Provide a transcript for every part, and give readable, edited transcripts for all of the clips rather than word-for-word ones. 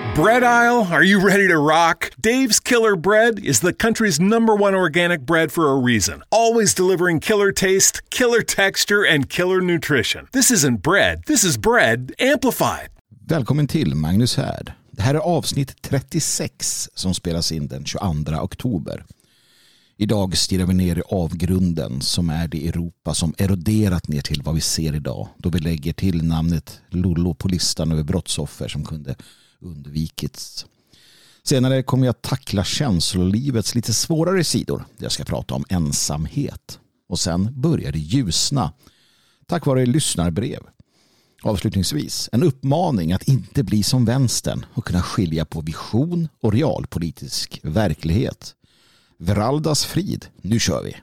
Bread aisle, are you ready to rock? Dave's Killer Bread is the country's #1 organic bread for a reason. Always delivering killer taste, killer texture, and killer nutrition. This isn't bread, this is bread amplified. Välkommen till Magnus Härd. Det här är avsnitt 36 som spelas in den 22 oktober. Idag stirrar vi ner i avgrunden som är det Europa som eroderat ner till vad vi ser idag. Då vi lägger till namnet Lollo på listan över brottsoffer som kunde undvikits. Senare kommer jag tackla känslolivets lite svårare sidor. Jag ska prata om ensamhet. Och sen börjar det ljusna tack vare lyssnarbrev. Avslutningsvis en uppmaning att inte bli som vänstern och kunna skilja på vision och realpolitisk verklighet. Veraldas frid, nu kör vi!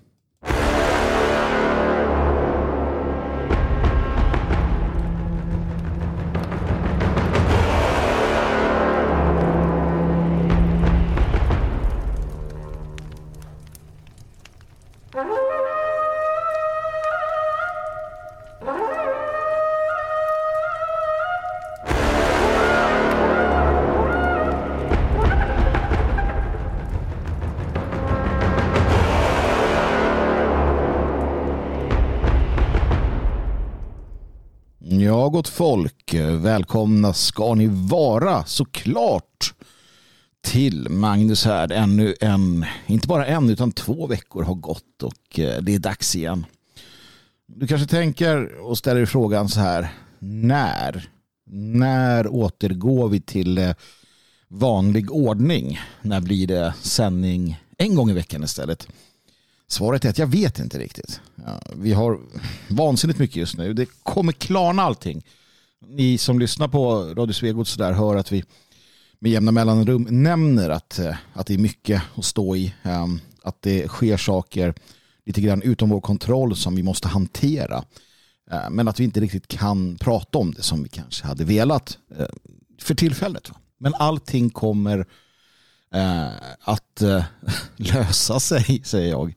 Ja, gott folk, välkomna ska ni vara såklart till Magnus Härd. Inte bara en utan 2 veckor har gått och det är dags igen. Du kanske tänker och ställer dig frågan så här: när återgår vi till vanlig ordning? När blir det sändning en gång i veckan istället? Svaret är att jag vet inte riktigt. Ja, vi har vansinnigt mycket just nu. Det kommer klarna allting. Ni som lyssnar på Radio Svegot så där hör att vi med jämna mellanrum nämner att det är mycket att stå i. Att det sker saker lite grann utom vår kontroll som vi måste hantera. Men att vi inte riktigt kan prata om det som vi kanske hade velat för tillfället. Men allting kommer att lösa sig, säger jag.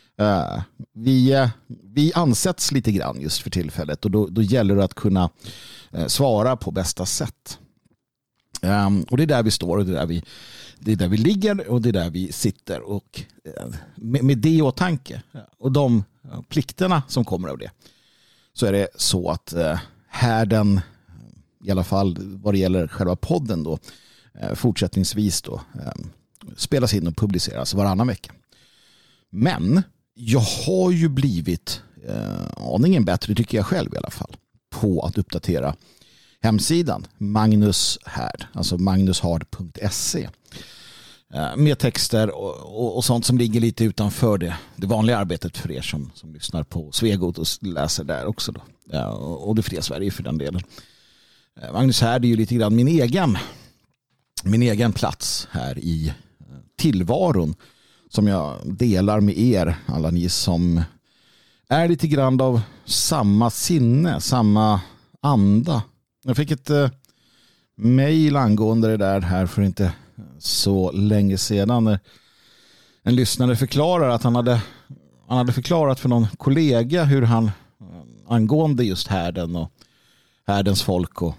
Vi ansätts lite grann just för tillfället och då gäller det att kunna svara på bästa sätt. Och det är där vi står och det är där vi ligger och det är där vi sitter och med det i åtanke och de plikterna som kommer av det så är det så att härden, i alla fall vad det gäller själva podden då, fortsättningsvis då spelas in och publiceras varannan vecka. Men jag har ju blivit aningen bättre, tycker jag själv i alla fall, på att uppdatera hemsidan Magnus Härd, alltså magnushard.se, med texter och sånt som ligger lite utanför det vanliga arbetet för er som lyssnar på Svegot och läser där också då. Och det fria Sverige för den delen. Magnus Härd är ju lite grann min egen plats här i tillvaron som jag delar med er, alla ni som är lite grann av samma sinne, samma anda. Jag fick ett mejl angående det där här för inte så länge sedan. En lyssnare förklarar att han hade förklarat för någon kollega hur han angående just härden och härdens folk och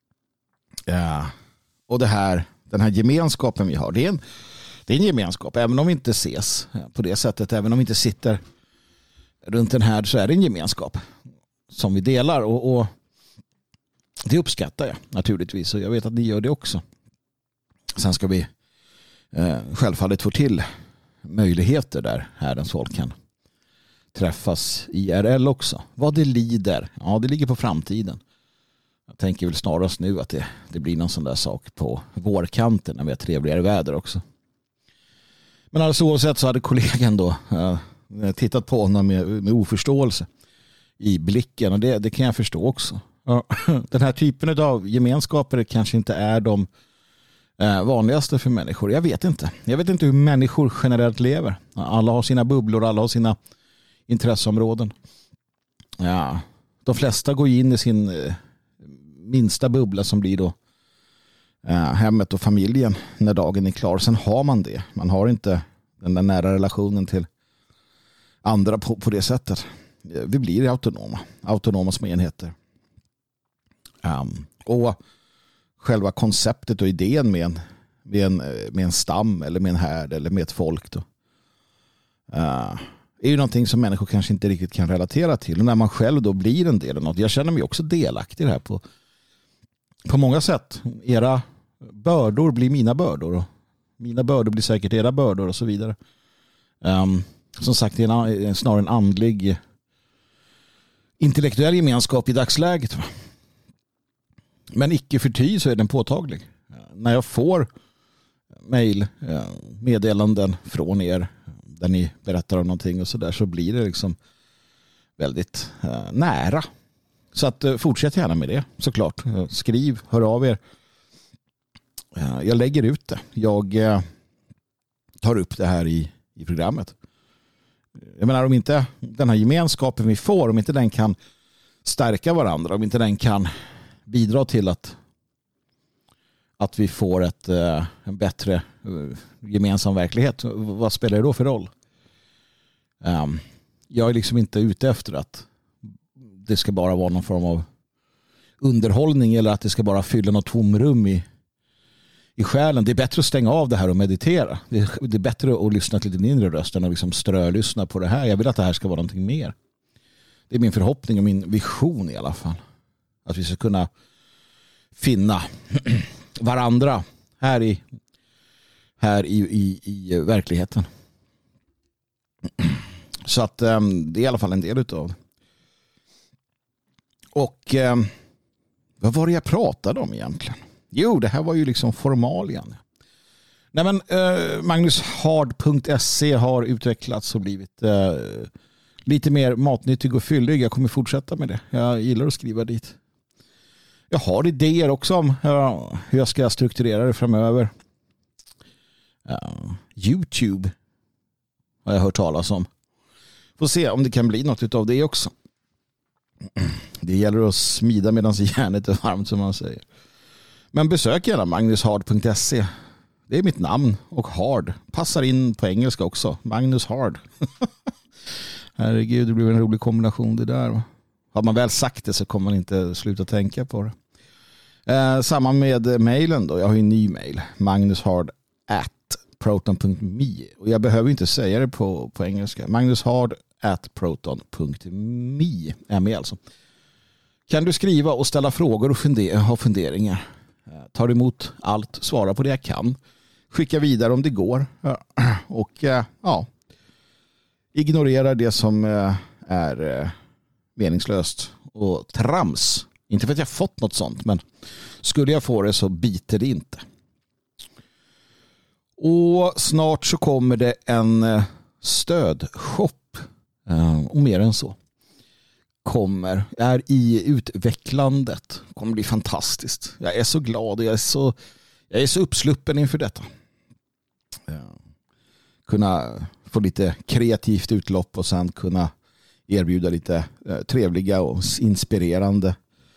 den här gemenskapen vi har. Det är en gemenskap, även om vi inte ses på det sättet, även om vi inte sitter runt den här, så är det en gemenskap som vi delar och det uppskattar jag naturligtvis och jag vet att ni gör det också. Sen ska vi självfallet få till möjligheter där härdens folk kan träffas IRL också. Vad det lider, ja det ligger på framtiden. Jag tänker väl snarast nu att det blir någon sån där sak på vårkanten när vi har trevligare väder också. Men alldeles oavsett så hade kollegan då tittat på honom med oförståelse i blicken och det kan jag förstå också. Den här typen av gemenskaper kanske inte är de vanligaste för människor. Jag vet inte hur människor generellt lever. Alla har sina bubblor, alla har sina intresseområden. Ja, de flesta går in i sin minsta bubbla som blir då hemmet och familjen när dagen är klar. Sen har man det. Man har inte den där nära relationen till andra på det sättet. Vi blir autonoma små enheter. Och själva konceptet och idén med en stam eller med en härd eller med ett folk då. Är ju någonting som människor kanske inte riktigt kan relatera till. Och när man själv då blir en del av något. Jag känner mig också delaktig här på många sätt. Era bördor blir mina bördor. Och mina bördor blir säkert era bördor och så vidare. Som sagt, det är snarare en andlig intellektuell gemenskap i dagsläget. Va? Men icke förty så är den påtaglig. När jag får mejl, meddelanden från er där ni berättar om någonting och så där, så blir det liksom väldigt nära. Så att fortsätt gärna med det, såklart. Skriv, hör av er. Jag lägger ut det. Jag tar upp det här i programmet. Jag menar, om inte den här gemenskapen vi får, om inte den kan stärka varandra, om inte den kan bidra till att vi får en bättre gemensam verklighet, vad spelar det då för roll? Jag är liksom inte ute efter att det ska bara vara någon form av underhållning eller att det ska bara fylla något tomrum i själen. Det är bättre att stänga av det här och meditera. Det är bättre att lyssna till din inre röst än att liksom strölyssna på det här. Jag vill att det här ska vara någonting mer. Det är min förhoppning och min vision i alla fall. Att vi ska kunna finna varandra här i verkligheten. Så att det är i alla fall en del utav det. Och vad var det jag pratade om egentligen? Jo, det här var ju liksom formalien. Nej, men magnushard.se har utvecklats och blivit lite mer matnyttig och fyllig. Jag kommer fortsätta med det. Jag gillar att skriva dit. Jag har idéer också om hur jag ska strukturera det framöver. YouTube har jag hört talas om. Får se om det kan bli något av det också. Det gäller att smida medan järnet är varmt, som man säger. Men besök gärna magnushard.se. Det är mitt namn, och hard passar in på engelska också. Magnus Hard. Herregud, det blir en rolig kombination det där. Va? Har man väl sagt det så kommer man inte sluta tänka på det. Samma med mejlen då. Jag har ju en ny mejl. magnushard@proton.me. Och jag behöver inte säga det på engelska. magnushard@proton.me är med alltså. Kan du skriva och ställa frågor och ha funderingar. Tar emot allt, svara på det jag kan. Skicka vidare om det går. Och ja, ignorera det som är meningslöst och trams. Inte för att jag fått något sånt, men skulle jag få det så biter det inte. Och snart så kommer det en stödshop. Och mer än så. Är i utvecklandet. Kommer bli fantastiskt. Jag är så glad och jag är så uppsluppen inför detta. Kunna få lite kreativt utlopp och sen kunna erbjuda lite trevliga och inspirerande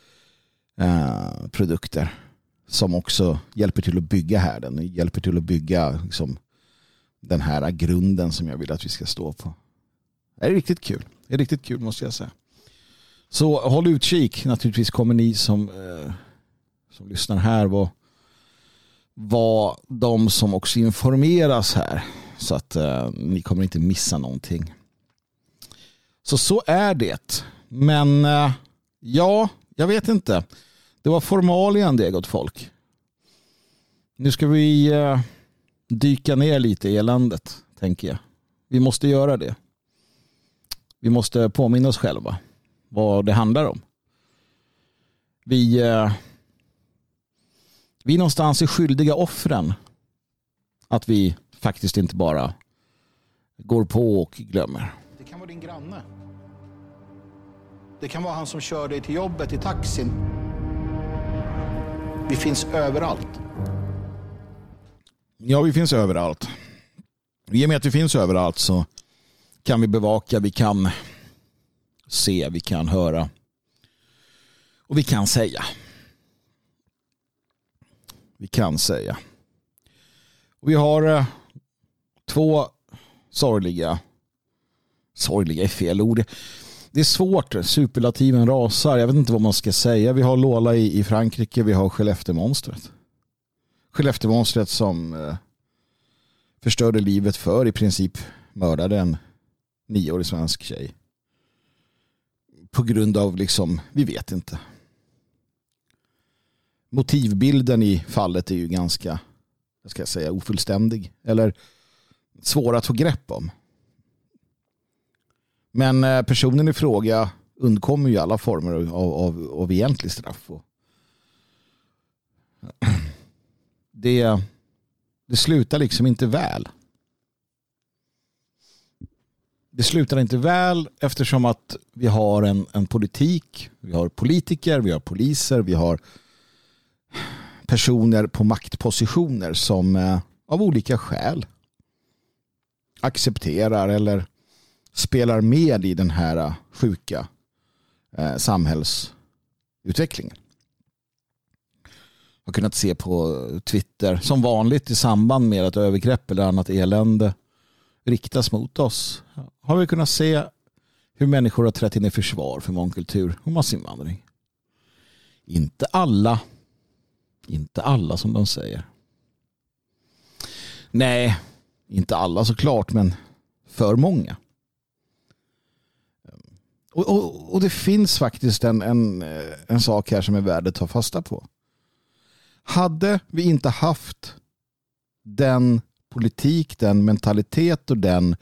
produkter som också hjälper till att bygga härden. Hjälper till att bygga liksom, den här grunden som jag vill att vi ska stå på. Det är riktigt kul. Det är riktigt kul, måste jag säga. Så håll utkik. Naturligtvis kommer ni som lyssnar här vara de som också informeras här. Så att ni kommer inte missa någonting. Så är det. Men ja, jag vet inte. Det var formalien det, gott folk. Nu ska vi dyka ner lite i eländet, tänker jag. Vi måste göra det. Vi måste påminna oss själva vad det handlar om. Vi någonstans är skyldiga offren. Att vi faktiskt inte bara går på och glömmer. Det kan vara din granne. Det kan vara han som kör dig till jobbet i taxin. Vi finns överallt. Ja, vi finns överallt. I och med att vi finns överallt så kan vi bevaka, vi kan se, vi kan höra och vi kan säga. Vi kan säga. Och vi har två sorgliga är fel ord. Det är svårt. Superlativen rasar. Jag vet inte vad man ska säga. Vi har Lola i Frankrike. Vi har Skellefteåmonstret. Skellefteåmonstret som förstörde livet för, i princip mördade en 9-årig svensk tjej. På grund av vi vet inte. Motivbilden i fallet är ju ganska, ofullständig. Eller svår att få grepp om. Men personen i fråga undkommer ju alla former av egentlig straff. Det slutar inte väl. Det slutar inte väl eftersom att vi har en politik, vi har politiker, vi har poliser, vi har personer på maktpositioner som av olika skäl accepterar eller spelar med i den här sjuka samhällsutvecklingen. Jag har kunnat se på Twitter som vanligt i samband med att övergrepp eller annat elände riktas mot oss. Har vi kunnat se hur människor har trätt in i försvar för mångkultur och massinvandring. Inte alla som de säger. Nej, inte alla såklart, men för många. Och det finns faktiskt en sak här som är värd att ta fasta på. Hade vi inte haft den politik, den mentalitet och den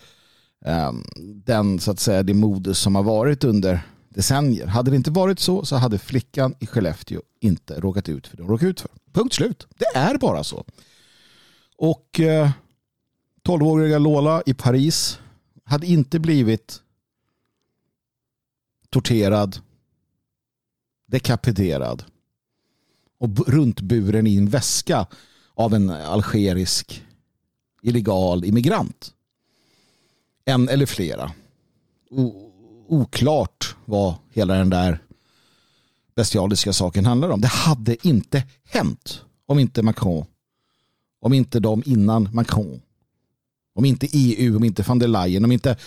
så att säga det modus som har varit under decennier. Hade det inte varit så hade flickan i Skellefteå inte råkat ut för det hon råkade ut för. Punkt slut. Det är bara så. Och 12-åriga Lola i Paris hade inte blivit torterad, dekapiterad och runtburen i en väska av en algerisk illegal immigrant. En eller flera. Oklart vad hela den där bestialiska saken handlar om. Det hade inte hänt om inte Macron, om inte de innan Macron, om inte EU, om inte van der Leyen, om inte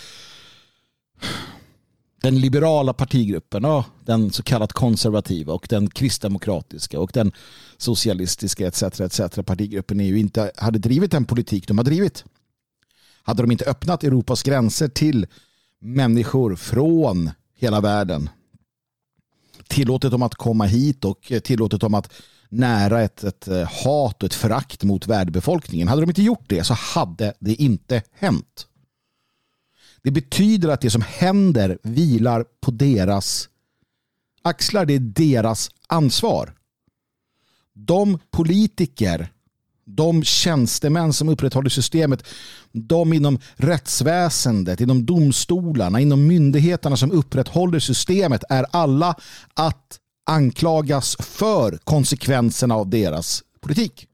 den liberala partigruppen och den så kallat konservativa och den kristdemokratiska och den socialistiska etc. partigruppen EU inte hade drivit den politik de har drivit. Hade de inte öppnat Europas gränser till människor från hela världen, tillåtit dem att komma hit och tillåtit dem att nära ett hat och ett förakt mot världsbefolkningen. Hade de inte gjort det så hade det inte hänt. Det betyder att det som händer vilar på deras axlar. Det är deras ansvar. De politiker, de tjänstemän som upprätthåller systemet, de inom rättsväsendet, inom domstolarna, inom myndigheterna som upprätthåller systemet är alla att anklagas för konsekvenserna av deras politik.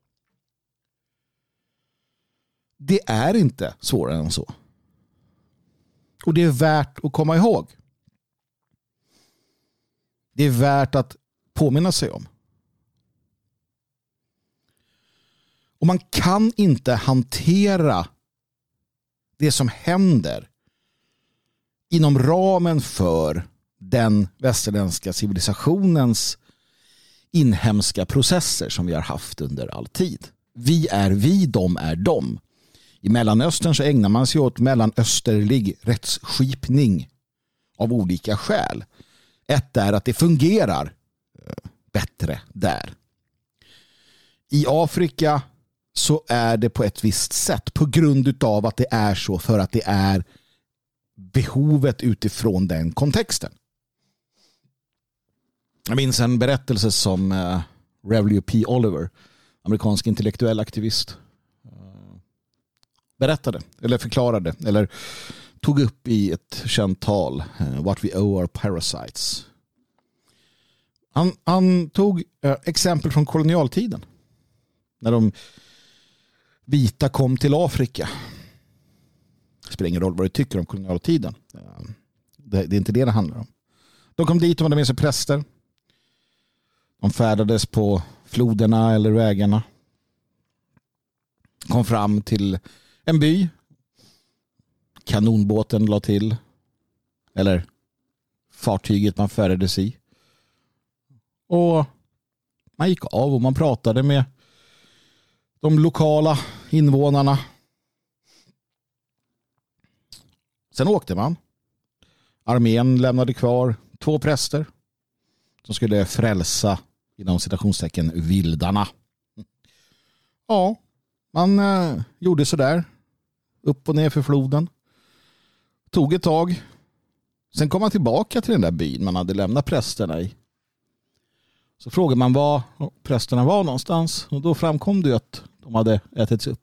Det är inte svårare än så. Och det är värt att komma ihåg. Det är värt att påminna sig om. Och man kan inte hantera det som händer inom ramen för den västerländska civilisationens inhemska processer som vi har haft under all tid. Vi är vi, de är de. I Mellanöstern så ägnar man sig åt mellanösterlig rättsskipning av olika skäl. Ett är att det fungerar bättre där. I Afrika så är det på ett visst sätt på grund av att det är så, för att det är behovet utifrån den kontexten. Jag minns en berättelse som W. P. Oliver, amerikansk intellektuell aktivist, berättade eller förklarade eller tog upp i ett känt tal, What We Owe Our Parasites. Han tog exempel från kolonialtiden. När de vita kom till Afrika. Det spelar ingen roll vad du tycker om kolonialtiden. Det är inte det handlar om. De kom dit och hade med sig präster. De färdades på floderna eller vägarna. Kom fram till en by. Kanonbåten la till. Eller fartyget man färdades i. Och man gick av och man pratade med de lokala invånarna. Sen åkte man. Armén lämnade kvar 2 präster som skulle frälsa inom citationstecken vildarna. Ja, man gjorde så där. Upp och ner för floden. Tog ett tag. Sen kom man tillbaka till den där byn man hade lämnat prästerna i. Så frågade man var prästerna var någonstans. Och då framkom det att de hade ätits upp.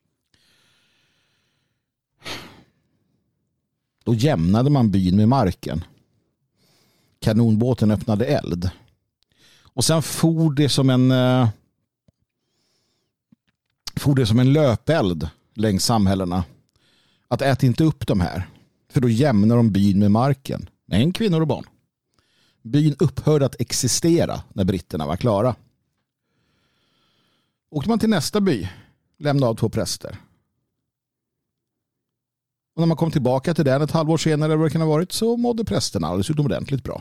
Då jämnade man byn med marken. Kanonbåten öppnade eld. Och sen for det som en löpeld längs samhällena. Att äta inte upp de här. För då jämnar de byn med marken. Män, kvinnor och barn. Byn upphörde att existera när britterna var klara. Åkte man till nästa by. Lämnade av 2 präster. Och när man kom tillbaka till den ett halvår senare vad det kan ha varit, så mådde prästerna alldeles utomordentligt bra.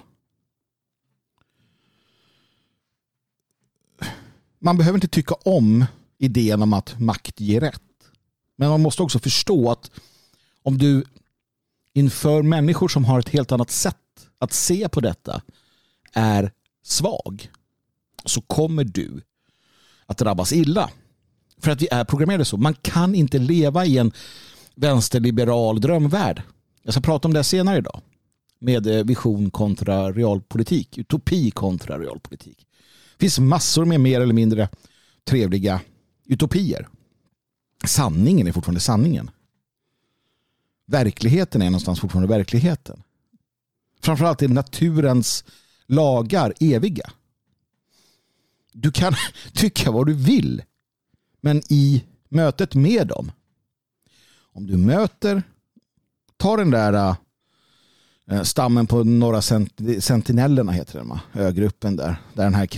Man behöver inte tycka om idén om att makt ger rätt. Men man måste också förstå att om du inför människor som har ett helt annat sätt att se på detta är svag, så kommer du att drabbas illa. För att vi är programmerade så. Man kan inte leva i en vänsterliberal drömvärld. Jag ska prata om det senare idag. Med vision kontra realpolitik. Utopi kontra realpolitik. Det finns massor med mer eller mindre trevliga utopier. Sanningen är fortfarande sanningen. Verkligheten är någonstans fortfarande verkligheten. Framförallt är naturens lagar eviga. Du kan tycka vad du vill. Men i mötet med dem, om du tar den där stammen på norra sentinellerna heter den, ögruppen där den här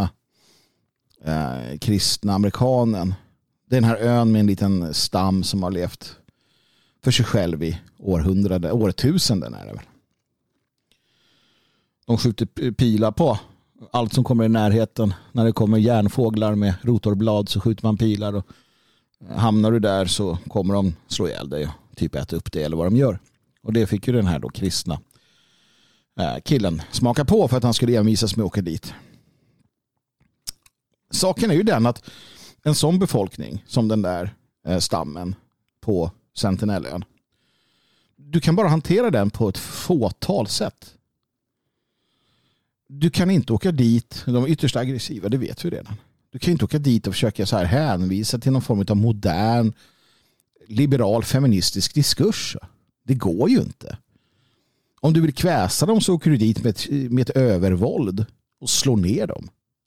kristna amerikanen, den här ön med en liten stam som har levt för sig själv i årtusenden är det väl. De skjuter pilar på allt som kommer i närheten. När det kommer järnfåglar med rotorblad så skjuter man pilar, och hamnar du där så kommer de slå ihjäl dig och typ äta upp det eller vad de gör. Och det fick ju den här då kristna killen smaka på för att han skulle envisas med att åka dit. Saken är ju den att en sån befolkning som den där stammen på Sentinelön, du kan bara hantera den på ett fåtal sätt. Du kan inte åka dit, de är ytterst aggressiva, det vet vi redan. Du kan inte åka dit och försöka så här hänvisa till någon form av modern liberal feministisk diskurs. Det går ju inte. Om du vill kväsa dem så åker du dit med ett övervåld och slår ner dem.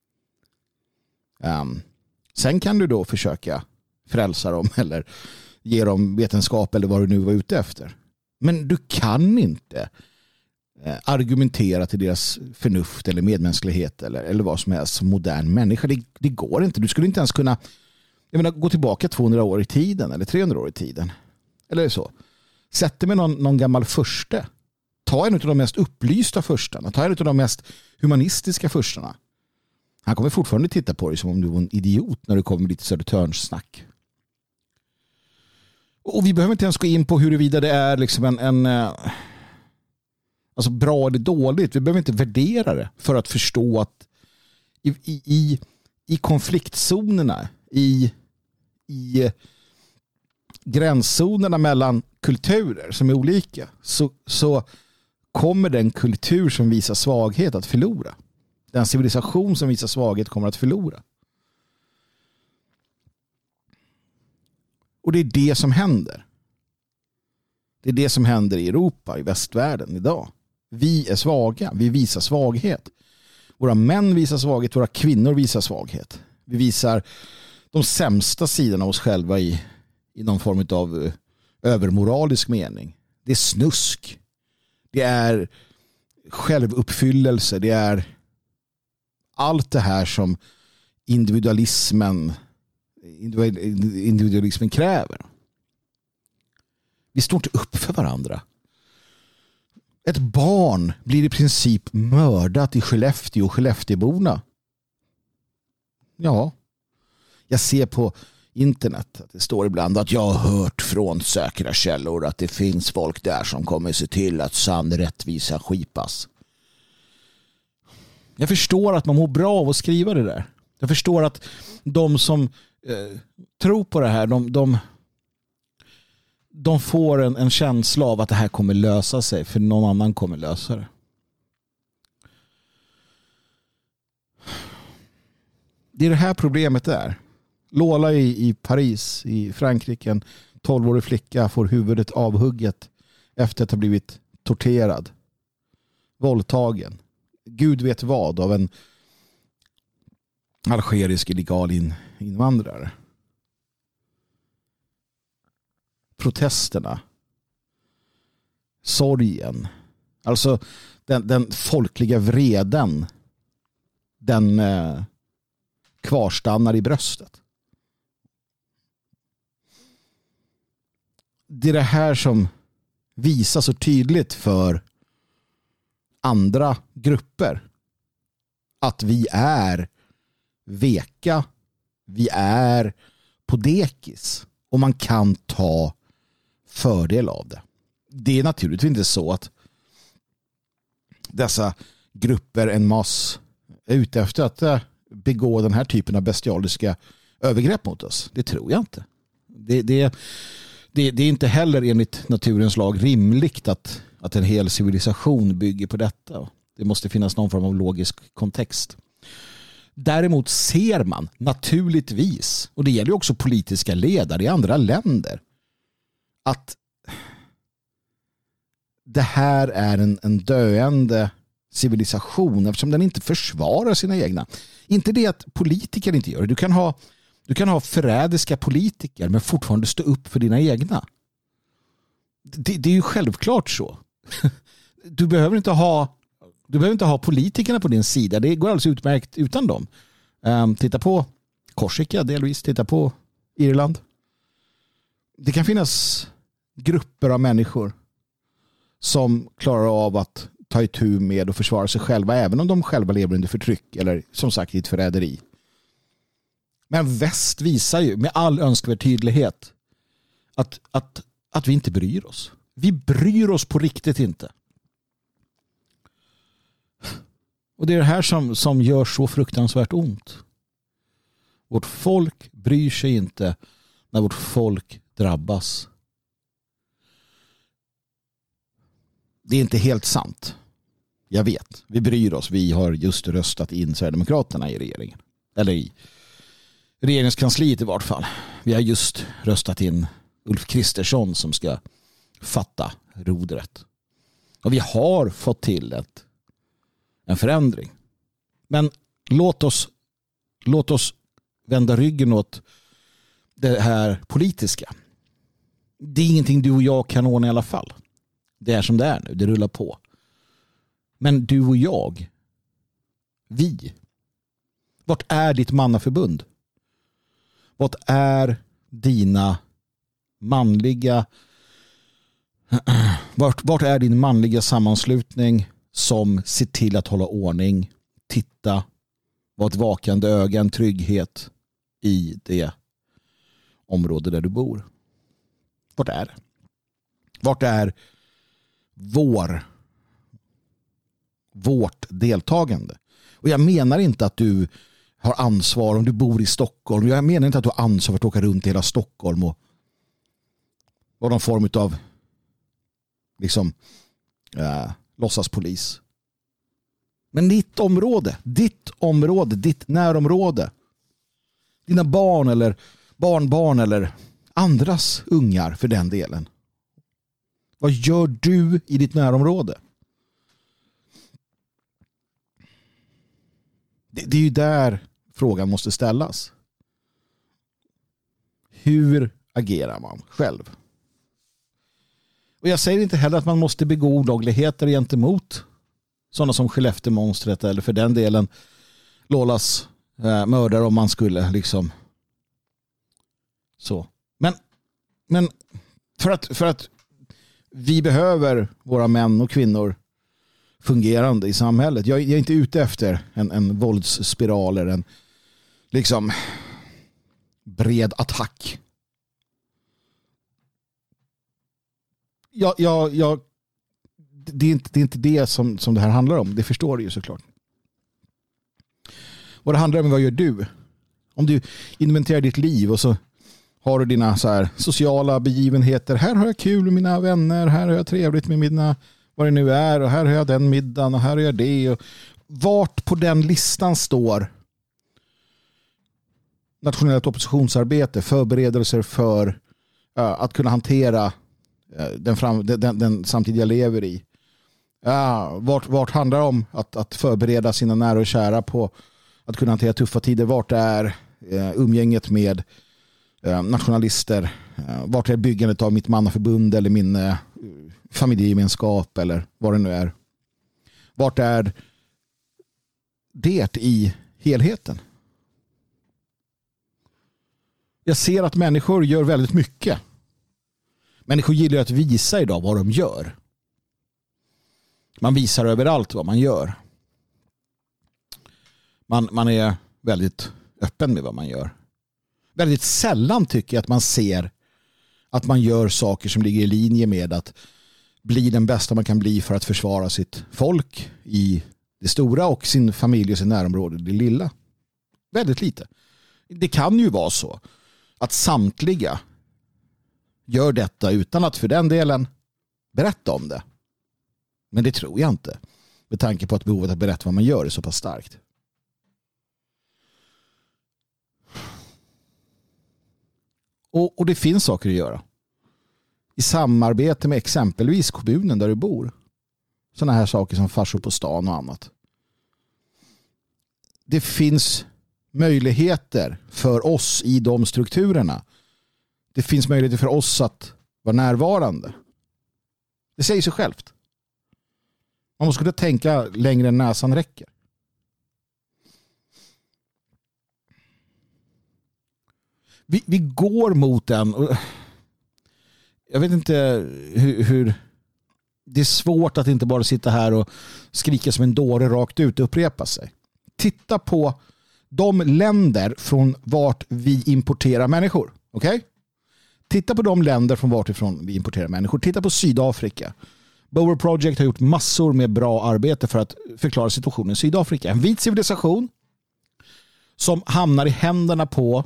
Sen kan du då försöka frälsa dem eller ge dem vetenskap eller vad du nu var ute efter. Men du kan inte argumentera till deras förnuft eller medmänsklighet eller vad som helst som modern människa. Det går inte. Du skulle inte ens kunna gå tillbaka 200 år i tiden eller 300 år i tiden. Eller så. Sätt dig med någon gammal furste. Ta en av de mest upplysta furstarna. Ta en av de mest humanistiska furstarna. Han kommer fortfarande titta på dig som om du var en idiot när du kommer med lite Södertörnssnack. Och vi behöver inte ens gå in på huruvida det är liksom en alltså bra eller dåligt. Vi behöver inte värdera det för att förstå att i konfliktzonerna, i gränszonerna mellan kulturer som är olika, så kommer den kultur som visar svaghet att förlora. Den civilisation som visar svaghet kommer att förlora. Och det är det som händer. Det är det som händer i Europa, i västvärlden idag. Vi är svaga, vi visar svaghet. Våra män visar svaghet, våra kvinnor visar svaghet. Vi visar de sämsta sidorna av oss själva i någon form av övermoralisk mening. Det är snusk. Det är självuppfyllelse. Det är allt det här som individualismen kräver. Vi står inte upp för varandra. Ett barn blir i princip mördat i Skellefteå och Skellefteåborna. Ja. Jag ser på internet att det står ibland att jag har hört från säkra källor att det finns folk där som kommer se till att sann rättvisa skipas. Jag förstår att man mår bra av att skriva det där. Jag förstår att de som tror på det här, de får en känsla av att det här kommer lösa sig för någon annan kommer lösa det. Det är det här problemet är. Lola i Paris i Frankrike, en 12-årig flicka får huvudet avhugget efter att ha blivit torterad, våldtagen. Gud vet vad av en algerisk illegal invandrare. Protesterna, sorgen, alltså den folkliga vreden, den kvarstannar i bröstet. Det är det här som visar så tydligt för andra grupper att vi är veka, vi är på dekis och man kan ta fördel av det. Det är naturligtvis inte så att dessa grupper en mass är ute efter att begå den här typen av bestialiska övergrepp mot oss. Det tror jag inte. Det är inte heller enligt naturens lag rimligt att en hel civilisation bygger på detta. Det måste finnas någon form av logisk kontext. Däremot ser man naturligtvis, och det gäller också politiska ledare i andra länder, att det här är en döende civilisation eftersom den inte försvarar sina egna. Inte det att politiker inte gör det. Du kan ha förrädiska politiker men fortfarande stå upp för dina egna. Det är ju självklart så. Du behöver inte ha politikerna på din sida. Det går alldeles utmärkt utan dem. Titta på Korsika delvis. Titta på Irland. Det kan finnas grupper av människor som klarar av att ta itu med och försvara sig själva även om de själva lever under förtryck eller som sagt i ett förräderi. Men väst visar ju med all önskvärd tydlighet att vi inte bryr oss. Vi bryr oss på riktigt inte. Och det är det här som gör så fruktansvärt ont. Vårt folk bryr sig inte när vårt folk drabbas. Det är inte helt sant. Jag vet. Vi bryr oss. Vi har just röstat in Sverigedemokraterna i regeringen. Eller i regeringskansliet i vart fall. Vi har just röstat in Ulf Kristersson som ska fatta rodret. Och vi har fått till en förändring. Men låt oss vända ryggen åt det här politiska. Det är ingenting du och jag kan ordna i alla fall. Det är som det är nu. Det rullar på. Men du och jag, vi. Vart är ditt mannaförbund? Vart är dina manliga vart är din manliga sammanslutning som ser till att hålla ordning, titta, vara ett vakande öga, en trygghet i det område där du bor? Vart är det? Vart är vårt deltagande? Och jag menar inte att du har ansvar om du bor i Stockholm. Jag menar inte att du har ansvar för att åka runt i hela Stockholm och vara någon form av låtsaspolis. Men ditt område, ditt närområde, dina barn eller barnbarn eller andras ungar för den delen. Vad gör du i ditt närområde? Det är ju där frågan måste ställas. Hur agerar man själv? Och jag säger inte heller att man måste begå olagligheter gentemot sådana som Skellefteåmonstret eller för den delen Lolas mördare om man skulle liksom så. Men för att vi behöver våra män och kvinnor fungerande i samhället. Jag är inte ute efter en våldsspiral eller en liksom bred attack. Det är inte det som det här handlar om. Det förstår du ju såklart. Vad det handlar om är vad gör du? Om du inventerar ditt liv och så har du dina så här sociala begivenheter. Här har jag kul med mina vänner. Här har jag trevligt med mina, vad det nu är. Och här har jag den middagen och här har jag det. Och vart på den listan står nationellt oppositionsarbete, förberedelser för att kunna hantera den samtid jag lever i. Vart handlar det om att förbereda sina nära och kära på att kunna hantera tuffa tider? Vart är umgänget med nationalister? Vart är byggandet av mitt mannaförbund eller min familjegemenskap eller vad det nu är? Vart är det i helheten? Jag ser att människor gör väldigt mycket. Människor gillar att visa idag vad de gör. Man visar överallt vad man gör. Man är väldigt öppen med vad man gör. Väldigt sällan tycker jag att man ser att man gör saker som ligger i linje med att bli den bästa man kan bli för att försvara sitt folk i det stora och sin familj och sin närområde, det lilla. Väldigt lite. Det kan ju vara så att samtliga gör detta utan att för den delen berätta om det. Men det tror jag inte. Med tanke på att behovet att berätta vad man gör är så pass starkt. Och det finns saker att göra. I samarbete med exempelvis kommunen där du bor. Sådana här saker som farsor på stan och annat. Det finns möjligheter för oss i de strukturerna. Det finns möjligheter för oss att vara närvarande. Det säger sig självt. Man måste kunna tänka längre än näsan räcker. Vi går mot den. Jag vet inte hur det är svårt att inte bara sitta här och skrika som en dåre rakt ut och upprepa sig. Titta på de länder från vart vi importerar människor. Okej? Titta på de länder från vart ifrån vi importerar människor. Titta på Sydafrika. Bower Project har gjort massor med bra arbete för att förklara situationen i Sydafrika. En vit civilisation som hamnar i händerna på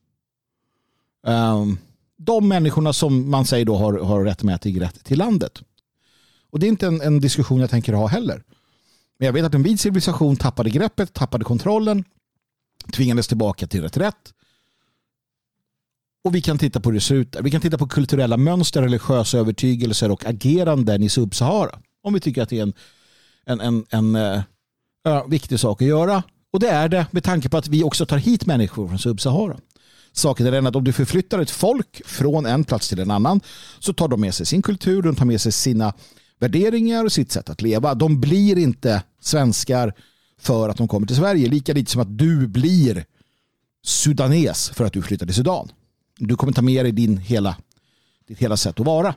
de människorna som man säger då har rättmätig rätt till landet. Och det är inte en diskussion jag tänker ha heller. Men jag vet att en vit civilisation tappade greppet, tappade kontrollen, tvingades tillbaka till rätt. Och vi kan titta på hur det ser ut där. Vi kan titta på kulturella mönster, religiösa övertygelser och ageranden i Sub-Sahara. Om vi tycker att det är en viktig sak att göra. Och det är det med tanke på att vi också tar hit människor från Sub-Sahara. Saken är den att om du förflyttar ett folk från en plats till en annan så tar de med sig sin kultur, de tar med sig sina värderingar och sitt sätt att leva. De blir inte svenskar för att de kommer till Sverige. Lika lite som att du blir sudanes för att du flyttar till Sudan. Du kommer ta med dig ditt hela sätt att vara.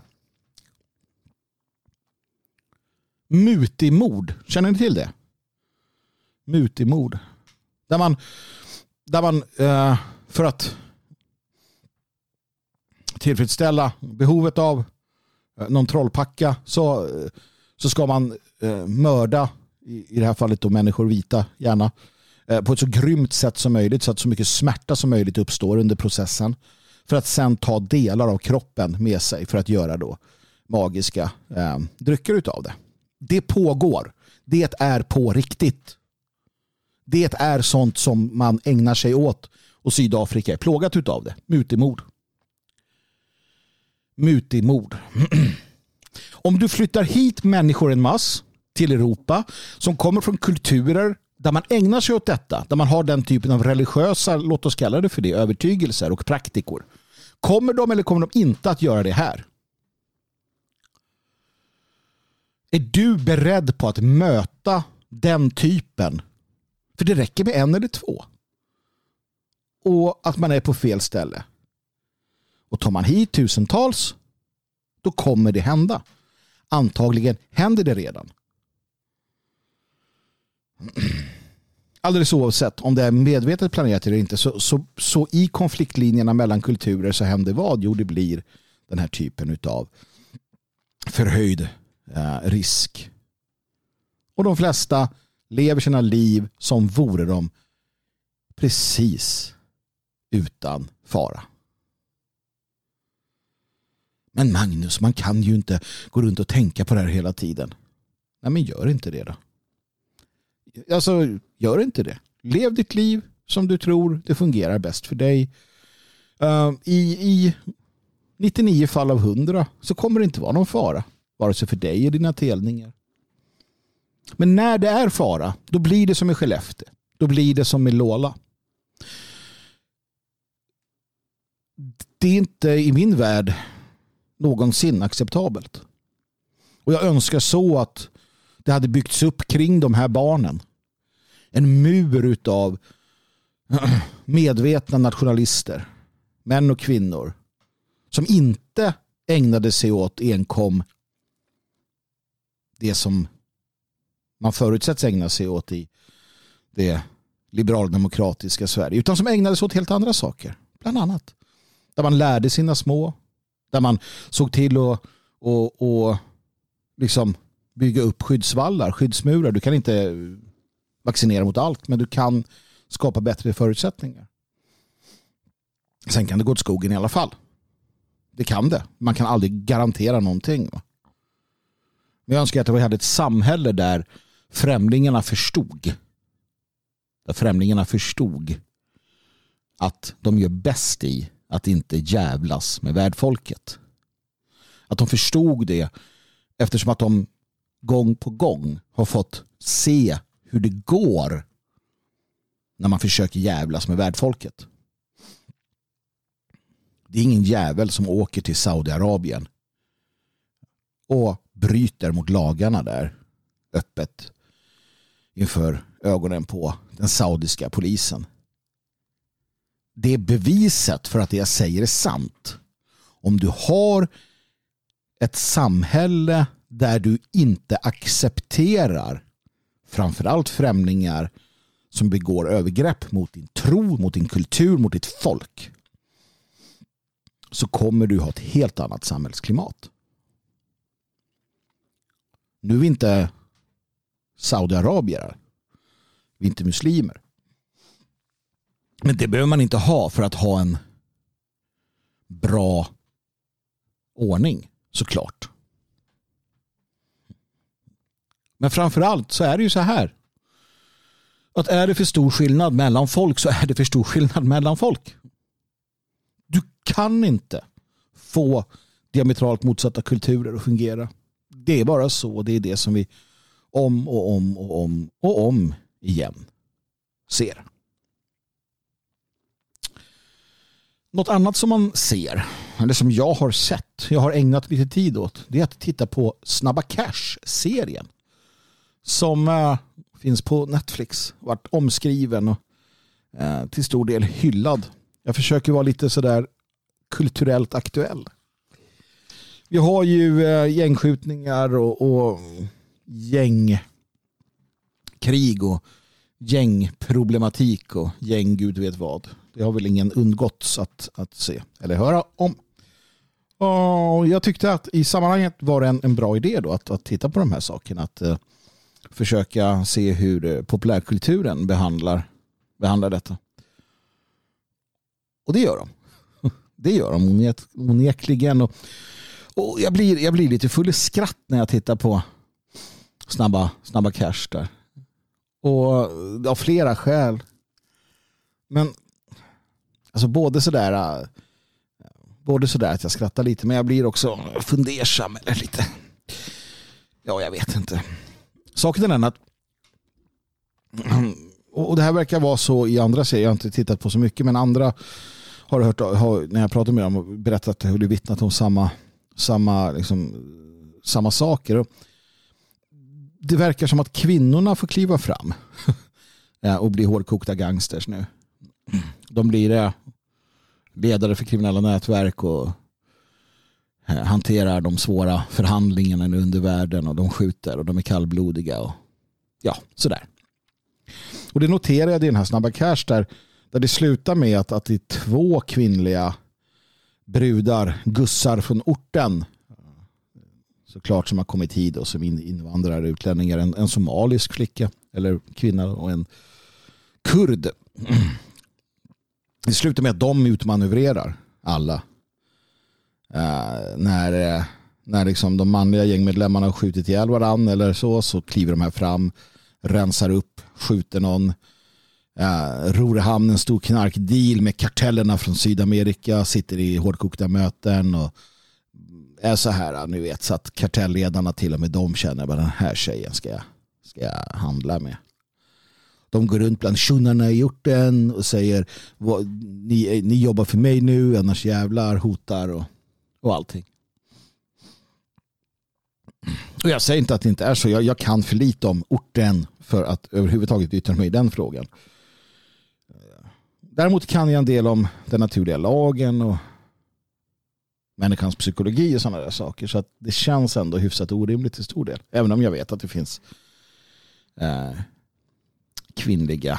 Mutimord. Känner ni till det? Mutimord. Där man för att tillfredsställa behovet av någon trollpacka så ska man mörda i det här fallet då människor vita gärna på ett så grymt sätt som möjligt så att så mycket smärta som möjligt uppstår under processen för att sen ta delar av kroppen med sig för att göra då magiska drycker utav det. Det pågår. Det är på riktigt. Det är sånt som man ägnar sig åt och Sydafrika är plågat utav det. Mutimord. Mutimord. Om du flyttar hit människor en mass till Europa som kommer från kulturer där man ägnar sig åt detta, där man har den typen av religiösa, låt oss kalla det för det, övertygelser och praktikor. Kommer de eller kommer de inte att göra det här? Är du beredd på att möta den typen? För det räcker med en eller två. Och att man är på fel ställe. Och tar man hit tusentals, då kommer det hända. antagligen händer det redan. Alldeles oavsett om det är medvetet planerat eller inte, så i konfliktlinjerna mellan kulturer så händer vad? Jo, det blir den här typen av förhöjd risk. Och de flesta lever sina liv som vore de precis utan fara. Men Magnus, man kan ju inte gå runt och tänka på det här hela tiden. Nej, men gör inte det då. Alltså, gör inte det. Lev ditt liv som du tror det fungerar bäst för dig. I 99 fall av 100 så kommer det inte vara någon fara. Vare sig för dig och dina telningar. Men när det är fara, då blir det som i Skellefteå. Då blir det som i Lola. Det är inte i min värld någonsin acceptabelt. Och jag önskar så att det hade byggts upp kring de här barnen en mur utav medvetna nationalister, män och kvinnor, som inte ägnade sig åt enkom det som man förutsätts ägna sig åt i det liberaldemokratiska Sverige, utan som ägnade sig åt helt andra saker. Bland annat där man lärde sina små, där man såg till att liksom bygga upp skyddsvallar, skyddsmurar. Du kan inte vaccinera mot allt, men du kan skapa bättre förutsättningar. Sen kan det gå åt skogen i alla fall. Det kan det. Man kan aldrig garantera någonting. Men jag önskar att vi hade ett samhälle där främlingarna förstod. Där främlingarna förstod att de gör bäst i att inte jävlas med värdfolket. Att de förstod det eftersom att de gång på gång har fått se hur det går när man försöker jävlas med värdfolket. Det är ingen jävel som åker till Saudiarabien och bryter mot lagarna där öppet inför ögonen på den saudiska polisen. Det är beviset för att det jag säger är sant. Om du har ett samhälle där du inte accepterar framförallt främlingar som begår övergrepp mot din tro, mot din kultur, mot ditt folk, så kommer du ha ett helt annat samhällsklimat. Nu är vi inte saudiarabier. Vi är inte muslimer. Men det behöver man inte ha för att ha en bra ordning, såklart. Men framförallt så är det ju så här. Att är det för stor skillnad mellan folk så är det för stor skillnad mellan folk. Du kan inte få diametralt motsatta kulturer att fungera. Det är bara så. Det är det som vi om och om igen ser. Något annat som man ser, eller som jag har sett, jag har ägnat lite tid åt, det är att titta på Snabba Cash-serien. Som finns på Netflix. Varit omskriven och till stor del hyllad. Jag försöker vara lite sådär kulturellt aktuell. Vi har ju gängskjutningar och gängkrig och gängproblematik och gud vet vad. Det har väl ingen undgått att se eller höra om. Och jag tyckte att i sammanhanget var det en bra idé då att titta på de här sakerna. Att försöka se hur populärkulturen behandlar detta. Och det gör de. Det gör de onekligen. Och jag blir lite full i skratt när jag tittar på snabba cash där. Och av flera skäl. Men alltså både sådär att jag skrattar lite, men jag blir också fundersam eller lite. Ja, jag vet inte. Saken är den att och det här verkar vara så i andra serier, jag har inte tittat på så mycket, men andra har hört när jag pratar med dem och berättat hur de vittnat om samma saker. Och det verkar som att kvinnorna får kliva fram och bli hårdkokta gangsters nu. De blir ledare för kriminella nätverk och hanterar de svåra förhandlingarna under världen och de skjuter och de är kallblodiga och ja, sådär. Och det noterar jag i den här Snabba Cash där det slutar med att det är 2 kvinnliga brudar, gussar från orten såklart som har kommit hit och som invandrare, utlänningar, en somalisk flicka eller kvinna och en kurd. Det slutar med att de utmanövrerar alla. När liksom de manliga gängmedlemmarna har skjutit ihjäl varann eller så kliver de här fram, rensar upp, skjuter någon, ror i hamn en stor knarkdeal med kartellerna från Sydamerika, sitter i hårdkokta möten och är så här, nu vet, så att kartellledarna till och med de känner att den här tjejen ska jag handla med. De går runt bland tjonarna i orten och säger ni jobbar för mig nu, annars jävlar, hotar och allting. Och jag säger inte att det inte är så. Jag kan för lite om orten för att överhuvudtaget yttra mig i den frågan. Däremot kan jag en del om den naturliga lagen och människans psykologi och sådana där saker. Så att det känns ändå hyfsat orimligt till stor del. Även om jag vet att det finns kvinnliga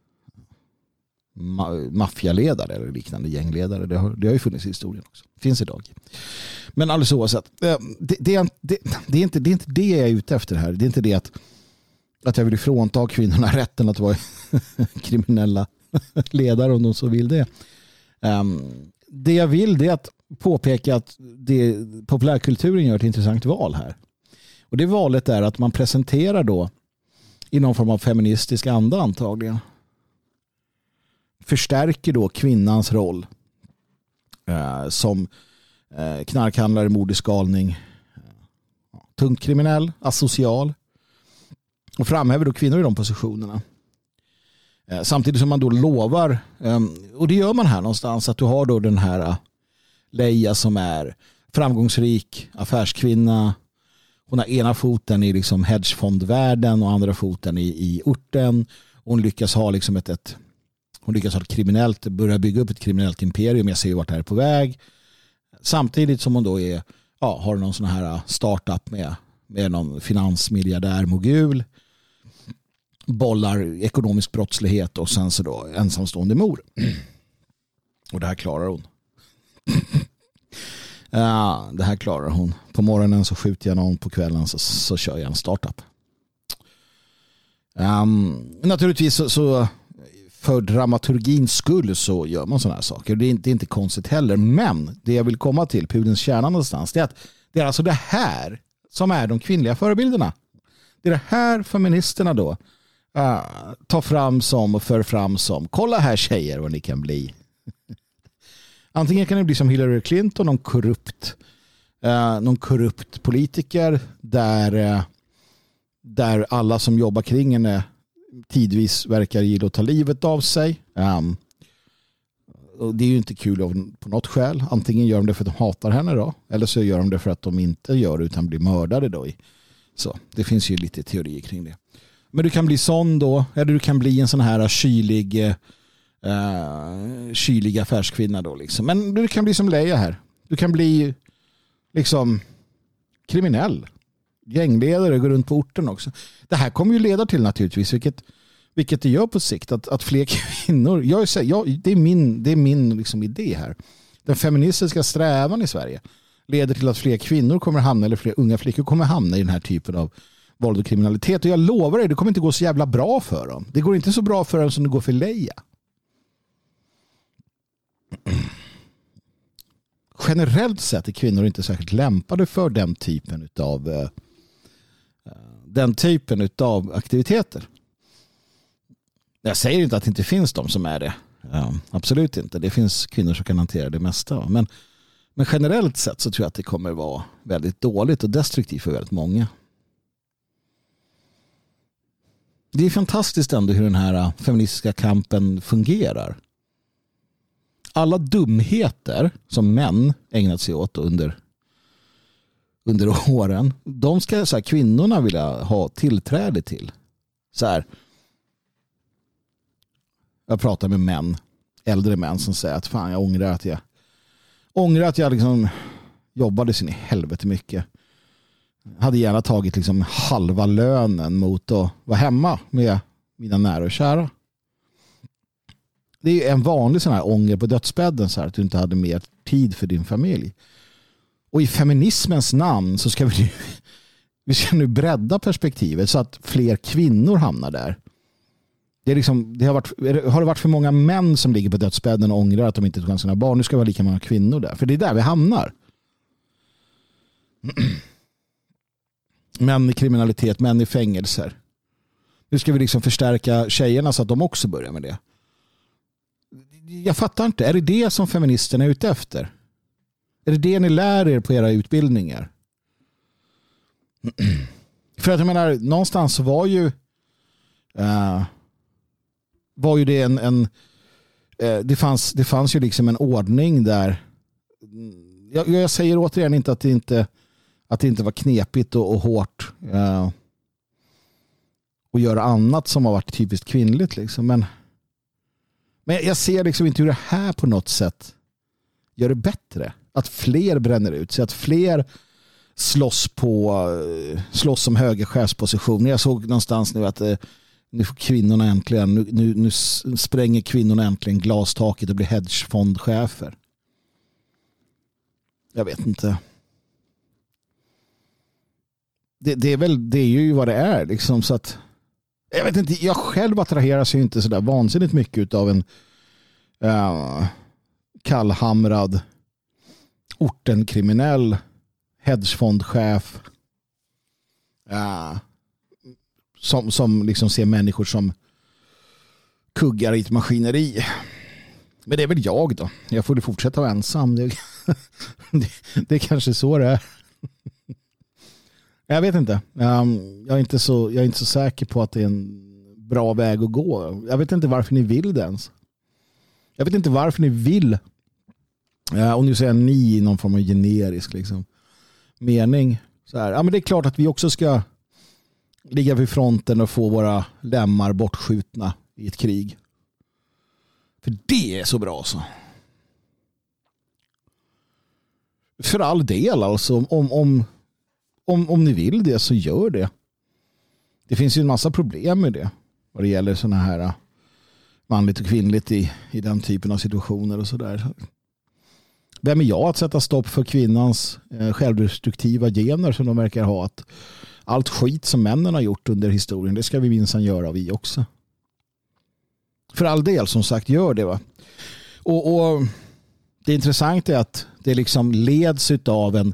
maffialedare eller liknande gängledare. Det har ju funnits i historien också. Finns idag. Men alldeles oavsett. Det är inte det jag är ute efter här. Det är inte det att jag vill frånta kvinnorna rätten att vara kriminella ledare om de så vill det. Det jag vill det är att påpeka att populärkulturen gör ett intressant val här. Och det valet är att man presenterar då i någon form av feministisk anda antagligen. Förstärker då kvinnans roll som knarkhandlare, mordisk galning, tungt kriminell, asocial och framhäver då kvinnor i de positionerna. Samtidigt som man då lovar, och det gör man här någonstans, att du har då den här Leia som är framgångsrik affärskvinna. Hon har ena foten i liksom hedgefondvärlden och andra foten i orten. Hon lyckas ha liksom hon lyckas ha ett kriminellt, börja bygga upp ett kriminellt imperium. Jag ser vart det här är på väg. Samtidigt som hon då har någon sån här startup med någon finansmiljardär mogul. Bollar ekonomisk brottslighet och sen så då ensamstående mor. Och det här klarar hon. Ja, det här klarar hon. På morgonen så skjuter jag någon, på kvällen så kör jag en startup. Naturligtvis så för dramaturgins skull så gör man sådana här saker. Det är inte konstigt heller. Men det jag vill komma till, pudelns kärna någonstans, det är att det är alltså det här som är de kvinnliga förebilderna. Det är det här feministerna då tar fram som och för fram som. Kolla här tjejer vad ni kan bli. Antingen kan det bli som Hillary Clinton, någon korrupt politiker där alla som jobbar kring henne tidvis verkar gilla att ta livet av sig. Och det är ju inte kul på något skäl. Antingen gör de det för att de hatar henne då, eller så gör de det för att de inte gör det utan blir mördade då. Så det finns ju lite teorier kring det. Men du kan bli sån då, eller du kan bli en sån här kylig affärskvinna då liksom. Men du kan bli som Leia här. Du kan bli liksom kriminell. Gängledare, går runt på orten också. Det här kommer ju leda till naturligtvis, vilket det gör på sikt, att fler kvinnor, det är min liksom idé här. Den feministiska strävan i Sverige leder till att fler kvinnor kommer hamna, eller fler unga flickor kommer hamna i den här typen av våld och kriminalitet. Och jag lovar dig, det kommer inte gå så jävla bra för dem. Det går inte så bra för dem som det går för Leia. Generellt sett är kvinnor inte särskilt lämpade för den typen utav aktiviteter. Jag säger inte att det inte finns de som är det. Absolut inte. Det finns kvinnor som kan hantera det mesta. Men generellt sett så tror jag att det kommer vara väldigt dåligt och destruktivt för väldigt många. Det är fantastiskt ändå hur den här feministiska kampen fungerar. Alla dumheter som män ägnat sig åt under åren, de ska så här, kvinnorna vilja ha tillträde till. Så här, jag pratar med män, äldre män som säger att fan, jag ångrar att jag liksom jobbade sin i helvete mycket. Hade gärna tagit liksom halva lönen mot att vara hemma med mina nära och kära. Det är en vanlig sån här ånger på dödsbädden, så här, att du inte hade mer tid för din familj. Och i feminismens namn så ska vi ska nu bredda perspektivet så att fler kvinnor hamnar där. Det är liksom, har det varit för många män som ligger på dödsbädden och ångrar att de inte tog sina barn? Nu ska det vara lika många kvinnor där. För det är där vi hamnar. Män i kriminalitet, män i fängelser. Nu ska vi liksom förstärka tjejerna så att de också börjar med det. Jag fattar inte. Är det som feministerna är ute efter? Är det ni lär er på era utbildningar? För att jag menar, någonstans var ju det det fanns ju liksom en ordning där. Jag säger återigen inte att det inte var knepigt och hårt och göra annat som har varit typiskt kvinnligt liksom, men jag ser liksom inte hur det här på något sätt gör det bättre. Att fler bränner ut sig, att fler slåss som höga chefspositioner. Jag såg någonstans nu att nu får kvinnorna äntligen, nu spränger kvinnorna äntligen glastaket och blir hedgefondchefer. Jag vet inte. Det är ju vad det är liksom, så att jag vet inte, jag själv attraheras ju inte så där vansinnigt mycket av en kallhamrad ortenkriminell hedgefondchef som liksom ser människor som kuggar i ett maskineri. Men det är väl jag då. Jag får fortsätta vara ensam. Det är kanske så det är. Jag vet inte. Jag är inte så säker på att det är en bra väg att gå. Jag vet inte varför ni vill det ens. Jag vet inte varför ni vill. Och nu säger ni i någon form av generisk liksom, mening. Så här. Ja, men det är klart att vi också ska ligga vid fronten och få våra lemmar bortskjutna i ett krig. För det är så bra så. För all del alltså. Om ni vill det så gör det. Det finns ju en massa problem med det. Vad det gäller såna här manligt och kvinnligt i den typen av situationer och sådär. Vem är jag att sätta stopp för kvinnans självdestruktiva gener som de verkar ha? Att allt skit som männen har gjort under historien, det ska vi minsann göra vi också. För all del, som sagt, gör det va. Och det intressanta är att det liksom leds av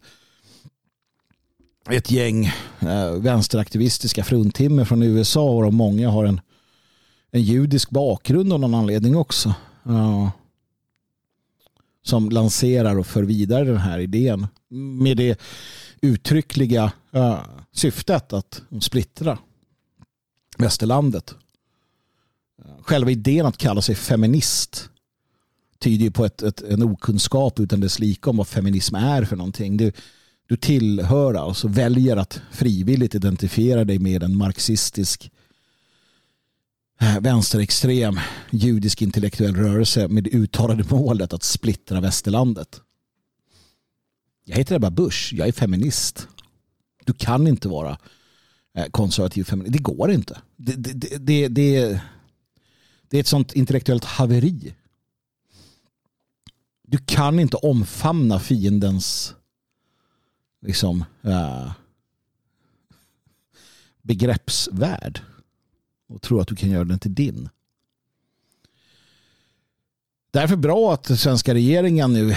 ett gäng vänsteraktivistiska fruntimmer från USA, och många har en judisk bakgrund av någon anledning också. Som lanserar och för vidare den här idén med det uttryckliga syftet att splittra västerlandet. Själva idén att kalla sig feminist tyder ju på en okunskap utan dess lika om vad feminism är för någonting. Du tillhör, alltså väljer att frivilligt identifiera dig med en marxistisk vänsterextrem judisk intellektuell rörelse med det uttalade målet att splittra västerlandet. Jag heter bara Bush, jag är feminist. Du kan inte vara konservativ feminist. Det går inte. Det är ett sånt intellektuellt haveri. Du kan inte omfamna fiendens liksom begreppsvärld och tro att du kan göra den till din. Därför bra att den svenska regeringen nu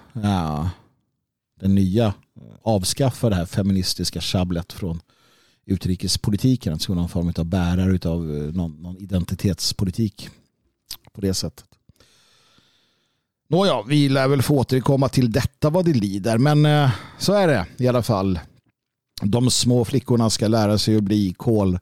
den nya avskaffar det här feministiska schabblet från utrikespolitiken, att någon form av bärare av någon identitetspolitik på det sättet. Nåja, vi lär väl få återkomma till detta vad det lider, men så är det i alla fall. De små flickorna ska lära sig att bli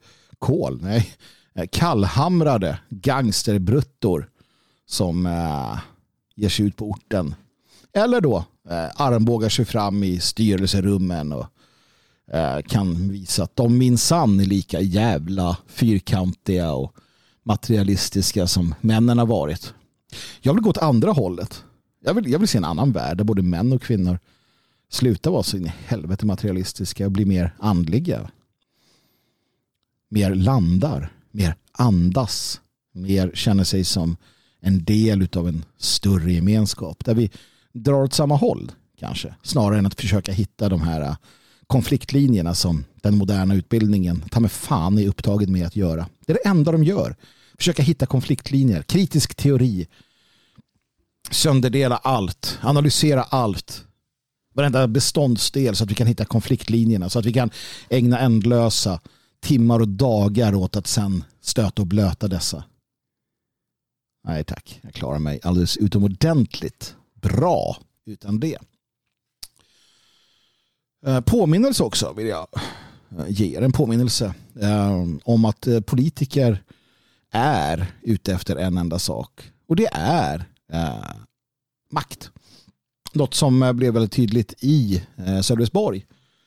kallhamrade gangsterbruttor som ger sig ut på orten. Eller då armbågar sig fram i styrelserummen och kan visa att de minsann är lika jävla fyrkantiga och materialistiska som männen har varit. Jag vill gå åt andra hållet. Jag vill se en annan värld där både män och kvinnor sluta vara så in i helvete materialistiska och bli mer andliga. Mer landar, mer andas, mer känner sig som en del utav en större gemenskap där vi drar åt samma håll kanske, snarare än att försöka hitta de här konfliktlinjerna som den moderna utbildningen tar med fan är upptaget med att göra. Det är det enda de gör. Försöka hitta konfliktlinjer, kritisk teori, sönderdela allt, analysera allt, varenda beståndsdel så att vi kan hitta konfliktlinjerna, så att vi kan ägna ändlösa timmar och dagar åt att sen stöta och blöta dessa. Nej tack, jag klarar mig alldeles utomordentligt bra utan det. Påminnelse också vill jag ge er en påminnelse om att politiker är ute efter en enda sak, och det är makt. Något som blev väldigt tydligt i Sölvesborg.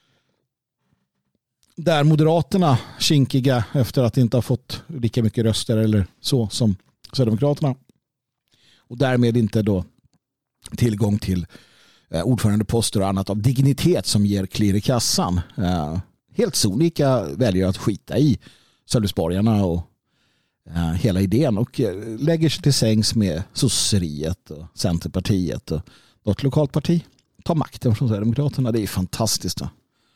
Där Moderaterna, kinkiga efter att inte ha fått lika mycket röster eller så som Sverigedemokraterna, och därmed inte då tillgång till ordförandeposter och annat av dignitet som ger klirr i kassan. Helt sonika väljer att skita i Sölvesborgarna och hela idén och lägger sig till sängs med sosseriet och Centerpartiet och något lokalt parti. Ta makten från Sverigedemokraterna. Det är fantastiskt. Va?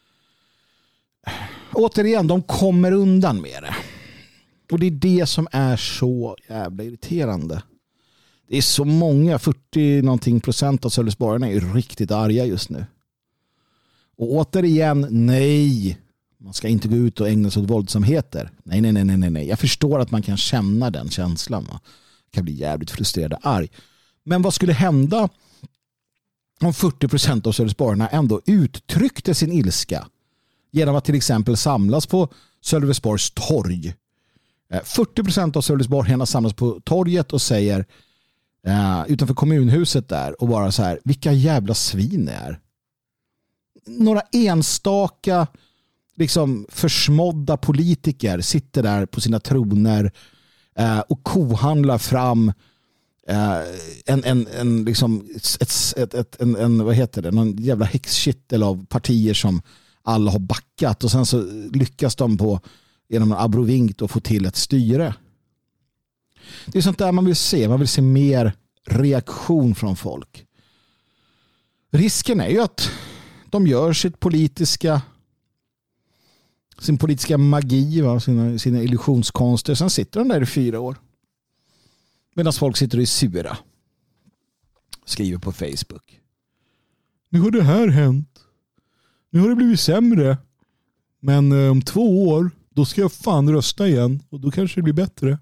Återigen, de kommer undan med det. Och det är det som är så jävla irriterande. Det är så många, 40% av Sölvesborgarna är riktigt arga just nu. Och återigen, nej. Man ska inte gå ut och ägna sig åt våldsamheter. Nej. Jag förstår att man kan känna den känslan. Man kan bli jävligt frustrerad och arg. Men vad skulle hända om 40% av Sölvesborgarna ändå uttryckte sin ilska genom att till exempel samlas på Sölvesborgs torg? 40% av Sölvesborgarna samlas på torget och säger utanför kommunhuset där och bara så här, vilka jävla svin det är. Några enstaka liksom försmådda politiker sitter där på sina troner och kohandlar fram en liksom en vad heter det, någon jävla häxkittel av partier som alla har backat, och sen så lyckas de på genom en abrovink att få till ett styre. Det är sånt där man vill se. Man vill se mer reaktion från folk. Risken är ju att de gör sin politiska magi, va? Sina illusionskonster. Sen sitter de där i 4 år. Medan folk sitter och är sura. Skriver på Facebook. Nu har det här hänt. Nu har det blivit sämre. Men om 2 år, då ska jag fan rösta igen. Och då kanske det blir bättre.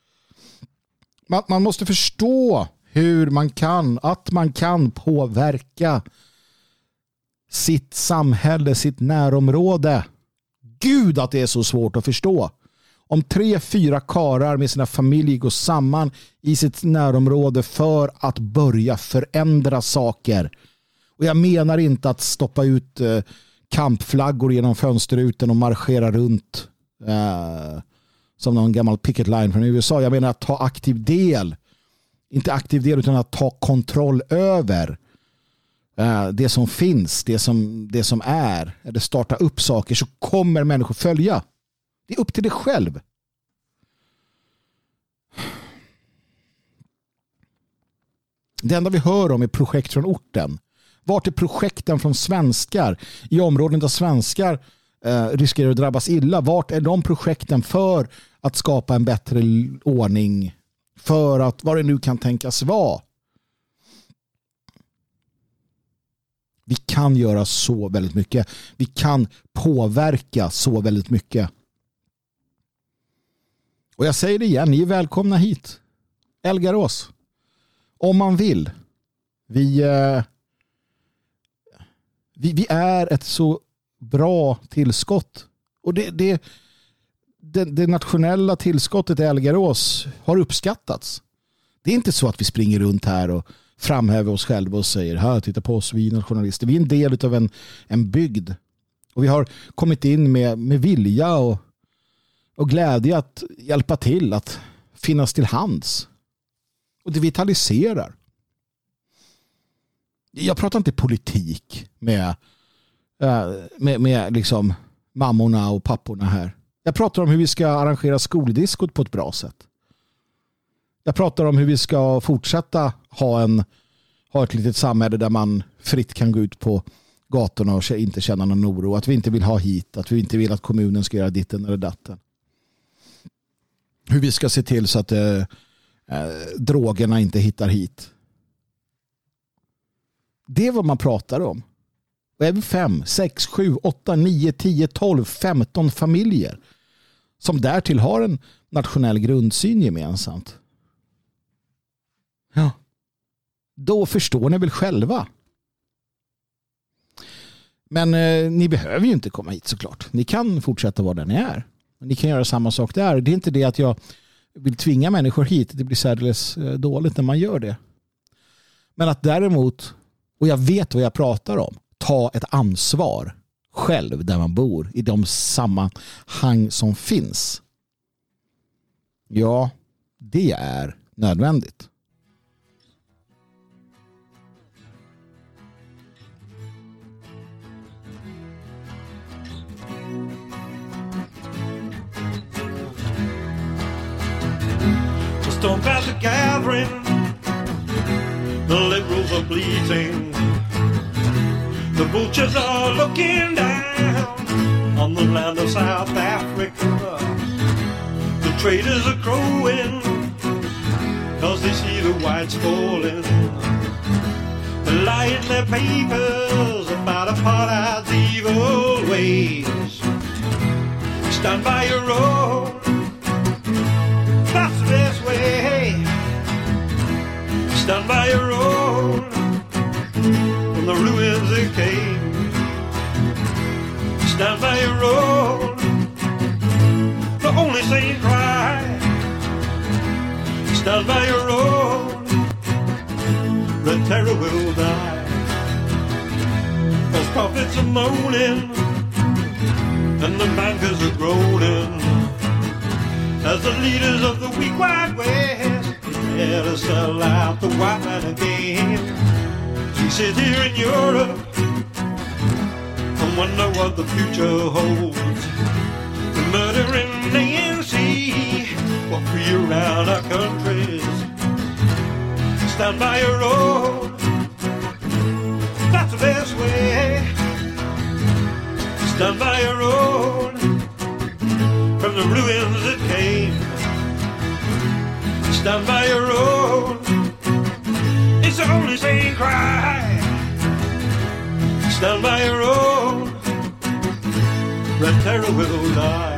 Man måste förstå hur man kan påverka sitt samhälle, sitt närområde. Gud att det är så svårt att förstå. Om 3-4 karar med sina familjer går samman i sitt närområde för att börja förändra saker. Och jag menar inte att stoppa ut kampflaggor genom fönsterrutan och marschera runt som någon gammal picket line från USA. Jag menar att ta aktiv del. Inte aktiv del utan att ta kontroll över det som finns, det som är, eller starta upp saker, så kommer människor följa. Det är upp till dig själv. Det enda vi hör om är projekt från orten. Vart är projekten från svenskar i områden där svenskar riskerar att drabbas illa? Vart är de projekten för att skapa en bättre ordning, för att vad det nu kan tänkas vara? Vi kan göra så väldigt mycket. Vi kan påverka så väldigt mycket. Och jag säger det igen, ni är välkomna hit. Elgarås. Om man vill. Vi är ett så bra tillskott. Och det nationella tillskottet i Elgarås har uppskattats. Det är inte så att vi springer runt här och framhäver oss själva och säger, här, titta på oss, vi är nationalister. Vi är en del av en bygd. Och vi har kommit in med vilja och glädje att hjälpa till, att finnas till hands. Och det vitaliserar. Jag pratar inte politik med liksom mammorna och papporna här. Jag pratar om hur vi ska arrangera skoldiskot på ett bra sätt. Jag pratar om hur vi ska fortsätta ha ett litet samhälle där man fritt kan gå ut på gatorna och inte känna någon oro. Att vi inte vill ha hit, att vi inte vill att kommunen ska göra ditten eller datten. Hur vi ska se till så att drogerna inte hittar hit. Det är vad man pratar om. Och även 5, 6, 7, 8, 9, 10, 12, 15 familjer som därtill har en nationell grundsyn gemensamt. Ja. Då förstår ni väl själva. Men ni behöver ju inte komma hit såklart. Ni kan fortsätta vara där ni är. Ni kan göra samma sak där. Det är inte det att jag vill tvinga människor hit. Det blir särdeles dåligt när man gör det. Men att däremot, och jag vet vad jag pratar om, ta ett ansvar själv där man bor i de sammanhang som finns. Ja, det är nödvändigt. Storm clouds are gathering, the liberals are bleating, the vultures are looking down on the land of South Africa. The traders are crowing, cause they see the whites falling. They lie in their papers about apartheid's evil ways. Stand by your own, that's the best way. Stand by your own, from the ruins it came. Stand by your own, the only sane cry. Stand by your own, the terror will die. Those prophets are moaning, and the bankers are groaning, as the leaders of the weak white West prepare to sell out the white man again. We sit here in Europe and wonder what the future holds. The murdering ANC will free around our countries. Stand by your own, that's the best way. Stand by your own, from the ruins it came. Stand by your own, it's the only sane cry. Stand by your own, red terror will die.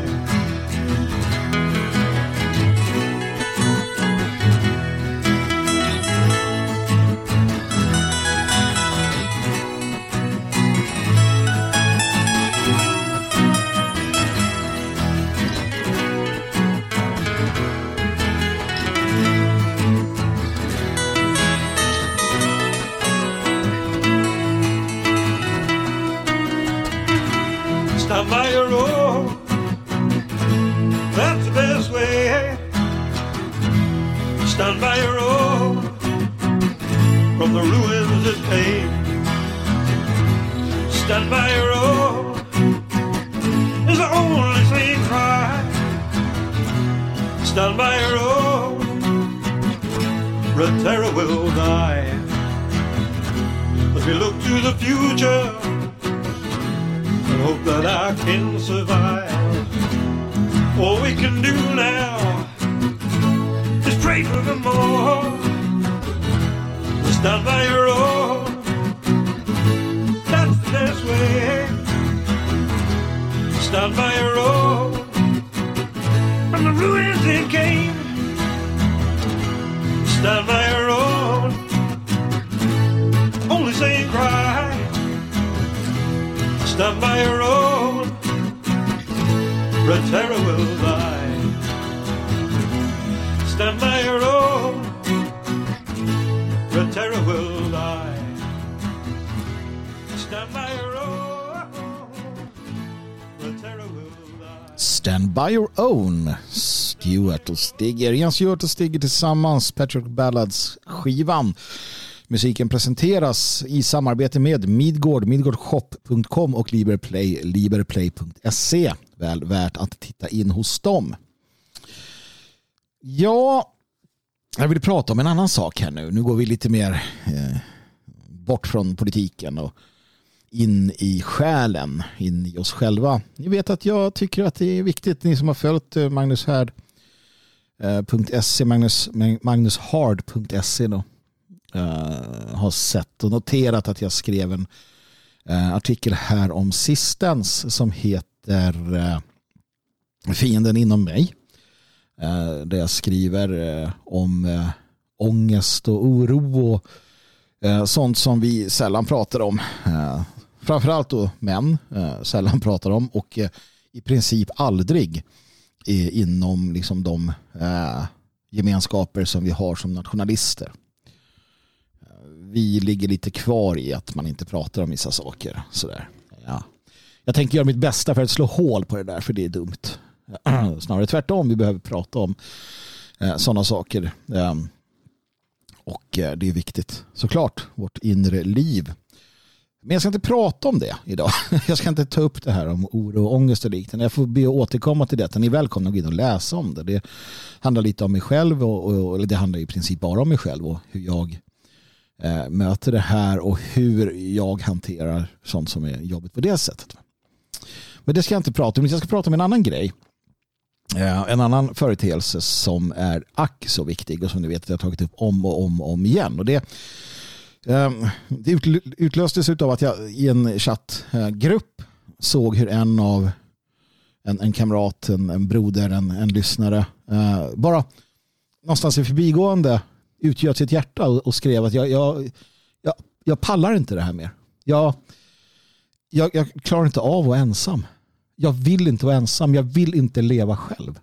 Stand by your own, that's the best way. Stand by your own, from the ruins it came. Stand by your own, is the only sane cry. Stand by your own, red terror will die. As we look to the future, hope that I can survive. All we can do now is pray for the more. Stand by your own, that's the best way. Stand by your own, from the ruins it came. Stand by your own, only sane cry. Stand by your own, red terror will die. Stand by your own, red terror will die. Stand by your own, red terror will die. Stand by your own, Stuart och Stigger. Jens Stuart och Stigger tillsammans, Patrick Ballads skivan. Musiken presenteras i samarbete med Midgård, midgårdshop.com och Liberplay, liberplay.se. Väl värt att titta in hos dem. Ja, jag vill prata om en annan sak här nu. Nu går vi lite mer bort från politiken och in i själen, in i oss själva. Ni vet att jag tycker att det är viktigt, ni som har följt magnushard.se, magnushard.se då, har sett och noterat att jag skrev en artikel här om sistens som heter Fienden inom mig. Där jag skriver om ångest och oro och sånt som vi sällan pratar om. Framförallt då män sällan pratar om och i princip aldrig inom liksom de gemenskaper som vi har som nationalister. Vi ligger lite kvar i att man inte pratar om vissa saker. Sådär. Ja. Jag tänker göra mitt bästa för att slå hål på det där, för det är dumt. Snarare tvärtom, vi behöver prata om sådana saker. Och det är viktigt. Såklart, vårt inre liv. Men jag ska inte prata om det idag. Jag ska inte ta upp det här om oro och ångest och liknande. Jag får be att återkomma till detta. Ni är välkomna att gå in och läsa om det. Det handlar lite om mig själv eller det handlar i princip bara om mig själv och hur jag möter det här och hur jag hanterar sånt som är jobbigt på det sättet. Men det ska jag inte prata om. Jag ska prata om en annan grej. En annan företeelse som är ack så viktig och som ni vet att jag har tagit upp om och om igen. Och det utlöstes av att jag i en chattgrupp såg hur en kamrat, en broder, en lyssnare bara någonstans i förbigående utgöt sitt hjärta och skrev att jag pallar inte det här mer. Jag klarar inte av att vara ensam. Jag vill inte vara ensam. Jag vill inte leva själv.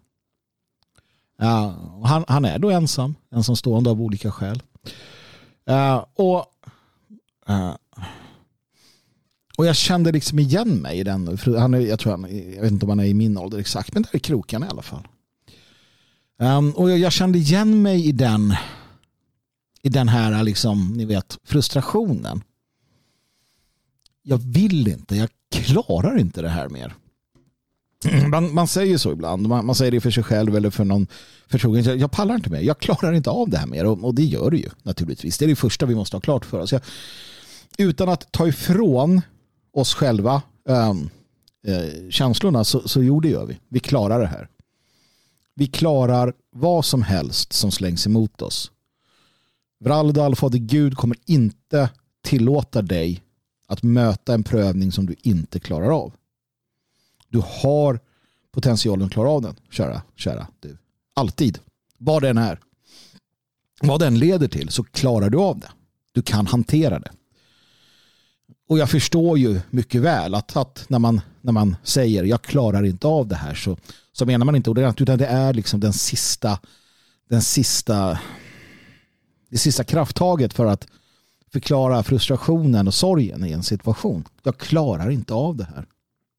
Han är då ensamstående av olika skäl. Och jag kände liksom igen mig i den. Jag vet inte om han är i min ålder exakt, men där är krokarna i alla fall. Och jag kände igen mig i den här liksom, ni vet, frustrationen. Jag vill inte, jag klarar inte det här mer. Man säger så ibland. Man säger det för sig själv eller för någon förtrogen. Jag pallar inte mer. Jag klarar inte av det här mer. Och det gör det ju naturligtvis. Det är det första vi måste ha klart för oss. Utan att ta ifrån oss själva känslorna så gör vi. Vi klarar det här. Vi klarar vad som helst som slängs emot oss. Vralda allfader Gud kommer inte tillåta dig att möta en prövning som du inte klarar av. Du har potentialen att klara av den, kära du. Alltid. Vad den är. Vad den leder till så klarar du av det. Du kan hantera det. Och jag förstår ju mycket väl att när man säger jag klarar inte av det här så menar man inte ordet, utan det är liksom det sista krafttaget för att förklara frustrationen och sorgen i en situation. Jag klarar inte av det här.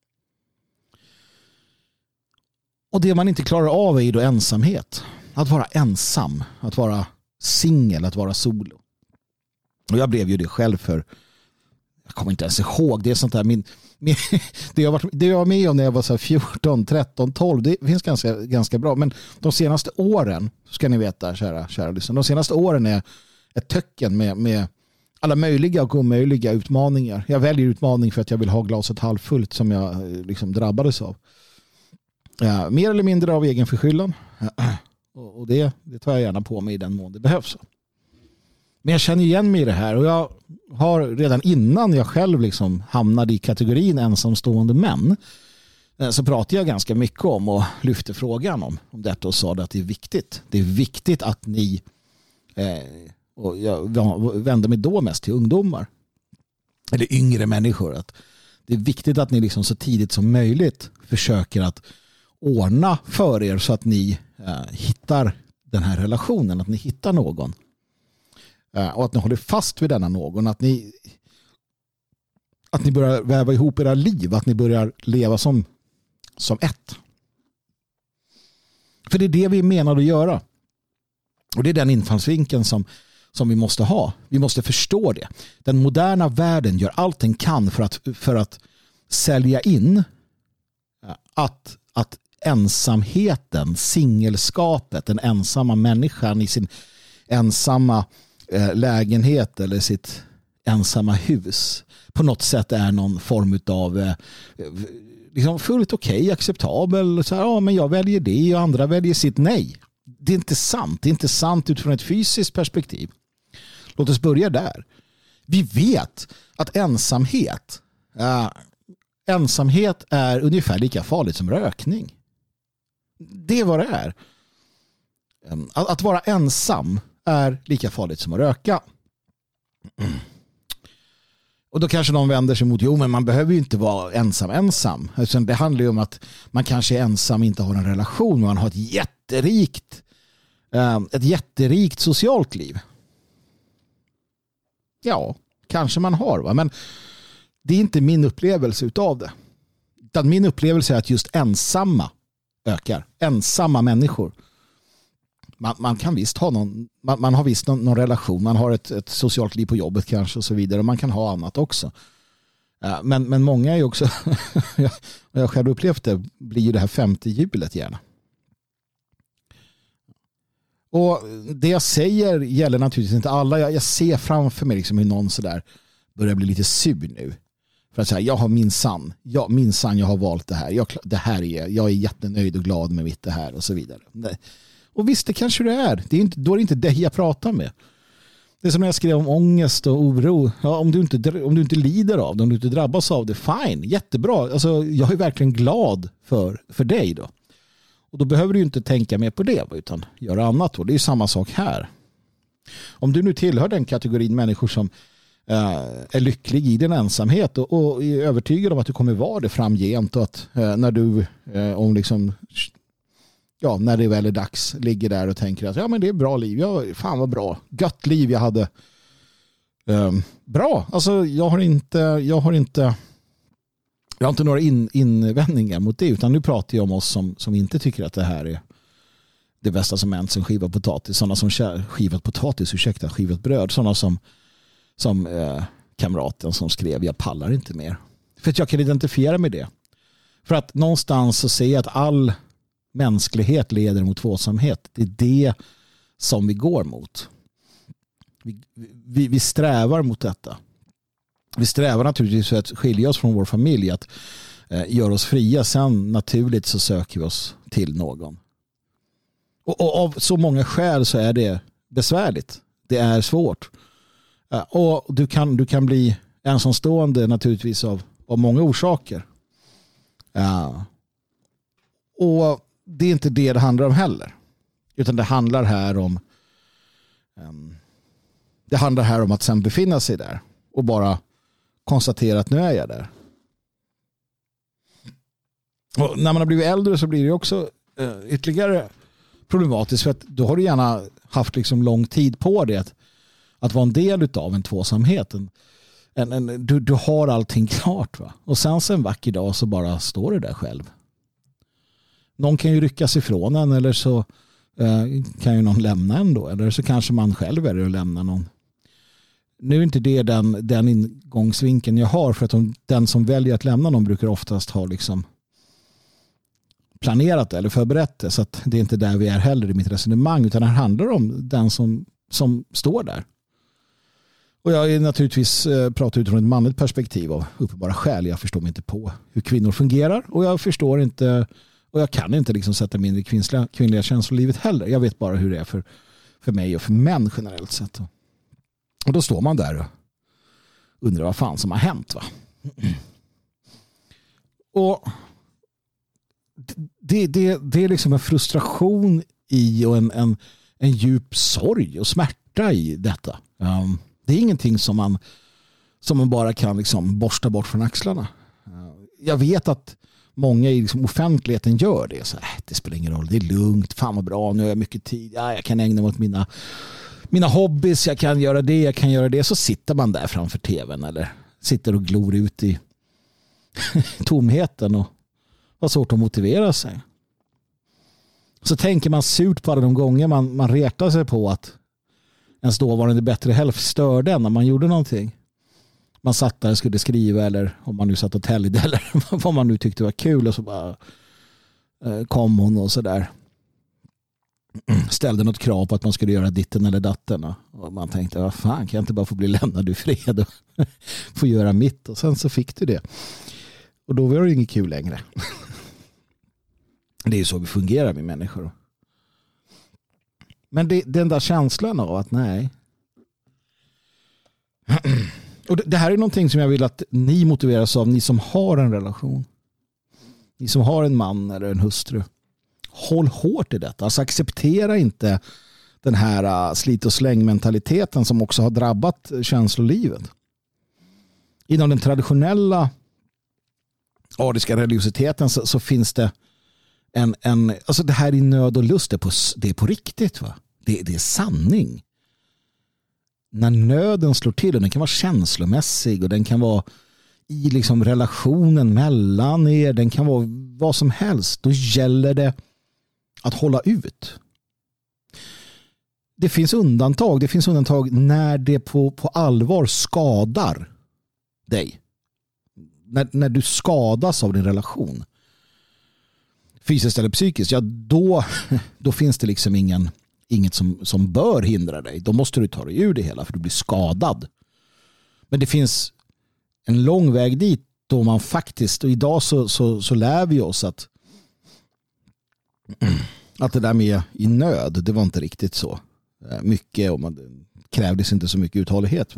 Och det man inte klarar av är ju då ensamhet. Att vara ensam, att vara singel, att vara solo. Och jag blev ju det själv för, jag kommer inte ens ihåg, det är sånt där det jag var med om när jag var så 14, 13, 12, det finns ganska bra, men de senaste åren, ska ni veta kära lyssnare, de senaste åren är ett töcken med alla möjliga och omöjliga utmaningar. Jag väljer utmaning för att jag vill ha glaset halvfullt som jag liksom drabbades av. Mer eller mindre av egen förskyllan. Och det tar jag gärna på mig i den mån det behövs. Men jag känner igen mig i det här och jag har redan innan jag själv liksom hamnade i kategorin ensamstående män så pratade jag ganska mycket om och lyfte frågan om detta och sa att det är viktigt. Det är viktigt att ni och jag vänder mig då mest till ungdomar eller yngre människor, att det är viktigt att ni liksom så tidigt som möjligt försöker att ordna för er så att ni hittar den här relationen, att ni hittar någon och att ni håller fast vid denna någon, att ni börjar väva ihop era liv, att ni börjar leva som ett. För det är det vi menar att göra. Och det är den infallsvinkeln som som vi måste ha. Vi måste förstå det. Den moderna världen gör allt den kan för att sälja in att ensamheten, singelskapet, den ensamma människan i sin ensamma lägenhet eller sitt ensamma hus på något sätt är någon form av liksom fullt okej, acceptabel. Så här, ja, men jag väljer det och andra väljer sitt nej. Det är inte sant. Det är inte sant utifrån ett fysiskt perspektiv. Låt oss börja där. Vi vet att ensamhet är ungefär lika farligt som rökning. Det är vad det är. Att vara ensam är lika farligt som att röka. Och då kanske någon vänder sig mot, men man behöver ju inte vara ensam. Det handlar ju om att man kanske är ensam, inte har en relation, man har ett jätterikt socialt liv. Ja, kanske man har, va? Men det är inte min upplevelse utav det. Utan min upplevelse är att just ensamma ökar. Ensamma människor. Man kan visst ha man har visst någon relation, man har ett socialt liv på jobbet kanske och så vidare, och man kan ha annat också. Men många är ju också jag själv upplevt det, blir ju det här 50 hjulet gärna. Och det jag säger gäller naturligtvis inte alla. Jag ser framför mig liksom hur någon så där börjar bli lite sur nu. För att säga, jag har minsann jag har valt det här. Jag är jättenöjd och glad med mitt det här och så vidare. Och visst, det kanske det är. Då är det inte det jag pratar med. Det är som när jag skrev om ångest och oro. Ja, om du inte lider av det, om du inte drabbas av det, fine, jättebra. Alltså, jag är verkligen glad för dig då. Och då behöver du inte tänka mer på det, utan göra annat. Och det är samma sak här. Om du nu tillhör den kategorin människor som är lycklig i din ensamhet och är övertygad om att du kommer vara det framgent, och att när det väl är dags ligger där och tänker att men det är bra liv, fan vad bra, gött liv jag hade, bra, alltså jag har inte några invändningar mot det, utan nu pratar jag om oss som inte tycker att det här är det bästa som hänt sen skivat potatis, sådana som skivat bröd, sådana som kamraten som skrev, jag pallar inte mer. För att jag kan identifiera med det. För att någonstans så säger jag att all mänsklighet leder mot tvåsamhet. Det är det som vi går mot. Vi strävar mot detta. Vi strävar naturligtvis för att skilja oss från vår familj, att göra oss fria. Sen naturligt så söker vi oss till någon. Och av så många skäl så är det besvärligt. Det är svårt. Och du kan bli ensamstående naturligtvis av många orsaker. Och det är inte det handlar om heller. Utan det handlar här om att sen befinna sig där och bara konstatera att nu är jag där. Och när man har blivit äldre så blir det också ytterligare problematiskt, för att då har du gärna haft liksom lång tid på det att vara en del av en tvåsamhet. Du har allting klart, va? Och sen en vacker dag så bara står du där själv. Någon kan ju ryckas ifrån en, eller så kan ju någon lämna en då, eller så kanske man själv är det och lämnar någon. Nu är inte det den ingångsvinkeln jag har, för att den som väljer att lämna någon brukar oftast ha liksom planerat det eller förberett det, så att det är inte där vi är heller i mitt resonemang, utan det handlar om den som står där. Och jag är naturligtvis pratar utifrån ett manligt perspektiv av uppenbara skäl. Jag förstår mig inte på hur kvinnor fungerar, och jag förstår inte, och jag kan inte liksom sätta mig in i kvinnliga känslolivet heller. Jag vet bara hur det är för mig och för män generellt sett. Och då står man där och undrar vad fan som har hänt, va? Och det är liksom en frustration i och en djup sorg och smärta i detta. Det är ingenting som man bara kan liksom borsta bort från axlarna. Jag vet att många i liksom offentligheten gör det. Så, det spelar ingen roll, det är lugnt, fan vad bra, nu har jag mycket tid. Ja, jag kan ägna mig åt mina hobbys, jag kan göra det. Så sitter man där framför tvn eller sitter och glor ut i tomheten och har svårt att motivera sig. Så tänker man surt på alla de gånger man retar sig på att ens dåvarande bättre hälft störde när man gjorde någonting. Man satt där och skulle skriva, eller om man nu satt och täljde eller vad man nu tyckte var kul, och så bara kom hon och så där ställde något krav på att man skulle göra ditten eller datten, och man tänkte, vad fan, kan jag inte bara få bli lämnad i fred och få göra mitt? Och sen så fick du det, och då var det inget kul längre. Det är ju så vi fungerar med människor. Men den där känslan av att nej. Och det här är någonting som jag vill att ni motiveras av, ni som har en relation. Ni som har en man eller en hustru. Håll hårt i detta. Alltså acceptera inte den här slit- och släng-mentaliteten som också har drabbat känslolivet. Inom den traditionella ariska religiositeten så finns det alltså det här i nöd och lust, det är på riktigt, va? Det är sanning. När nöden slår till, och den kan vara känslomässig och den kan vara i liksom relationen mellan er, den kan vara vad som helst, då gäller det att hålla ut. Det finns undantag när det på allvar skadar dig. När du skadas av din relation, fysiskt eller psykiskt, ja då finns det liksom inget som bör hindra dig. Då måste du ta dig ur det hela, för du blir skadad. Men det finns en lång väg dit då man faktiskt, och idag så lär vi oss att det där med i nöd, det var inte riktigt så mycket, och det krävdes inte så mycket uthållighet.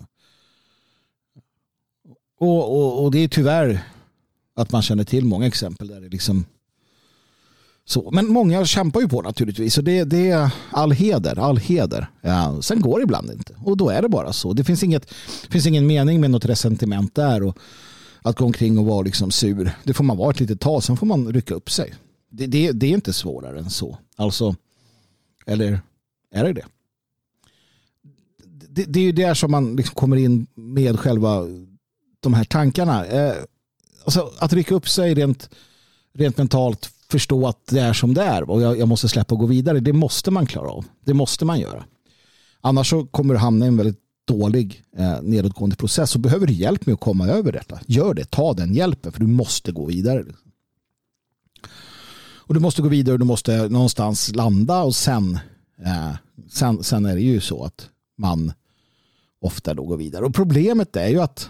Och det är tyvärr att man känner till många exempel där det liksom så. Men många kämpar ju på naturligtvis, och det är all heder. Ja, sen går det ibland inte, och då är det bara så. Det finns ingen mening med något resentiment där, och att gå omkring och vara liksom sur. Det får man vara ett litet tag, sen får man rycka upp sig. Det är inte svårare än så. Alltså, eller är det? Det är ju där som man liksom kommer in med själva de här tankarna. Alltså att rycka upp sig rent mentalt, förstå att det är som det är, och jag måste släppa och gå vidare. Det måste man klara av. Det måste man göra. Annars så kommer du hamna i en väldigt dålig nedåtgående process, och behöver du hjälp med att komma över detta. Gör det, ta den hjälpen, för du måste gå vidare. Och du måste gå vidare, och du måste någonstans landa, och sen är det ju så att man ofta då går vidare. Och problemet är ju att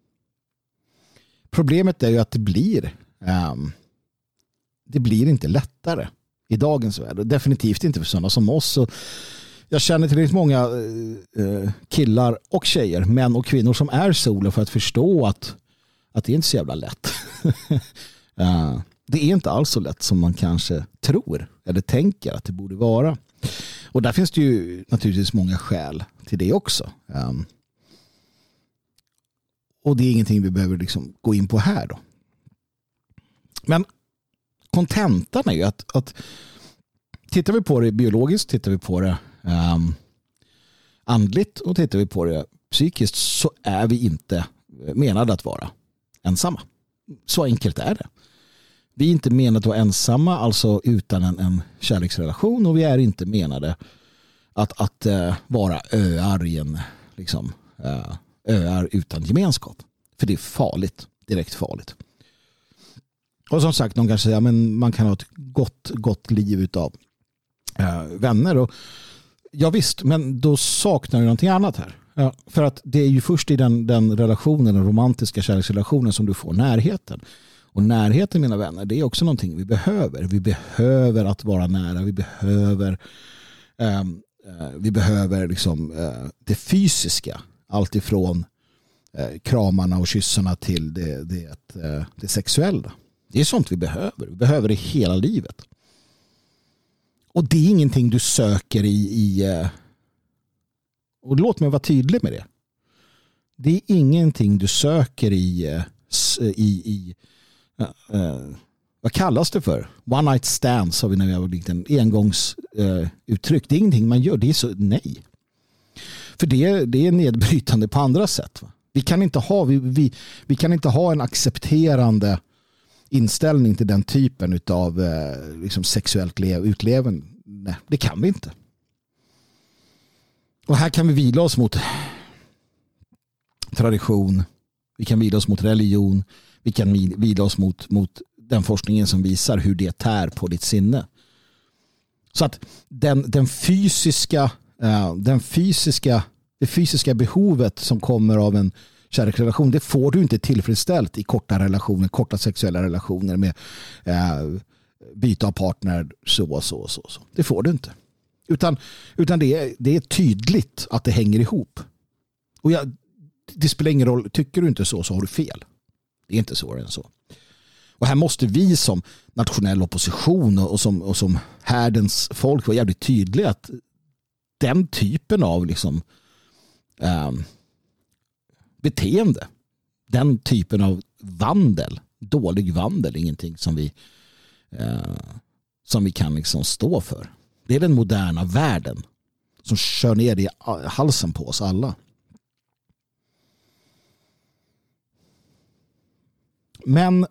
det blir inte lättare i dagens värld. Definitivt inte för sådana som oss. Och jag känner till många killar och tjejer, män och kvinnor som är solo, för att förstå att det är inte så jävla lätt. Det är inte alls så lätt som man kanske tror eller tänker att det borde vara. Och där finns det ju naturligtvis många skäl till det också. Och det är ingenting vi behöver liksom gå in på här då. Men kontentan är ju att tittar vi på det biologiskt, tittar vi på det andligt och tittar vi på det psykiskt, så är vi inte menade att vara ensamma. Så enkelt är det. Vi är inte menade att vara ensamma, alltså utan en kärleksrelation, och vi är inte menade att vara öar i en liksom, öar utan gemenskap. För det är farligt, direkt farligt. Och som sagt, någon kanske säger men man kan ha ett gott liv utav vänner. Och, ja visst, men då saknar du någonting annat här. Ja, för att det är ju först i den relationen, den romantiska kärleksrelationen, som du får närheten. Och närheten, mina vänner, det är också någonting vi behöver. Vi behöver att vara nära. Vi behöver liksom, det fysiska. Allt ifrån kramarna och kyssarna till det sexuella. Det är sånt vi behöver. Vi behöver det hela livet. Och det är ingenting du söker i och låt mig vara tydlig med det. Det är ingenting du söker i vad kallas det för? One night stands har vi när vi har blivit en engångsuttryck. Det är ingenting man gör. Det är så nej. För det är nedbrytande på andra sätt. Va? Vi kan inte ha en accepterande inställning till den typen av liksom sexuellt utlevande. Nej, det kan vi inte. Och här kan vi vila oss mot tradition. Vi kan vila oss mot religion. Vi kan vila oss mot den forskningen som visar hur det tär på ditt sinne. Så att det fysiska behovet som kommer av en kärleksrelation, det får du inte tillfredsställt i korta relationer, korta sexuella relationer med byte av partner så. Det får du inte. Utan det är tydligt att det hänger ihop. Och det spelar ingen roll, tycker du inte så har du fel. Det är inte så än så. Och här måste vi som nationell opposition och som härdens folk vara jävligt tydliga att den typen av liksom, beteende, den typen av vandel, dålig vandel, ingenting som vi kan liksom stå för. Det är den moderna världen som kör ner i halsen på oss alla. Men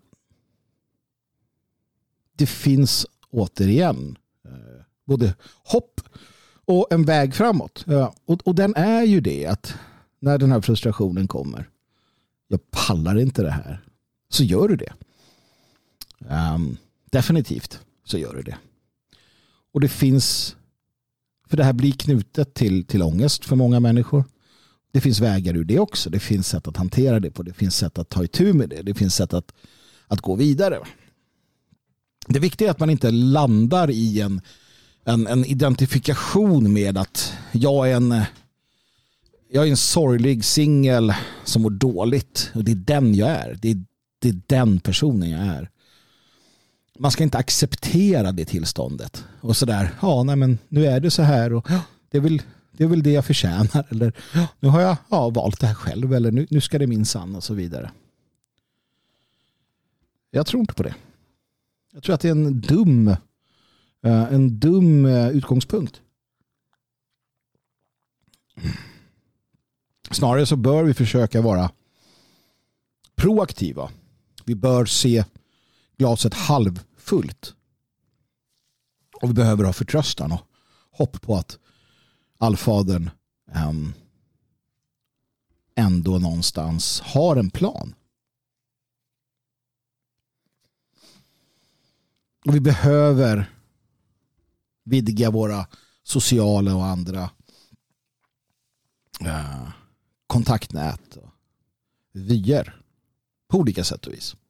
det finns återigen både hopp och en väg framåt. Och den är ju det att när den här frustrationen kommer, jag pallar inte det här, så gör du det. Definitivt så gör du det. Och det finns, för det här blir knutet till ångest för många människor. Det finns vägar ur det också. Det finns sätt att hantera det på. Det finns sätt att ta itu med det. Det finns sätt att gå vidare. Det viktiga är att man inte landar i en identifikation med att jag är en sorglig singel som mår dåligt. Och det är den jag är. Det är den personen jag är. Man ska inte acceptera det tillståndet. Och sådär, men nu är det så här och det är väl det jag förtjänar. Eller nu har jag valt det här själv. Eller nu ska det minsann och så vidare. Jag tror inte på det. Jag tror att det är en dum utgångspunkt. Snarare så bör vi försöka vara proaktiva. Vi bör se glaset halvfullt. Och vi behöver ha förtröstan och hopp på att allfadern ändå någonstans har en plan. Och vi behöver vidga våra sociala och andra kontaktnät och vyer på olika sätt och vis.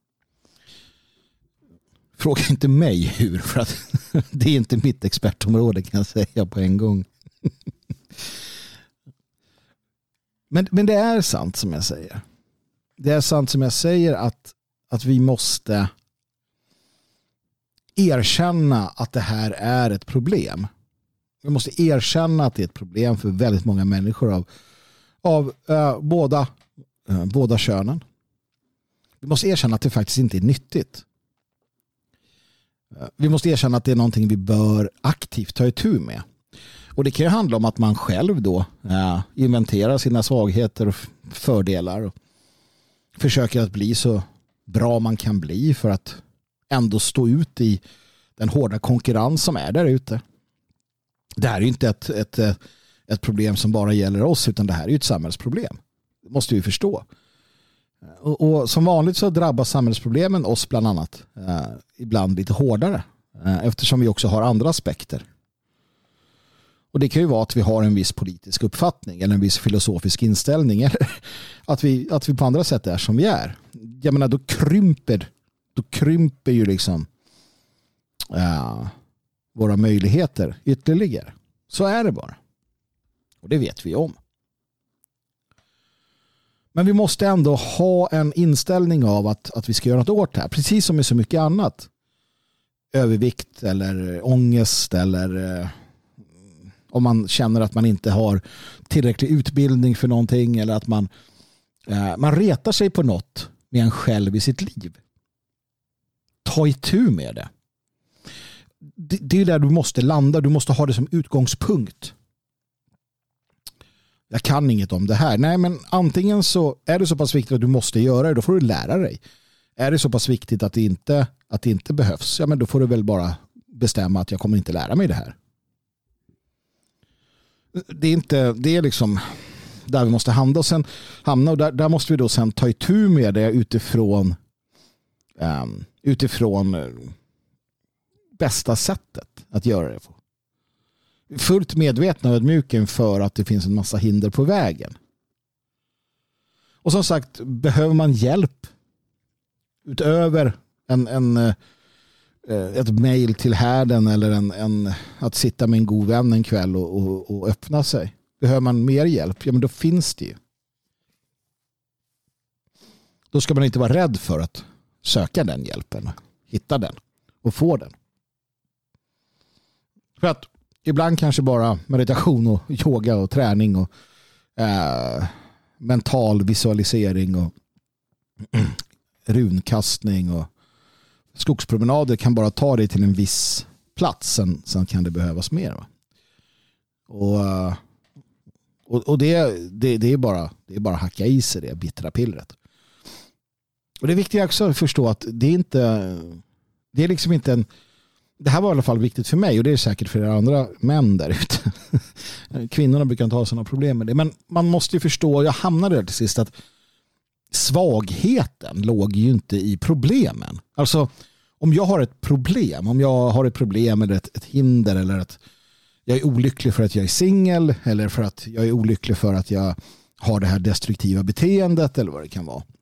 Fråga inte mig hur, för att det är inte mitt expertområde, kan jag säga på en gång. Men det är sant som jag säger. Det är sant som jag säger att vi måste erkänna att det här är ett problem. Vi måste erkänna att det är ett problem för väldigt många människor av båda könen. Vi måste erkänna att det faktiskt inte är nyttigt. Vi måste erkänna att det är någonting vi bör aktivt ta itu med. Och det kan ju handla om att man själv då inventerar sina svagheter och fördelar och försöker att bli så bra man kan bli för att ändå stå ut i den hårda konkurrens som är där ute. Det här är ju inte ett problem som bara gäller oss, utan det här är ju ett samhällsproblem. Det måste vi förstå. Och som vanligt så drabbas samhällsproblemen oss bland annat ibland lite hårdare eftersom vi också har andra aspekter. Och det kan ju vara att vi har en viss politisk uppfattning eller en viss filosofisk inställning eller att vi på andra sätt är som vi är. Jag menar, då krymper ju liksom våra möjligheter ytterligare. Så är det bara. Och det vet vi om. Men vi måste ändå ha en inställning av att vi ska göra något åt det här. Precis som med så mycket annat. Övervikt eller ångest eller om man känner att man inte har tillräcklig utbildning för någonting eller att man retar sig på något med en själv i sitt liv. Ta itu med det. Det är där du måste landa. Du måste ha det som utgångspunkt. Jag kan inget om det här. Nej, men antingen så är det så pass viktigt att du måste göra det, då får du lära dig. Är det så pass viktigt att det inte behövs, ja men då får du väl bara bestämma att jag kommer inte lära mig det här. det är liksom där vi måste hamna och där måste vi då sen ta itu med det utifrån bästa sättet att göra det på. Fullt medvetna och ödmjuken för att det finns en massa hinder på vägen. Och som sagt, behöver man hjälp utöver ett mejl till härden eller att sitta med en god vän en kväll och öppna sig. Behöver man mer hjälp? Ja, men då finns det ju. Då ska man inte vara rädd för att söka den hjälpen, hitta den och få den. För att ibland kanske bara meditation och yoga och träning och mental visualisering och runkastning och skogspromenader kan bara ta dig till en viss plats. Sen kan det behövas mer. Va? Och det är bara hacka i sig det bittra pillret. Och det är viktigt också att förstå att det är liksom inte en... Det här var i alla fall viktigt för mig och det är säkert för andra män där ute. Kvinnorna brukar inte ha sådana problem med det. Men man måste ju förstå, jag hamnade där till sist, att svagheten låg ju inte i problemen. Alltså om jag har ett problem eller ett hinder eller att jag är olycklig för att jag är singel eller för att jag är olycklig för att jag har det här destruktiva beteendet eller vad det kan vara.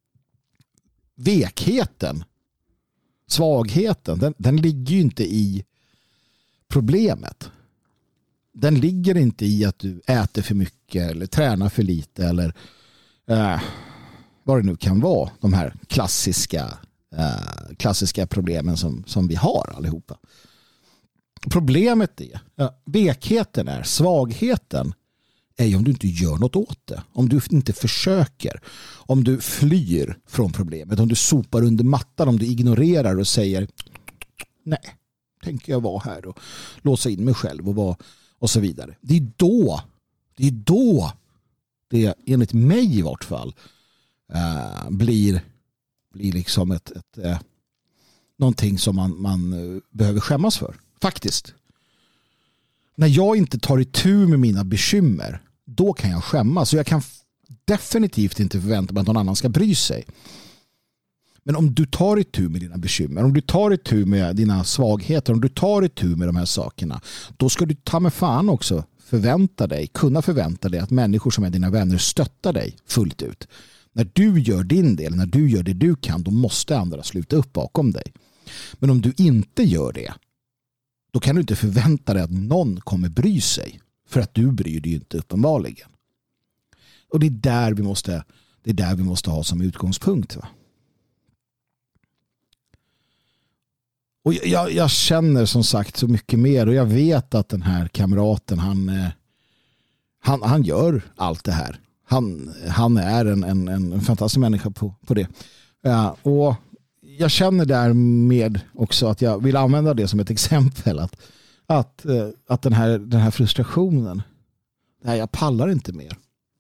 Vekheten, svagheten, den ligger ju inte i problemet. Den ligger inte i att du äter för mycket eller tränar för lite eller vad det nu kan vara. De här klassiska problemen som vi har allihopa. Problemet är, vekheten är, svagheten är ju om du inte gör något åt det. Om du inte försöker. Om du flyr från problemet. Om du sopar under mattan. Om du ignorerar och säger nej, tänker jag vara här och låsa in mig själv och så vidare. Det är då det enligt mig i vart fall blir liksom ett någonting som man behöver skämmas för. Faktiskt. När jag inte tar itu med mina bekymmer, då kan jag skämmas. Så jag kan definitivt inte förvänta mig att någon annan ska bry sig. Men om du tar itu med dina bekymmer, om du tar itu med dina svagheter, om du tar itu med de här sakerna, då ska du ta med fan också kunna förvänta dig att människor som är dina vänner stöttar dig fullt ut. När du gör din del, när du gör det du kan, då måste andra sluta upp bakom dig. Men om du inte gör det, då kan du inte förvänta dig att någon kommer bry sig. För att du bryr dig inte uppenbarligen. Och det är där vi måste ha som utgångspunkt. Va? Och jag känner som sagt så mycket mer. Och jag vet att den här kamraten, han gör allt det här. Han är en fantastisk människa på det. Och jag känner därmed också att jag vill använda det som ett exempel. Att den här frustrationen, jag pallar inte mer.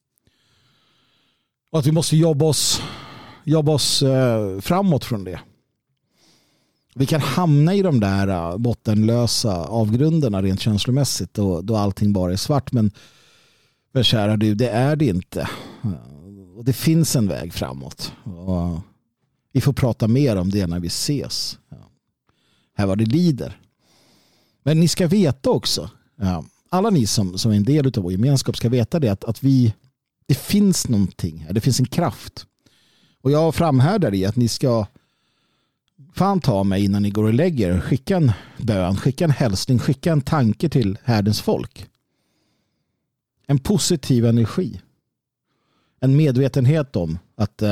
Och att vi måste jobba oss framåt från det. Vi kan hamna i de där bottenlösa avgrunderna rent känslomässigt då allting bara är svart. Men kära du, det är det inte. Och det finns en väg framåt. Och vi får prata mer om det när vi ses. Här var det lider. Men ni ska veta också, alla ni som är en del av vår gemenskap ska veta det att det finns någonting här. Det finns en kraft. Och jag framhärdar i att ni ska fan ta mig innan ni går och lägger. Skicka en bön, skicka en hälsning, skicka en tanke till härdens folk. En positiv energi. En medvetenhet om att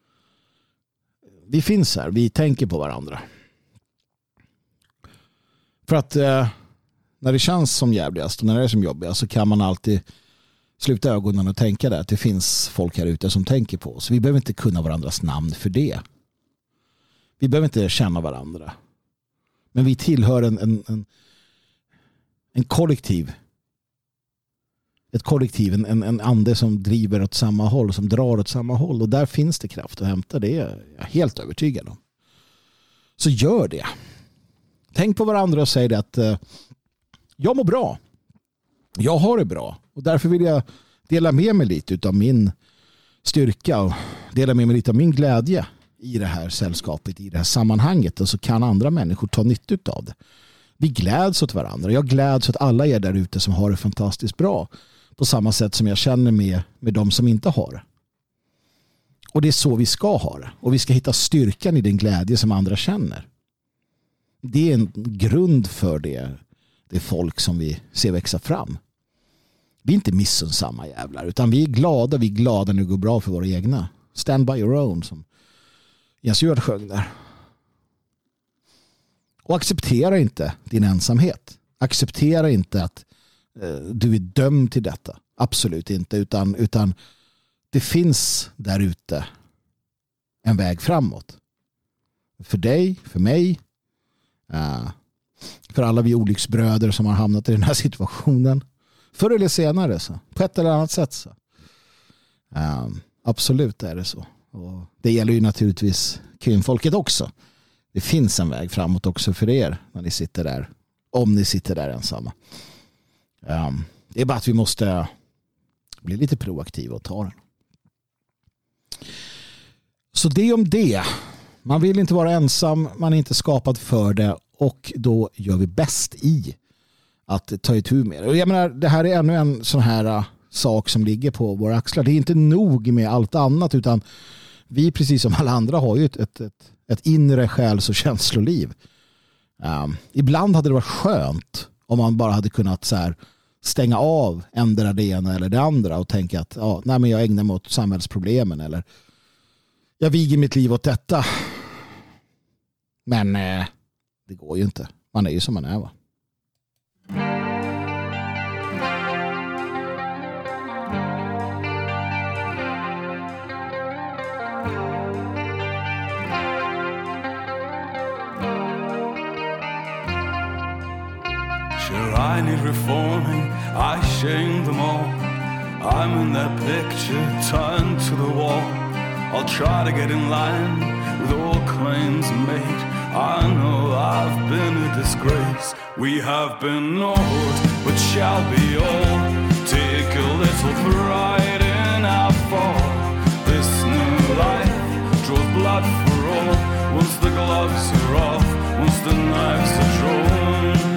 vi finns här, vi tänker på varandra. För att när det känns som jävligast och när det är som jobbigast så kan man alltid sluta ögonen och tänka där att det finns folk här ute som tänker på oss. Vi behöver inte kunna varandras namn för det. Vi behöver inte känna varandra. Men vi tillhör en kollektiv. Ett kollektiv, en ande som driver åt samma håll, som drar åt samma håll. Och där finns det kraft att hämta. Det är jag helt övertygad om. Så gör det. Tänk på varandra och säg det att jag mår bra. Jag har det bra och därför vill jag dela med mig lite av min styrka och dela med mig lite av min glädje i det här sällskapet, i det här sammanhanget, och så kan andra människor ta nytta av det. Vi gläds åt varandra. Jag gläds åt alla er där ute som har det fantastiskt bra på samma sätt som jag känner med de som inte har det. Och det är så vi ska ha det. Och vi ska hitta styrkan i den glädje som andra känner. Det är en grund för det folk som vi ser växa fram. Vi är inte missunnsamma jävlar, utan vi är glada när det går bra för våra egna. Stand by your own, som Jens Juart sjöng där. Och acceptera inte din ensamhet. Acceptera inte att du är dömd till detta. Absolut inte, utan det finns där ute en väg framåt. För dig, för mig, för alla vi olycksbröder som har hamnat i den här situationen. Förr eller senare, så, på ett eller annat sätt. Så. Absolut är det så. Och det gäller ju naturligtvis kvinnfolket också. Det finns en väg framåt också för er när ni sitter där. Om ni sitter där ensamma. Det är bara att vi måste bli lite proaktiva och ta den. Så det om det. Man vill inte vara ensam. Man är inte skapad för det. Och då gör vi bäst i att ta itu med det. Och jag menar, det här är ännu en sån här sak som ligger på våra axlar. Det är inte nog med allt annat, utan vi, precis som alla andra, har ju ett inre själs- och känsloliv. Ibland hade det varit skönt om man bara hade kunnat så här stänga av ändra det ena eller det andra och tänka att men jag ägnar mig åt samhällsproblemen eller jag viger mitt liv åt detta. Men det går ju inte. Man är ju som man är, va? Sure, I need reforming, I shame them all. I'm in that picture, turned to the wall. I'll try to get in line with all claims made. I know I've been a disgrace. We have been old, but shall be all. Take a little pride in our fall. This new life draws blood for all. Once the gloves are off, once the knives are drawn.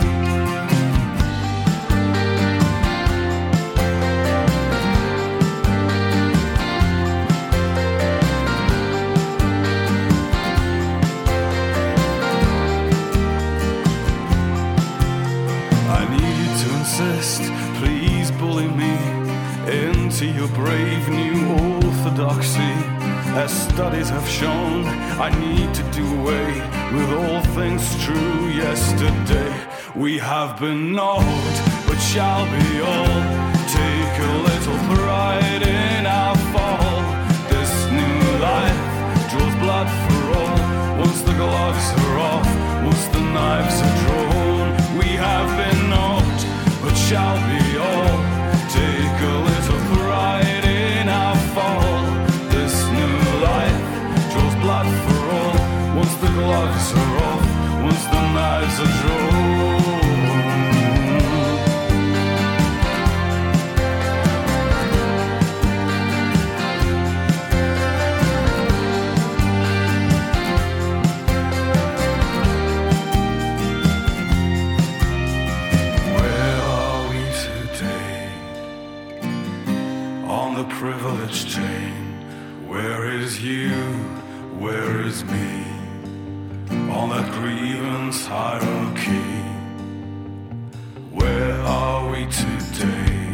Please bully me into your brave new orthodoxy. As studies have shown, I need to do away with all things true yesterday. We have been old, but shall be all. Take a little pride in our fall. This new life draws blood for all. Once the gloves are off, once the knives are drawn. We have been old, but shall be all. Take a little pride in our fall. This new life draws blood for all. Once the gloves are off, once the knives are drawn. Privilege chain. Where is you? Where is me? On that grievance hierarchy. Where are we today?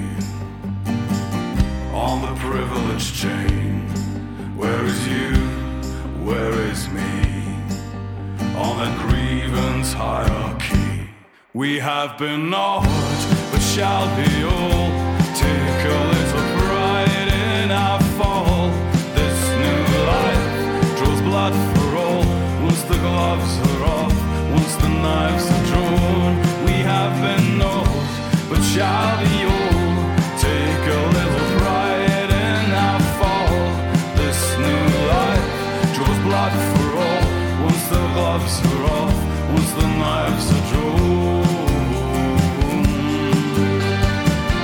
On the privilege chain. Where is you? Where is me? On that grievance hierarchy. We have been old, but shall be all. Take a little pride in our fall. This new life draws blood for all. Once the gloves are off, once the knives are drawn. We have been old, but shall be all. Take a little pride in our fall. This new life draws blood for all. Once the gloves are off, once the knives are drawn.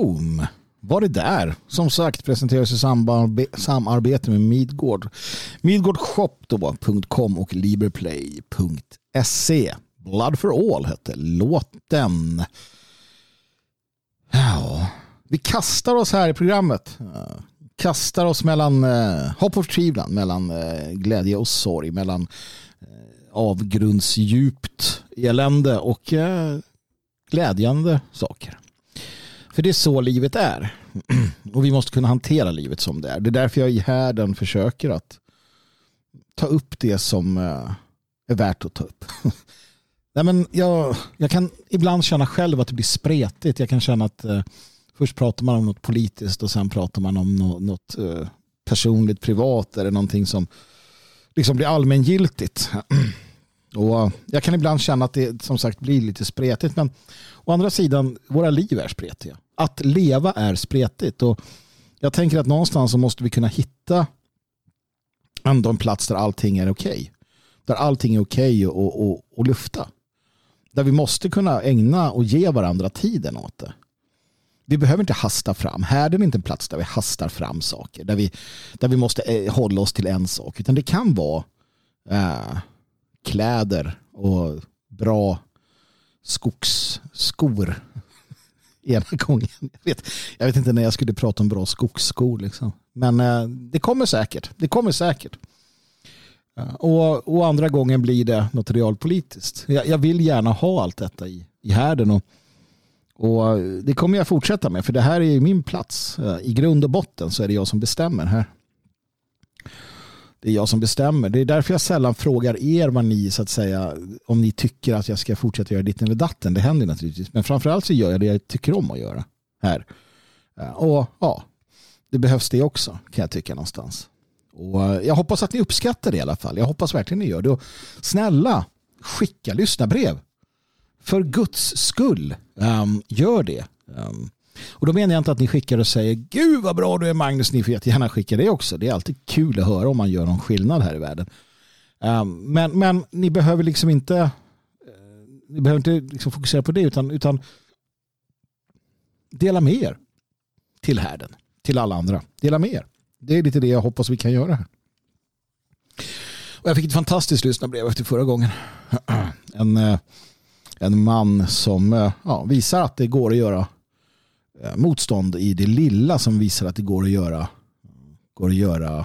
Home var det där. Som sagt presenteras i samarbete med Midgård. Midgårdshop.com och liberplay.se. Blood for All hette låten. Ja, vi kastar oss här i programmet. Kastar oss mellan hopp och förtvivlan, mellan glädje och sorg, mellan avgrundsdjupt elände och glädjande saker. För det är så livet är. Och vi måste kunna hantera livet som det är. Det är därför jag i härden försöker att ta upp det som är värt att ta upp. Nej, men jag kan ibland känna själv att det blir spretigt. Jag kan känna att först pratar man om något politiskt och sen pratar man om något personligt, privat eller någonting som liksom blir allmängiltigt. Och jag kan ibland känna att det som sagt blir lite spretigt, men å andra sidan, våra liv är spretiga. Att leva är spretigt, och jag tänker att någonstans så måste vi kunna hitta ändå en plats där allting är okej. Där allting är okej och lufta. Där vi måste kunna ägna och ge varandra tiden åt det. Vi behöver inte hasta fram. Här är det inte en plats där vi hastar fram saker. Där vi måste hålla oss till en sak. Utan det kan vara kläder och bra skogsskor ena gången. Jag vet inte när jag skulle prata om bra skogsskor liksom. Men det kommer säkert. Det kommer säkert. Och andra gången blir det något realpolitiskt. Jag vill gärna ha allt detta i härden, och det kommer jag fortsätta med, för det här är min plats. I grund och botten så är det jag som bestämmer här. Det är jag som bestämmer. Det är därför jag sällan frågar er vad ni, så att säga, om ni tycker att jag ska fortsätta göra ditt eller datten. Det händer naturligtvis. Men framförallt så gör jag det jag tycker om att göra här. Och ja, det behövs det också, kan jag tycka någonstans. Och jag hoppas att ni uppskattar det i alla fall. Jag hoppas verkligen ni gör det. Och snälla, skicka lyssnarbrev. För Guds skull, gör det. Och då menar jag inte att ni skickar och säger gud vad bra du är Magnus, ni får jättegärna skicka det också. Det är alltid kul att höra om man gör någon skillnad här i världen. Men ni behöver liksom inte liksom fokusera på det, utan dela med er till härden, till alla andra. Dela med er. Det är lite det jag hoppas vi kan göra här. Och jag fick ett fantastiskt lyssnarbrev efter förra gången. En man som visar att det går att göra motstånd i det lilla, som visar att det går att göra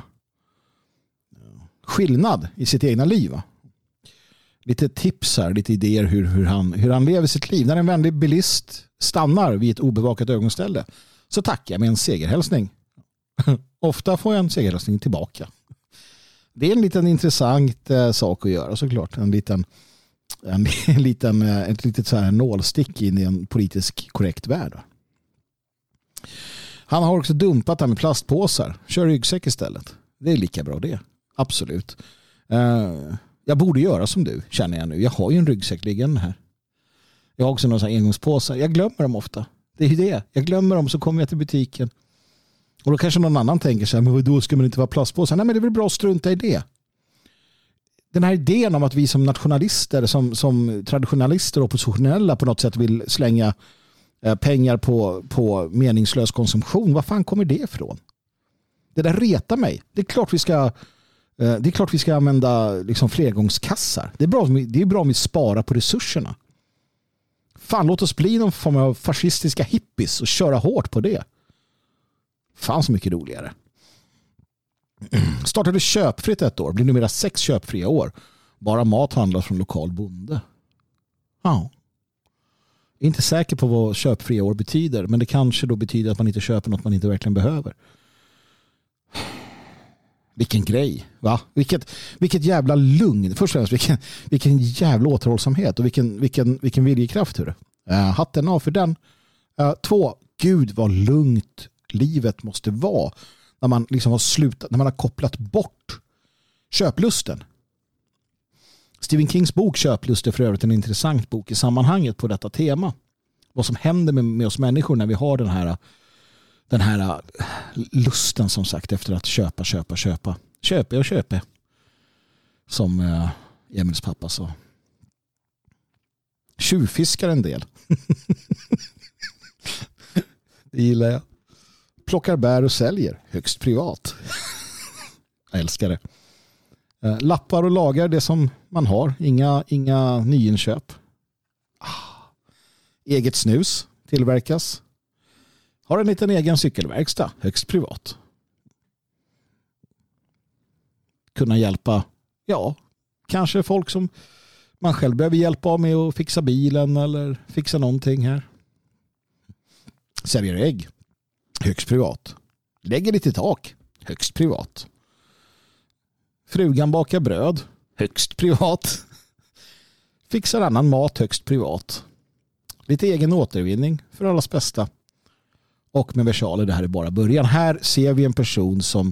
skillnad i sitt egna liv. Lite tips här, lite idéer hur han lever sitt liv. När en vänlig bilist stannar vid ett obevakat ögonställe så tackar jag med en segerhälsning. Ofta får jag en segerhälsning tillbaka. Det är en liten intressant sak att göra, såklart. Ett litet så här nålstick in i en politisk korrekt värld. Han har också dumpat det med plastpåsar. Kör ryggsäck istället. Det är lika bra det. Absolut. Jag borde göra som du, känner jag nu. Jag har ju en ryggsäck liggande här. Jag har också några engångspåsar. Jag glömmer dem ofta. Det är ju det. Jag glömmer dem, så kommer jag till butiken. Och då kanske någon annan tänker så här, men då ska man inte vara plastpåsar. Nej, men det är väl bra att strunta i det. Den här idén om att vi som nationalister, som traditionalister och oppositionella på något sätt vill slänga pengar på meningslös konsumtion. Var fan kommer det ifrån? Det där retar mig. Det är klart vi ska använda liksom flergångskassar. Det är bra om vi sparar på resurserna. Fan, låt oss bli någon form av fascistiska hippies och köra hårt på det. Fan, så mycket roligare. Startade köpfritt ett år. Blir numera 6 köpfria år. Bara mat handlas från lokal bonde. Ja. Inte säker på vad köpfria år betyder, men det kanske då betyder att man inte köper något man inte verkligen behöver. Vilken grej, va? Vilket jävla lugn. Först och främst, vilken jävla återhållsamhet och vilken viljekraft. Hatten av för den. 2, gud vad lugnt livet måste vara när man liksom har slutat, när man har kopplat bort köplusten. Stephen Kings bok Köplust är för övrigt en intressant bok i sammanhanget på detta tema. Vad som händer med oss människor när vi har den här lusten, som sagt, efter att köpa. Köpa. Som Emils pappa sa. Tjuvfiskar en del. Det gillar jag. Plockar bär och säljer. Högst privat. Jag älskar det. Lappar och lagar det som man har. Inga nyinköp. Eget snus tillverkas. Har en liten egen cykelverkstad. Högst privat. Kunna hjälpa, kanske folk som man själv behöver hjälpa av med att fixa bilen eller fixa någonting här. Serverar ägg. Högst privat. Lägger lite tak. Högst privat. Frugan bakar bröd. Högst privat. Fixar annan mat. Högst privat. Lite egen återvinning för allas bästa. Och med versaler, det här är bara början. Här ser vi en person som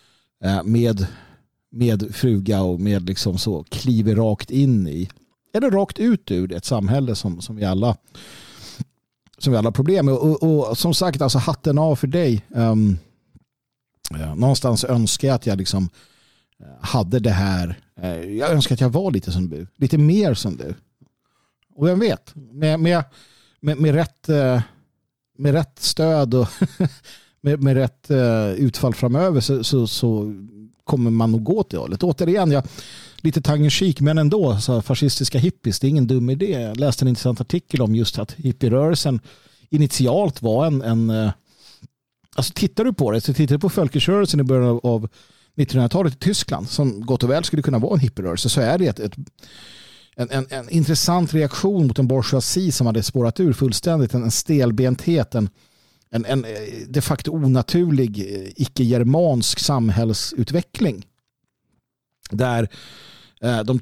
med fruga och med liksom så kliver rakt in i, eller rakt ut ur ett samhälle som vi alla har problem med. Och som sagt, alltså hatten av för dig. Någonstans önskar jag att jag liksom hade det här. Jag önskar att jag var lite som du. Lite mer som du. Och vem vet, med rätt stöd och med rätt utfall framöver så kommer man nog gå till hållet. Återigen, lite tongue-in-cheek, men ändå så fascistiska hippies, det är ingen dum idé. Jag läste en intressant artikel om just att hippierörelsen initialt var en alltså tittar du på det, så tittar du på Völkerschörelsen i början av 1900-talet i Tyskland, som gott och väl skulle kunna vara en hippierörelse, så är det en intressant reaktion mot en bourgeoisie som hade spårat ur fullständigt, en stelbenthet, en de facto onaturlig icke-germansk samhällsutveckling där de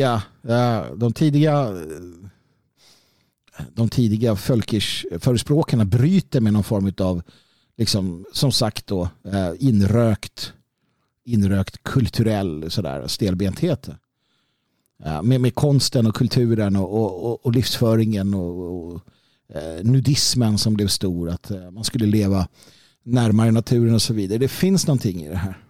tidiga Völkisch-förespråkarna bryter med någon form av liksom, som sagt då, inrökt kulturell sådär stelbenthet. Med konsten och kulturen och livsföringen och nudismen som blev stor, att man skulle leva närmare naturen och så vidare. Det finns någonting i det här.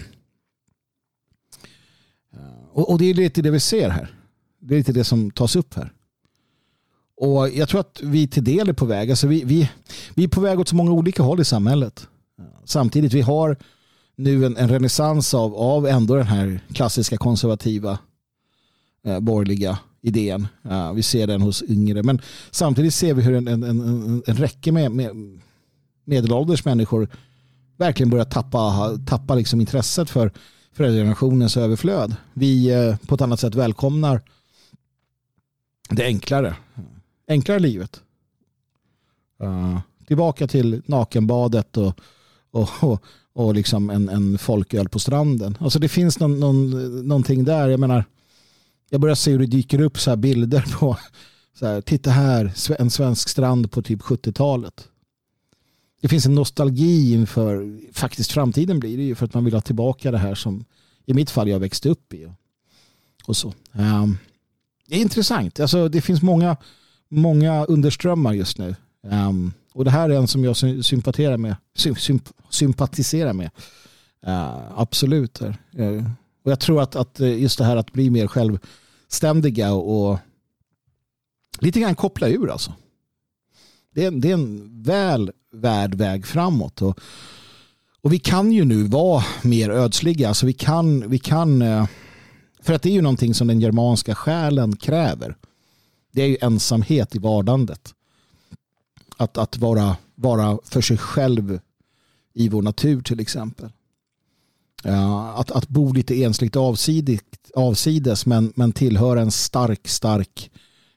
Och det är lite det vi ser här. Det är lite det som tas upp här. Och jag tror att vi till del är på väg. Alltså vi är på väg åt så många olika håll i samhället. Samtidigt vi har nu en renässans av ändå den här klassiska konservativa borgerliga idén. Vi ser den hos yngre. Men samtidigt ser vi hur en räcke med medelålders människor verkligen börjar tappa liksom intresset för föräldragenerationens överflöd. Vi på ett annat sätt välkomnar det enklare livet. Tillbaka till nakenbadet och liksom en folköl på stranden. Alltså det finns någonting där. Jag menar, jag börjar se hur det dyker upp så här bilder på så här, titta här, en svensk strand på typ 70-talet. Det finns en nostalgi inför faktiskt framtiden, blir det ju, för att man vill ha tillbaka det här som i mitt fall jag växte upp i. Och så. Det är intressant. Alltså, det finns många underströmmar just nu. Och det här är en som jag sympatiserar med. Absolut. Och jag tror att just det här att bli mer självständiga och lite grann koppla ur alltså. Det är en väl värd väg framåt. Och vi kan ju nu vara mer ödsliga. Alltså vi kan för att det är ju någonting som den germanska själen kräver. Det är ju ensamhet i vardandet. Att vara för sig själv i vår natur till exempel. Att bo lite ensligt avsides men tillhöra en stark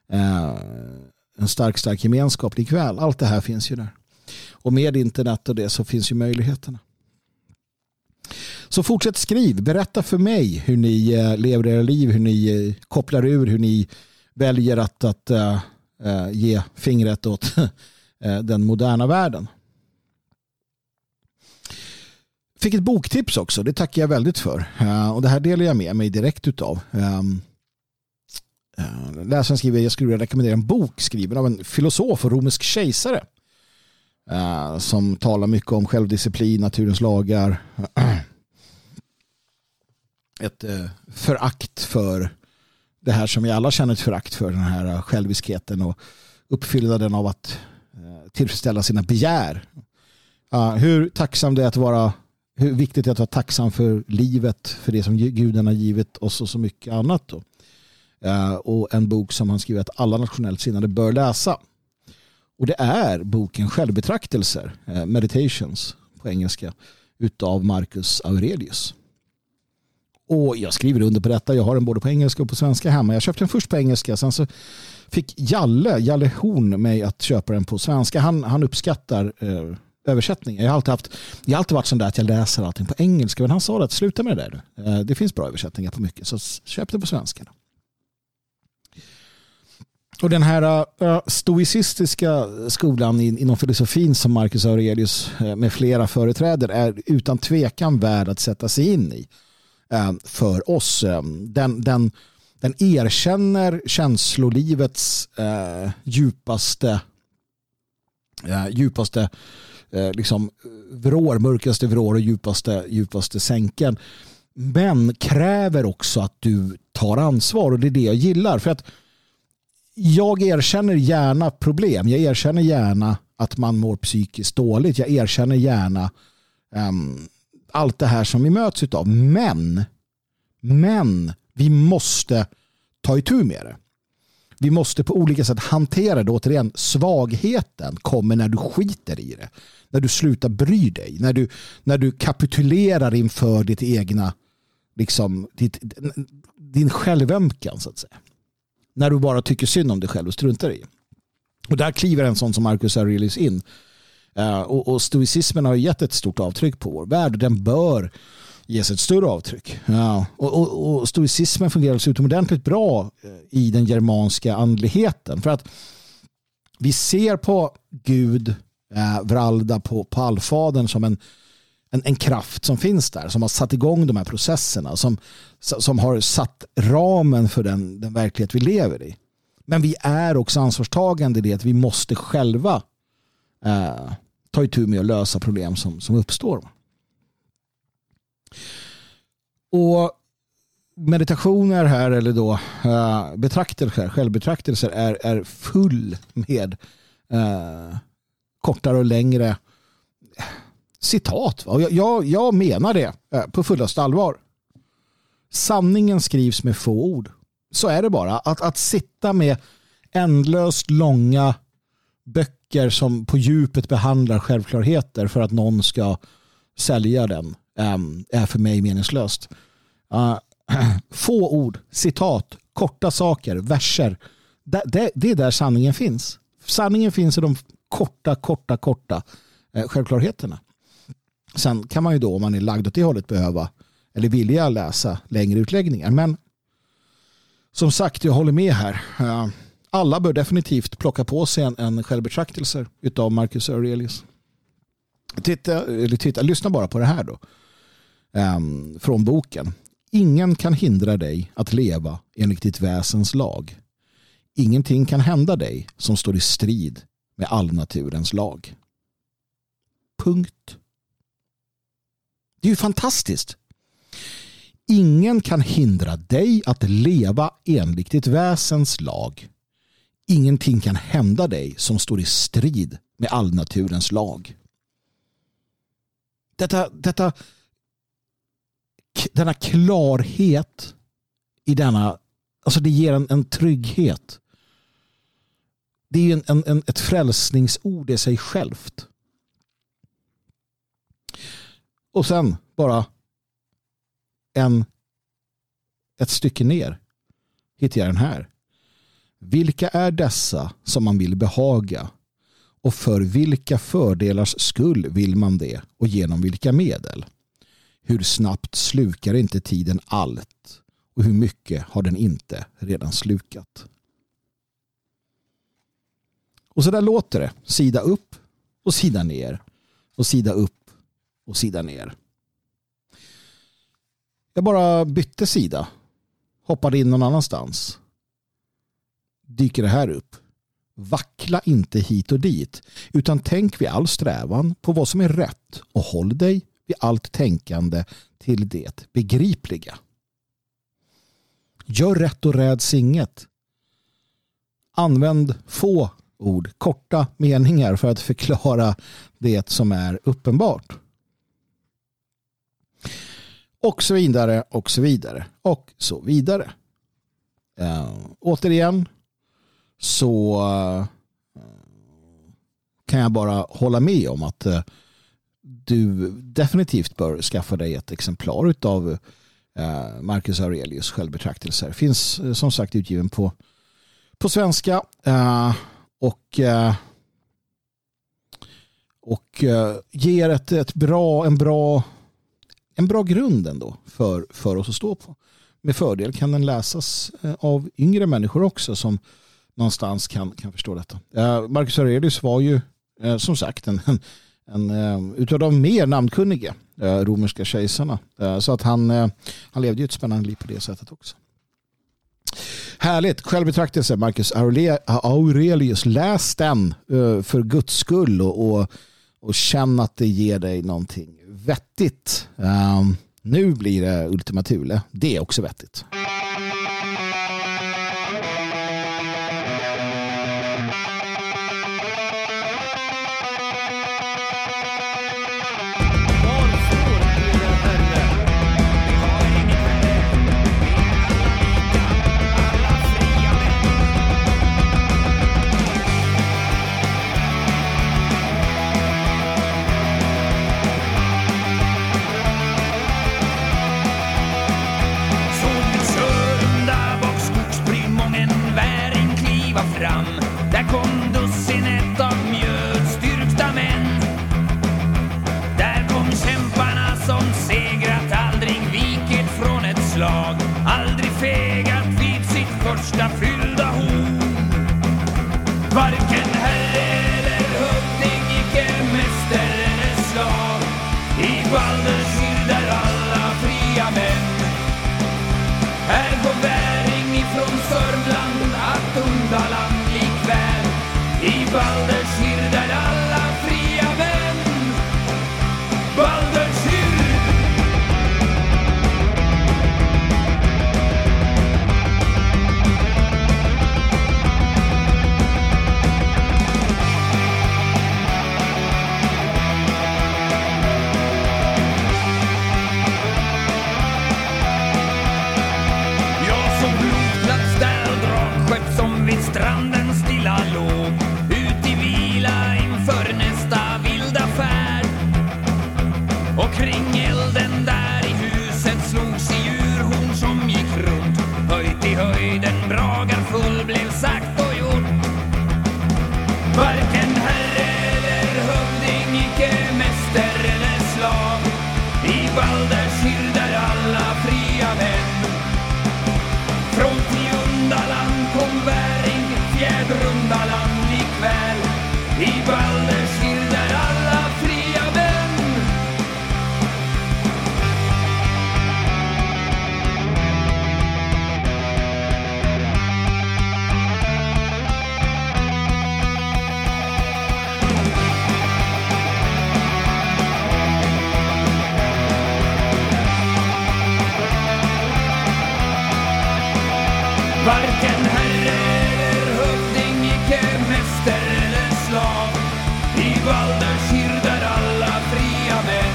gemenskap likväl. Allt det här finns ju där. Och med internet och det så finns ju möjligheterna. Så fortsätt skriv. Berätta för mig hur ni lever era liv, hur ni kopplar ur, hur ni väljer att ge fingret åt den moderna världen. Fick ett boktips också, det tackar jag väldigt för. Och det här delar jag med mig direkt utav. Läsaren skriver, jag skulle rekommendera en bok skriven av en filosof och romersk kejsare som talar mycket om självdisciplin, naturens lagar. Ett förakt för det här som vi alla känner ett förakt för, den här själviskheten och uppfyllnaden av att tillfredsställa sina begär. Hur tacksam det är att vara, hur viktigt det är att vara tacksam för livet, för det som Guden har givit oss och så mycket annat då. Och en bok som han skriver att alla nationellt sinnade bör läsa. Och det är boken Självbetraktelser, Meditations på engelska, utav Marcus Aurelius. Och jag skriver under på detta. Jag har den både på engelska och på svenska hemma. Jag köpte den först på engelska. Sen så fick Jalle Horn mig att köpa den på svenska. Han uppskattar översättningen. Jag har alltid varit sån där att jag läser allting på engelska. Men han sa att sluta med det där. Det finns bra översättningar på mycket. Så köp det på svenska då. Och den här stoicistiska skolan inom filosofin som Marcus Aurelius med flera företräder är utan tvekan värd att sätta sig in i för oss. Den erkänner känslolivets djupaste liksom vrår, mörkaste vrår och djupaste sänken. Men kräver också att du tar ansvar, och det är det jag gillar. För att jag erkänner gärna problem. Jag erkänner gärna att man mår psykiskt dåligt. Jag erkänner gärna allt det här som vi möts utav. Men vi måste ta itu med det. Vi måste på olika sätt hantera det. Återigen, svagheten kommer när du skiter i det. När du slutar bry dig. När du kapitulerar inför ditt egna liksom, din självömkan så att säga. När du bara tycker synd om dig själv och struntar i. Och där kliver en sån som Marcus Aurelius in. Och stoicismen har gett ett stort avtryck på vår värld. Den bör ges ett större avtryck. Ja. Och stoicismen fungerar så utomordentligt bra i den germanska andligheten. För att vi ser på Gud vralda på allfadern som en kraft som finns där. Som har satt igång de här processerna. Som har satt ramen för den verklighet vi lever i. Men vi är också ansvarstagande i det att vi måste själva ta itu med att lösa problem som uppstår. Och meditationer här eller då självbetraktelser är full med kortare och längre citat. Va? Jag menar det på fullaste allvar. Sanningen skrivs med få ord. Så är det bara. Att sitta med ändlöst långa böcker som på djupet behandlar självklarheter för att någon ska sälja den är för mig meningslöst. Få ord, citat, korta saker, verser. Det är där sanningen finns. Sanningen finns i de korta självklarheterna. Sen kan man ju då, om man är lagd åt det hållet, behöva eller vilja läsa längre utläggningar. Men som sagt, jag håller med här. Alla bör definitivt plocka på sig en självbetraktelse utav Marcus Aurelius. Lyssna bara på det här då. Från boken. Ingen kan hindra dig att leva enligt ditt väsens lag. Ingenting kan hända dig som står i strid med all naturens lag. Punkt. Det är ju fantastiskt. Ingen kan hindra dig att leva enligt ditt väsens lag. Ingenting kan hända dig som står i strid med all naturens lag. Denna klarhet i denna, alltså det ger en trygghet. Det är ju ett frälsningsord i sig självt. Och sen bara ett stycke ner hittar jag den här. Vilka är dessa som man vill behaga, och för vilka fördelars skull vill man det, och genom vilka medel? Hur snabbt slukar inte tiden allt, och hur mycket har den inte redan slukat? Och så där låter det. Sida upp och sida ner. Och sida upp och sida ner. Jag bara bytte sida. Hoppade in någon annanstans. Dyker det här upp. Vackla inte hit och dit, utan tänk vid all strävan på vad som är rätt, och håll dig vid allt tänkande till det begripliga. Gör rätt och räds inget. Använd få ord, korta meningar för att förklara det som är uppenbart. Och så vidare, och så vidare, och så vidare. Återigen så kan jag bara hålla med om att du definitivt bör skaffa dig ett exemplar utav Marcus Aurelius självbetraktelser. Finns som sagt utgiven på svenska och ger en bra grund ändå för oss att stå på. Med fördel kan den läsas av yngre människor också som någonstans kan förstå detta. Marcus Aurelius var ju som sagt en utav de mer namnkunniga romerska kejsarna. Så att han levde ju ett spännande liv på det sättet också. Härligt. Självbetraktelse, Marcus Aurelius. Läs den för Guds skull och känn att det ger dig någonting vettigt. Nu blir det Ultima Thule. Det är också vettigt. Där kom dussinet av mjödstyrkta män. Där kom kämparna som segrat, aldrig vikit från ett slag, aldrig fegat vid sitt första fyllda horn. Varken herre eller hövding, icke mäster eller slav, i Balderskyr där alla fria män. Här går väring ifrån Sörmland att Undaland likväl, i Balderskyr där alla fria män. Balderskyr. Jag som blodplats där och dragskepp som vid stranden stilla låg, ut i vila inför nästa vilda färd. Och kring elden där i huset slogs i djurhorn som gick runt, höjt i höjden bragar full blev sagt och gjort. Varken herre eller hövding, icke mäster eller slav, i Balderskyr där alla fria män. Från Tiundaland kom väring, Fjädrundaland likväl, i Balderskyr där alla fria män. Varken herre eller hövding, icke mäster eller slav, i Balderskyr där alla fria män.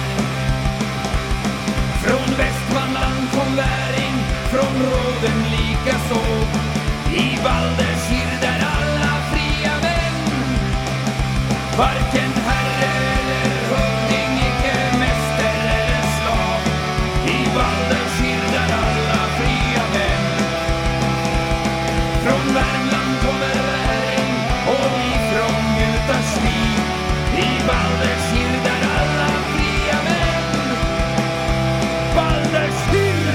Från Västmanland kom väring, från Råden lika så, i Balderskyr där alla fria män. Varken herre eller hövding, icke mäster eller slav, i Balderskyr där alla fria män. Från Värmland kommer väring och ifrån Gutarsvik, i Balderskyr där alla fria män. Balderskyr.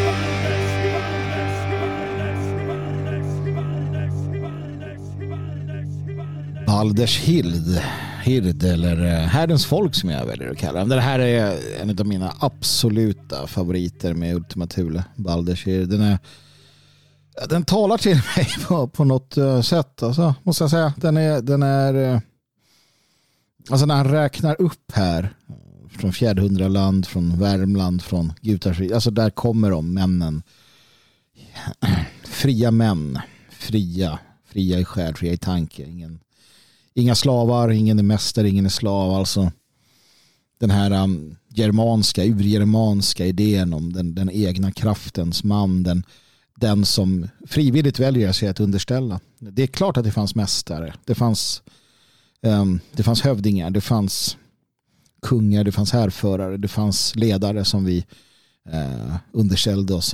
Baldershird eller Härdens folk som jag väljer att kalla den. Det här är en av mina absoluta favoriter med Ultima Thule. Baldershird. Den talar till mig på något sätt. Alltså, måste jag säga. Den är alltså när han räknar upp här från Fjärdhundraland, från Värmland, från Gutarsvik. Alltså där kommer de männen. Fria män. Fria i själ, fria i tanke. Inga slavar, ingen är mästare, ingen är slav. Alltså den här urgermanska idén om den egna kraftens man, den som frivilligt väljer sig att underställa. Det är klart att det fanns mästare. Det fanns hövdingar, det fanns kungar, det fanns härförare, det fanns ledare som vi underställde oss,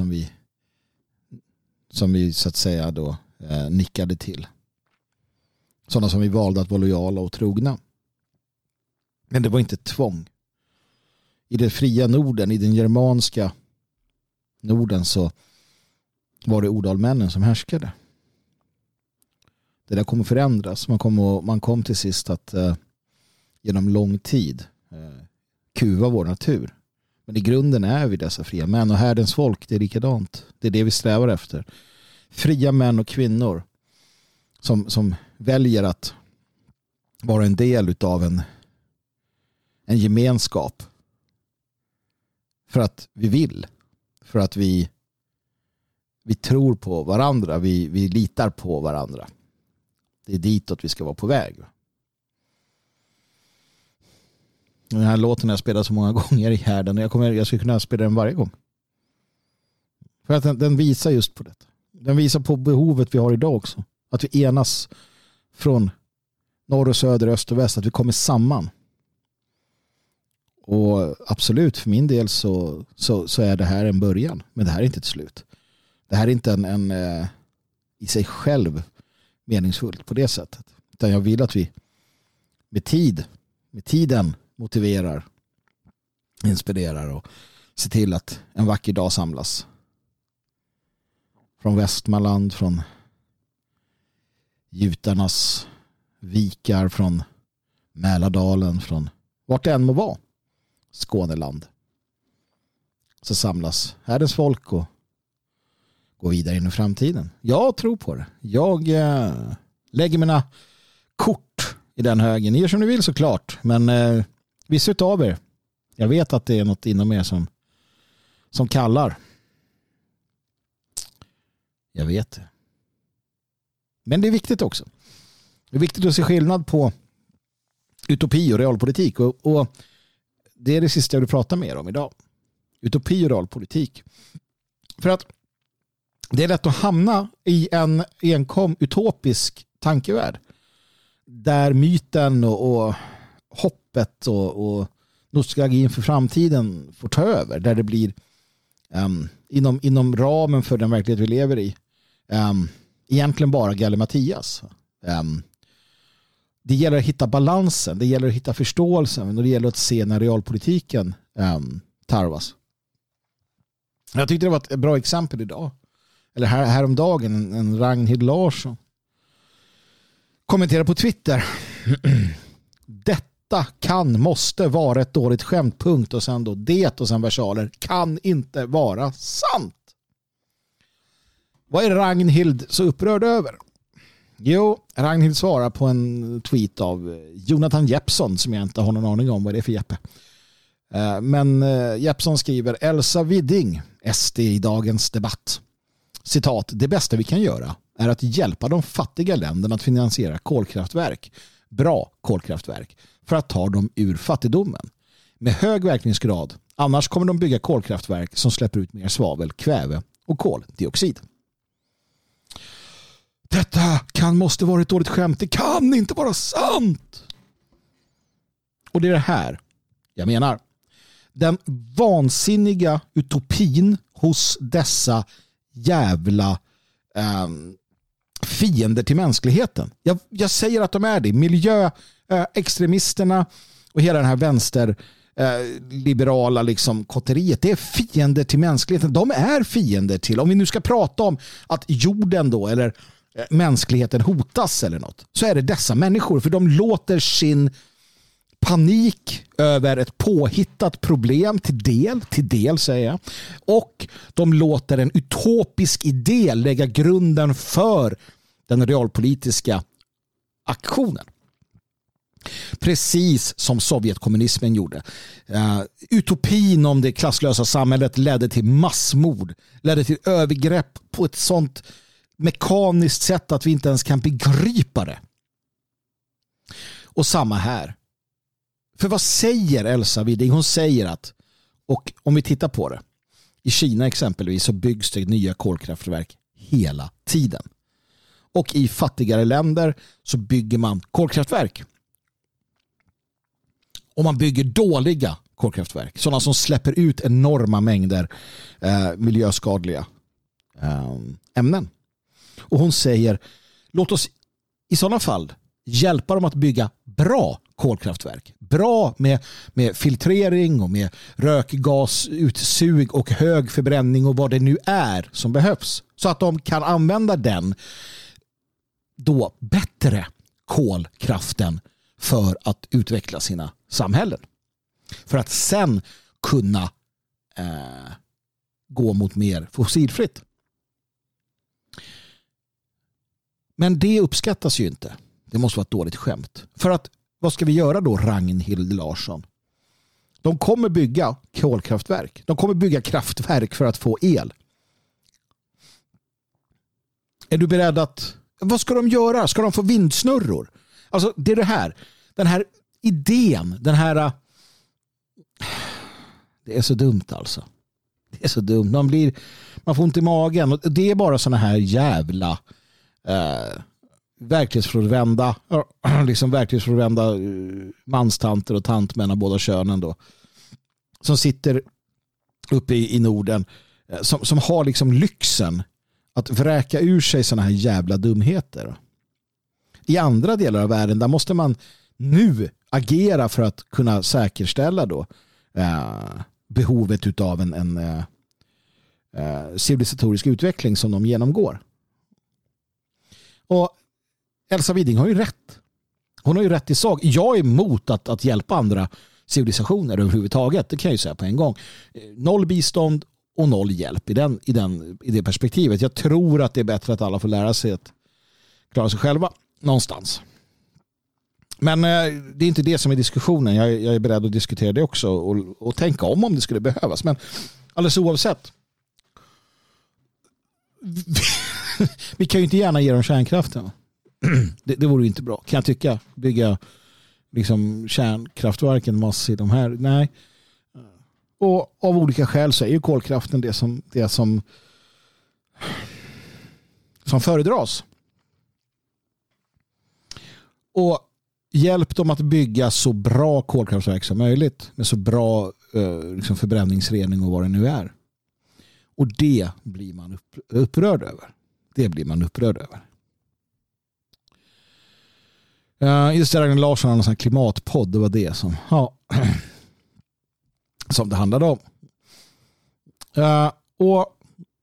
som vi så att säga då nickade till. Sådana som vi valde att vara lojala och trogna. Men det var inte tvång. I det fria Norden, i den germanska Norden, så var det odalmännen som härskade. Det där kommer förändras. Man kom till sist att genom lång tid kuva vår natur. Men i grunden är vi dessa fria män, och härdens folk, det är likadant. Det är det vi strävar efter. Fria män och kvinnor som väljer att vara en del av en gemenskap. För att vi vill. För att vi tror på varandra. Vi litar på varandra. Det är ditåt vi ska vara på väg. Den här låten har jag spelat så många gånger i härden, och jag skulle kunna spela den varje gång. För att den visar just på det. Den visar på behovet vi har idag också. Att vi enas från norr och söder, öst och väst. Att vi kommer samman. Och absolut, för min del så är det här en början. Men det här är inte ett slut. Det här är inte en i sig själv meningsfullt på det sättet. Utan jag vill att vi med tiden motiverar, inspirerar och ser till att en vacker dag samlas. Från Västmanland, från Jutarnas vikar, från Mälardalen, från vart det än må vara. Skåneland. Så samlas härdens folk och går vidare in i framtiden. Jag tror på det. Jag lägger mina kort i den högen. Ni gör som ni vill såklart. Men vissa utav er. Jag vet att det är något inom er som kallar. Jag vet det. Men det är viktigt också. Det är viktigt att se skillnad på utopi och realpolitik. Och det är det sista jag vill prata mer om idag. Utopi och realpolitik. För att det är lätt att hamna i en enkom utopisk tankevärld. Där myten och hoppet och nostalgin för framtiden får ta över. Där det blir inom ramen för den verklighet vi lever i egentligen bara gallimatias. Det gäller att hitta balansen, det gäller att hitta förståelsen, och det gäller att se när realpolitiken tarvas. Jag tyckte det var ett bra exempel idag. Eller häromdagen, en Ragnhild Larsson kommenterade på Twitter. Detta måste vara ett dåligt skämtpunkt, och sen då det och sen versaler kan inte vara sant. Vad är Ragnhild så upprörd över? Jo, Ragnhild svarar på en tweet av Jonathan Jeppsson, som jag inte har någon aning om vad det är för Jeppe. Men Jeppsson skriver: Elsa Widding, SD i dagens debatt. Citat: det bästa vi kan göra är att hjälpa de fattiga länderna att finansiera kolkraftverk, bra kolkraftverk, för att ta dem ur fattigdomen. Med hög verkningsgrad, annars kommer de bygga kolkraftverk som släpper ut mer svavel, kväve och koldioxid. Detta måste vara ett dåligt skämt. Det kan inte vara sant. Och det är det här jag menar. Den vansinniga utopin hos dessa jävla fiender till mänskligheten. Jag säger att de är det. Miljöextremisterna och hela den här vänsterliberala liksom kotteriet. Det är fiender till mänskligheten. De är fiender till, om vi nu ska prata om att jorden då, eller mänskligheten hotas eller något, så är det dessa människor, för de låter sin panik över ett påhittat problem till del säger jag, och de låter en utopisk idé lägga grunden för den realpolitiska aktionen. Precis som Sovjetkommunismen gjorde. Utopin om det klasslösa samhället ledde till massmord, ledde till övergrepp på ett sånt mekaniskt sätt att vi inte ens kan begripa det. Och samma här. För vad säger Elsa Widding? Hon säger att, och om vi tittar på det, i Kina exempelvis så byggs det nya kolkraftverk hela tiden. Och i fattigare länder så bygger man kolkraftverk. Och man bygger dåliga kolkraftverk. Sådana som släpper ut enorma mängder miljöskadliga ämnen. Och hon säger, låt oss i sådana fall hjälpa dem att bygga bra kolkraftverk. Bra med filtrering och med rökgasutsug och hög förbränning och vad det nu är som behövs. Så att de kan använda den då bättre kolkraften för att utveckla sina samhällen. För att sen kunna gå mot mer fossilfritt. Men det uppskattas ju inte. Det måste vara ett dåligt skämt. För att, vad ska vi göra då, Ragnhild Larsson? De kommer bygga kolkraftverk. De kommer bygga kraftverk för att få el. Är du beredd att... Vad ska de göra? Ska de få vindsnurror? Alltså, det är det här. Den här idén, den här... Det är så dumt alltså. Det är så dumt. Man får ont i magen. Och det är bara såna här jävla... verklighetsfrånvända manstanter och tantmän av båda könen då, som sitter uppe i Norden, som har liksom lyxen att vräka ur sig såna här jävla dumheter. I andra delar av världen där måste man nu agera för att kunna säkerställa då behovet utav en civilisatorisk utveckling som de genomgår. Och Elsa Widding har ju rätt. Hon har ju rätt i sak. Jag är emot att hjälpa andra civilisationer överhuvudtaget. Det kan jag ju säga på en gång. 0 bistånd och 0 hjälp i det perspektivet. Jag tror att det är bättre att alla får lära sig att klara sig själva någonstans. Men det är inte det som är diskussionen. Jag är beredd att diskutera det också och tänka om det skulle behövas. Men alldeles oavsett. Vi kan ju inte gärna ge dem kärnkraften. Det vore ju inte bra, kan jag tycka. Bygga liksom kärnkraftverken massor i de här. Nej. Och av olika skäl så är ju kolkraften det som föredras. Och hjälp dem att bygga så bra kolkraftverk som möjligt med så bra liksom förbränningsrening och vad det nu är. Och det blir man upprörd över. Det blir man upprörd över. Just det, Ragnhild Larsson har en sån här klimatpodd. Det var det som det handlade om. Och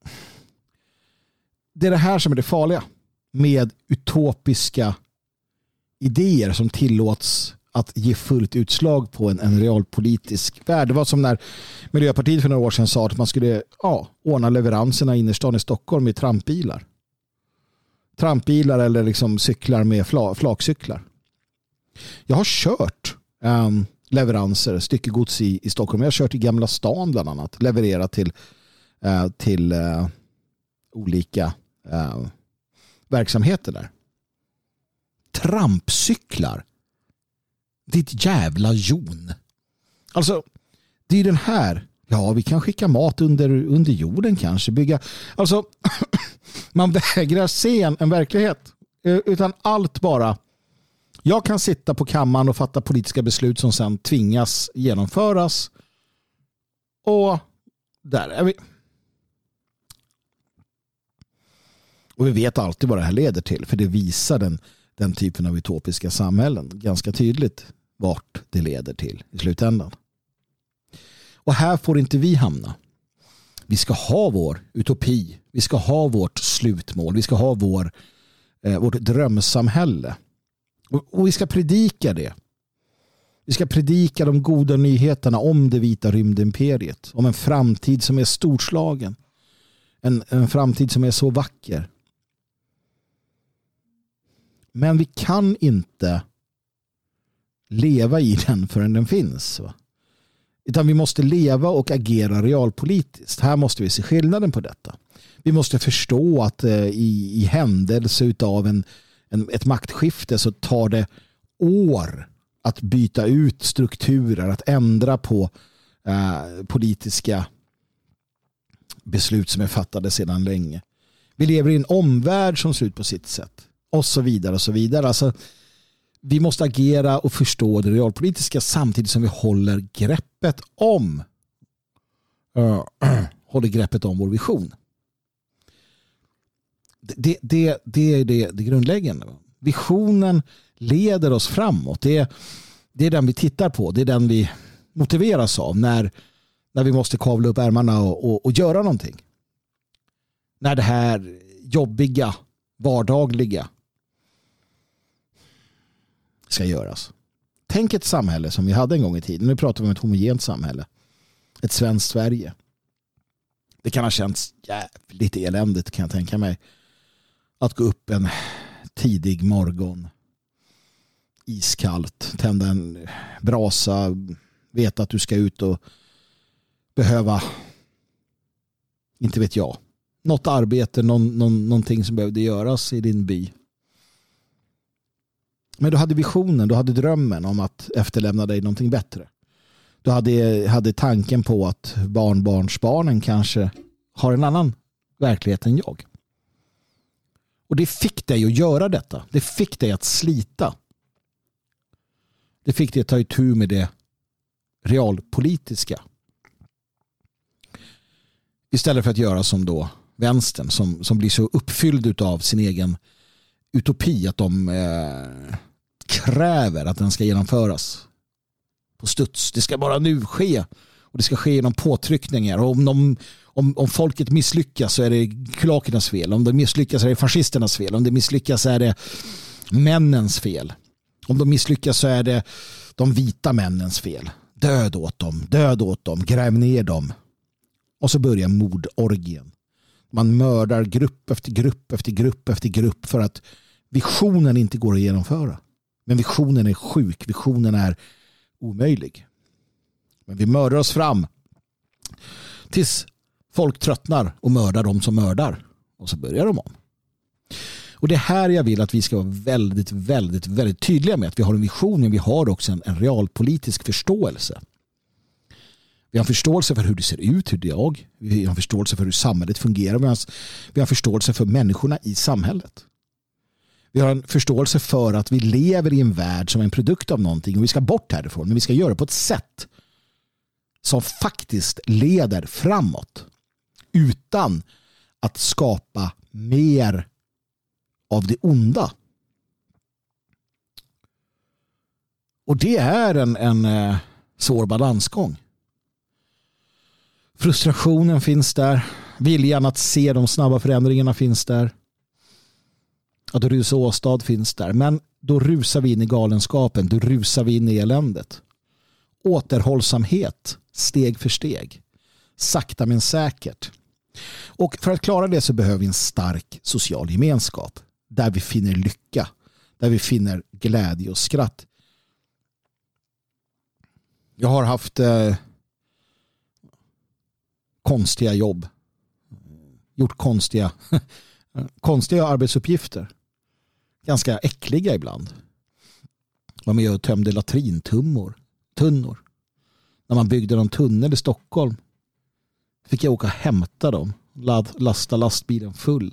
det är det här som är det farliga med utopiska idéer som tillåts att ge fullt utslag på en realpolitisk värld. Det var som när Miljöpartiet för några år sedan sa att man skulle ordna leveranserna i innerstan i Stockholm med trampbilar. Trampbilar eller liksom cyklar med flakcyklar. Jag har kört leveranser, styckegods i Stockholm. Jag har kört i Gamla stan bland annat. Levererat till olika verksamheter där. Trampcyklar. Ditt jävla jon. Alltså, det är den här. Ja, vi kan skicka mat under jorden kanske. Bygga. Alltså, man vägrar se en verklighet. Utan allt bara. Jag kan sitta på kammaren och fatta politiska beslut som sedan tvingas genomföras. Och där är vi. Och vi vet alltid vad det här leder till. För det visar den typen av utopiska samhällen ganska tydligt vart det leder till i slutändan. Och här får inte vi hamna. Vi ska ha vår utopi. Vi ska ha vårt slutmål. Vi ska ha vårt drömsamhälle. Och vi ska predika det. Vi ska predika de goda nyheterna om det vita rymdimperiet. Om en framtid som är storslagen. En framtid som är så vacker. Men vi kan inte leva i den förrän den finns. Va? Utan vi måste leva och agera realpolitiskt. Här måste vi se skillnaden på detta. Vi måste förstå att i händelse utav ett maktskifte så tar det år att byta ut strukturer, att ändra på politiska beslut som är fattade sedan länge. Vi lever i en omvärld som ser ut på sitt sätt. Och så vidare och så vidare. Alltså, vi måste agera och förstå det realpolitiska samtidigt som vi håller greppet om vår vision. Det är det grundläggande. Visionen leder oss framåt. Det är den vi tittar på. Det är den vi motiveras av när vi måste kavla upp ärmarna och göra någonting. När det här jobbiga, vardagliga ska göras. Tänk ett samhälle som vi hade en gång i tiden. Nu pratar vi om ett homogent samhälle. Ett svenskt Sverige. Det kan ha känts jävligt eländigt, kan jag tänka mig. Att gå upp en tidig morgon, iskallt, tända en brasa, veta att du ska ut och behöva, inte vet jag, något arbete, någonting som behövde göras i din by. Men du hade visionen, du hade drömmen om att efterlämna dig någonting bättre. Du hade tanken på att barnbarnsbarnen kanske har en annan verklighet än jag. Och det fick dig att göra detta. Det fick dig att slita. Det fick dig att ta itu med det realpolitiska. Istället för att göra som då vänstern som blir så uppfylld av sin egen utopi att de kräver att den ska genomföras på studs. Det ska bara nu ske. Och det ska ske genom påtryckningar. Och om folket misslyckas så är det kulakernas fel. Om de misslyckas så är det fascisternas fel. Om det misslyckas så är det männens fel. Om de misslyckas så är det de vita männens fel. Död åt dem, gräv ner dem. Och så börjar mordorgien. Man mördar grupp efter grupp efter grupp efter grupp för att visionen inte går att genomföra. Men visionen är sjuk, visionen är omöjlig. Men vi mördar oss fram tills folk tröttnar och mördar de som mördar. Och så börjar de om. Och det här jag vill att vi ska vara väldigt, väldigt, väldigt tydliga med. Att vi har en vision, men vi har också en realpolitisk förståelse. Vi har en förståelse för hur det ser ut, hur det är. Vi har en förståelse för hur samhället fungerar. Vi har en förståelse för människorna i samhället. Vi har en förståelse för att vi lever i en värld som är en produkt av någonting och vi ska bort härifrån. Men vi ska göra det på ett sätt som faktiskt leder framåt utan att skapa mer av det onda. Och det är en svår balansgång. Frustrationen finns där. Viljan att se de snabba förändringarna finns där. Att rusa åstad finns där. Men då rusar vi in i galenskapen. Då rusar vi in i eländet. Återhållsamhet. Steg för steg. Sakta men säkert. Och för att klara det så behöver vi en stark social gemenskap. Där vi finner lycka. Där vi finner glädje och skratt. Jag har haft konstiga jobb. Gjort konstiga arbetsuppgifter. Ganska äckliga ibland. Var med och tömde latrintunnor. När man byggde någon tunnel i Stockholm fick jag åka och hämta dem. Lasta lastbilen full.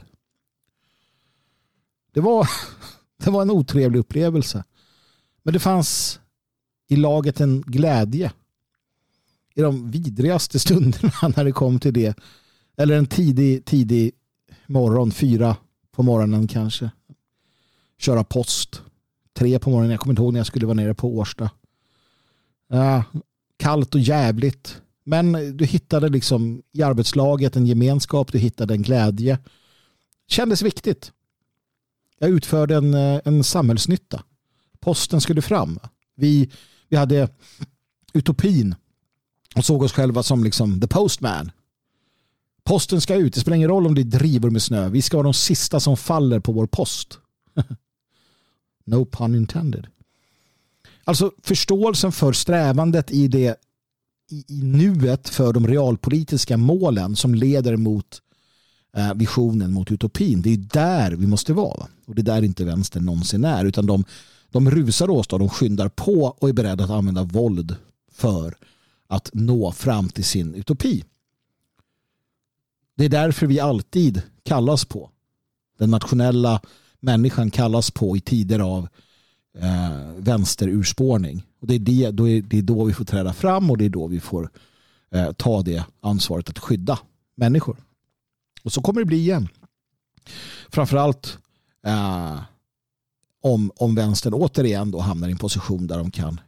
Det var en otrevlig upplevelse. Men det fanns i laget en glädje. I de vidrigaste stunderna när det kom till det. Eller en tidig morgon, 4 på morgonen kanske. Köra post. 3 på morgonen, jag kommer inte ihåg när jag skulle vara nere på Årsta. Kallt och jävligt. Men du hittade liksom i arbetslaget en gemenskap, du hittade en glädje. Kändes viktigt. Jag utförde en samhällsnytta. Posten skulle fram. Vi hade utopin och såg oss själva som liksom the postman. Posten ska ut. Det spelar ingen roll om det driver med snö. Vi ska vara de sista som faller på vår post. No pun intended. Alltså förståelsen för strävandet i nuet för de realpolitiska målen som leder mot visionen, mot utopin. Det är där vi måste vara. Och det är där inte vänstern någonsin är. Utan de De rusar åstad, de skyndar på och är beredda att använda våld för att nå fram till sin utopi. Det är därför vi alltid kallas på. Den nationella människan kallas på i tider av vänsterurspårning. Och det är då vi får träda fram och det är då vi får ta det ansvaret att skydda människor. Och så kommer det bli igen. Framförallt om vänstern återigen då hamnar i en position där de kan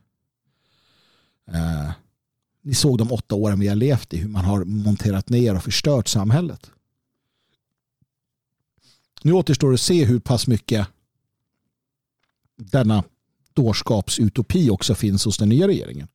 ni såg de 8 åren vi har levt i, hur man har monterat ner och förstört samhället. Nu återstår att se hur pass mycket denna dårskapsutopi också finns hos den nya regeringen.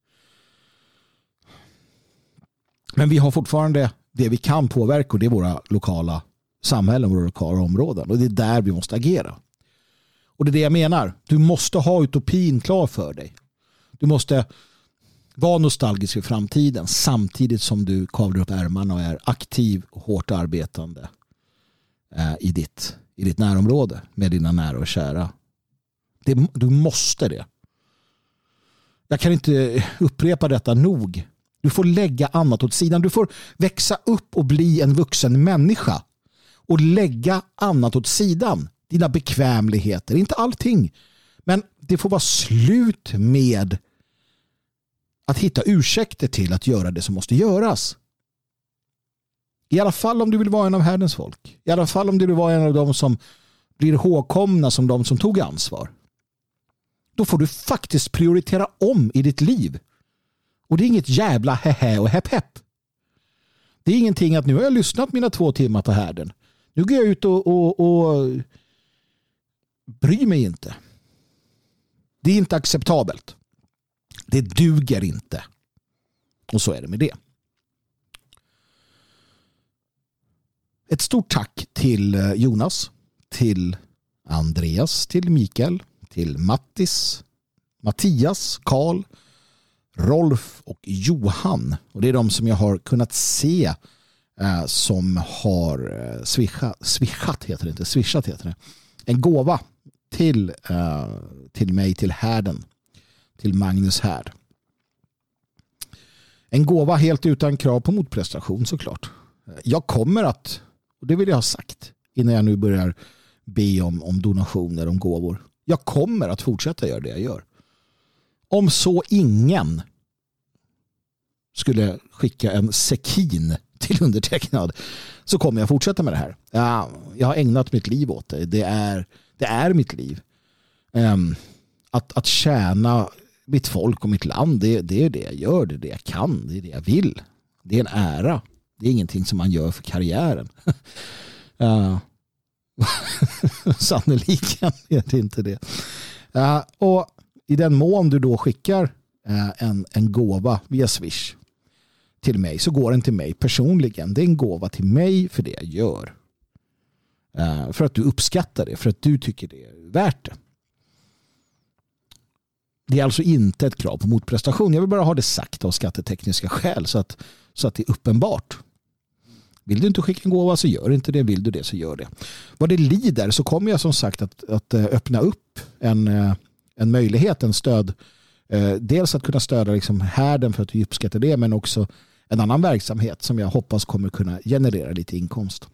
Men vi har fortfarande det vi kan påverka, och det är våra lokala samhällen, våra lokala områden. Och det är där vi måste agera. Och det är det jag menar. Du måste ha utopin klar för dig. Du måste vara nostalgisk för framtiden samtidigt som du kavlar upp ärmarna och är aktiv och hårt arbetande i ditt närområde med dina nära och kära. Du måste det. Jag kan inte upprepa detta nog. Du får lägga annat åt sidan. Du får växa upp och bli en vuxen människa och lägga annat åt sidan. Dina bekvämligheter, inte allting. Men det får vara slut med att hitta ursäkter till att göra det som måste göras. I alla fall om du vill vara en av härdens folk. I alla fall om du vill vara en av dem som blir ihågkomna som de som tog ansvar. Då får du faktiskt prioritera om i ditt liv. Och det är inget jävla hehe och hepp. Det är ingenting att nu har jag lyssnat mina 2 timmar på härden. Nu går jag ut och bryr mig inte. Det är inte acceptabelt. Det duger inte. Och så är det med det. Ett stort tack till Jonas, till Andreas, till Mikael, till Mattias, Karl, Rolf och Johan. Och det är de som jag har kunnat se som har swishat heter det. En gåva till mig, till härden, till Magnus Härd. En gåva helt utan krav på motprestation såklart. Jag kommer att, och det vill jag ha sagt innan jag nu börjar be om donationer, om gåvor. Jag kommer att fortsätta göra det jag gör. Om så ingen skulle skicka en sekin till undertecknad så kommer jag fortsätta med det här. Jag har ägnat mitt liv åt det. Det är mitt liv. Att tjäna mitt folk och mitt land, det är det jag gör, det är det jag kan, det är det jag vill. Det är en ära. Det är ingenting som man gör för karriären. Sannoliken är det inte det. Och i den mån du då skickar en gåva via Swish till mig så går den till mig personligen. Det är en gåva till mig för det jag gör. För att du uppskattar det, för att du tycker det är värt det. Det är alltså inte ett krav på motprestation. Jag vill bara ha det sagt av skattetekniska skäl så att det är uppenbart. Vill du inte skicka en gåva så gör inte det. Vill du det så gör det. Vad det lider så kommer jag som sagt att öppna upp en möjlighet, en stöd. Dels att kunna stödja liksom härden för att vi uppskattar det, men också en annan verksamhet som jag hoppas kommer kunna generera lite inkomst.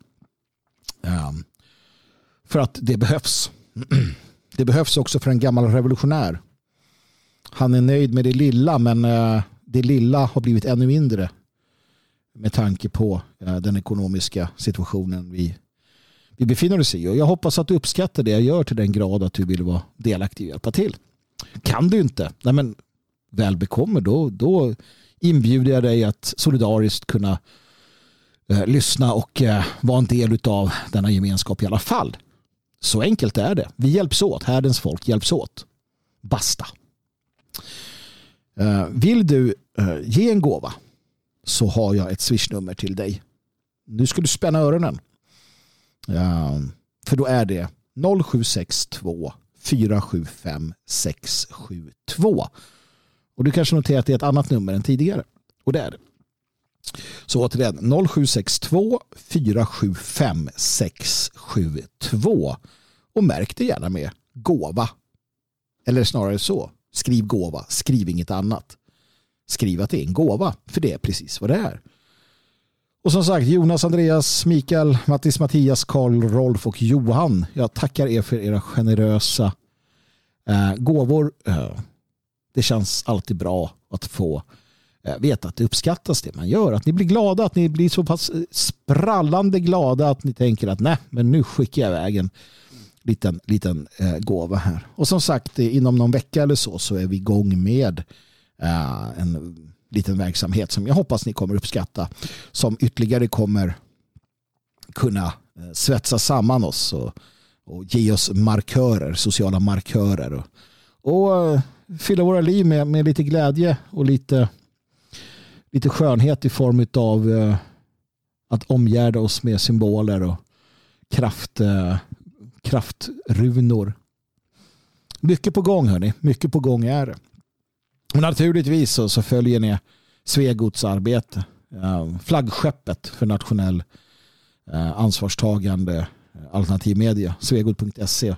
För att det behövs. Det behövs också för en gammal revolutionär. Han är nöjd med det lilla, men det lilla har blivit ännu mindre med tanke på den ekonomiska situationen vi befinner oss i. Och jag hoppas att du uppskattar det jag gör till den grad att du vill vara delaktig och hjälpa till. Kan du inte? Nej, men väl bekommer då inbjuder jag dig att solidariskt kunna lyssna och vara en del av denna gemenskap i alla fall. Så enkelt är det. Vi hjälps åt. Härdens folk hjälps åt. Basta. Vill du ge en gåva så har jag ett swishnummer till dig. Nu ska du spänna öronen. För då är det 0762 475 672. Och du kanske noterar att det är ett annat nummer än tidigare. Och det är det. Så återigen 0762 475 672. Och märk det gärna med gåva. Eller snarare så, skriv gåva, skriv inget annat. Skriv att det är en gåva, för det är precis vad det är. Och som sagt, Jonas, Andreas, Mikael, Mattis, Mattias, Karl, Rolf och Johan. Jag tackar er för era generösa gåvor. Det känns alltid bra att få veta att det uppskattas det man gör. Att ni blir glada, att ni blir så pass sprallande glada att ni tänker att nej, men nu skickar jag iväg en liten gåva här. Och som sagt, inom någon vecka eller så är vi igång med en liten verksamhet som jag hoppas ni kommer uppskatta, som ytterligare kommer kunna svetsa samman oss och ge oss markörer, sociala markörer och fylla våra liv med lite glädje och lite skönhet i form av att omgärda oss med symboler och kraftrunor. Mycket på gång, hörni. Mycket på gång är det. Och naturligtvis så följer ni Svegots arbete. Flaggskeppet för nationell ansvarstagande alternativ media. Svegot.se.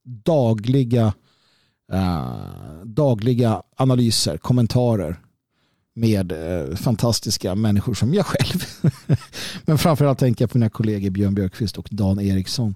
Dagliga analyser, kommentarer med fantastiska människor som jag själv. Men framförallt tänker jag på mina kollegor Björn Björkqvist och Dan Eriksson.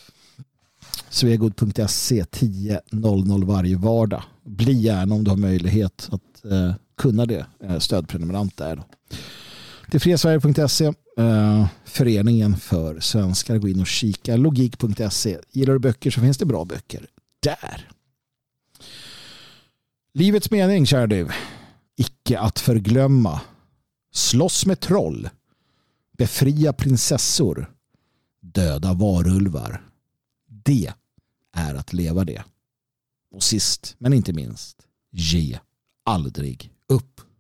Svegot.se 10.00 varje vardag. Bli gärna, om du har möjlighet att kunna det, stödprenumerant där då. Tillfredsverige.se, föreningen för svenskar. Gå in och kika. Logik.se. Gillar du böcker så finns det bra böcker där. Livets mening, kära du. Icke att förglömma. Slåss med troll. Befria prinsessor. Döda varulvar. Det är att leva det. Och sist men inte minst, ge aldrig upp.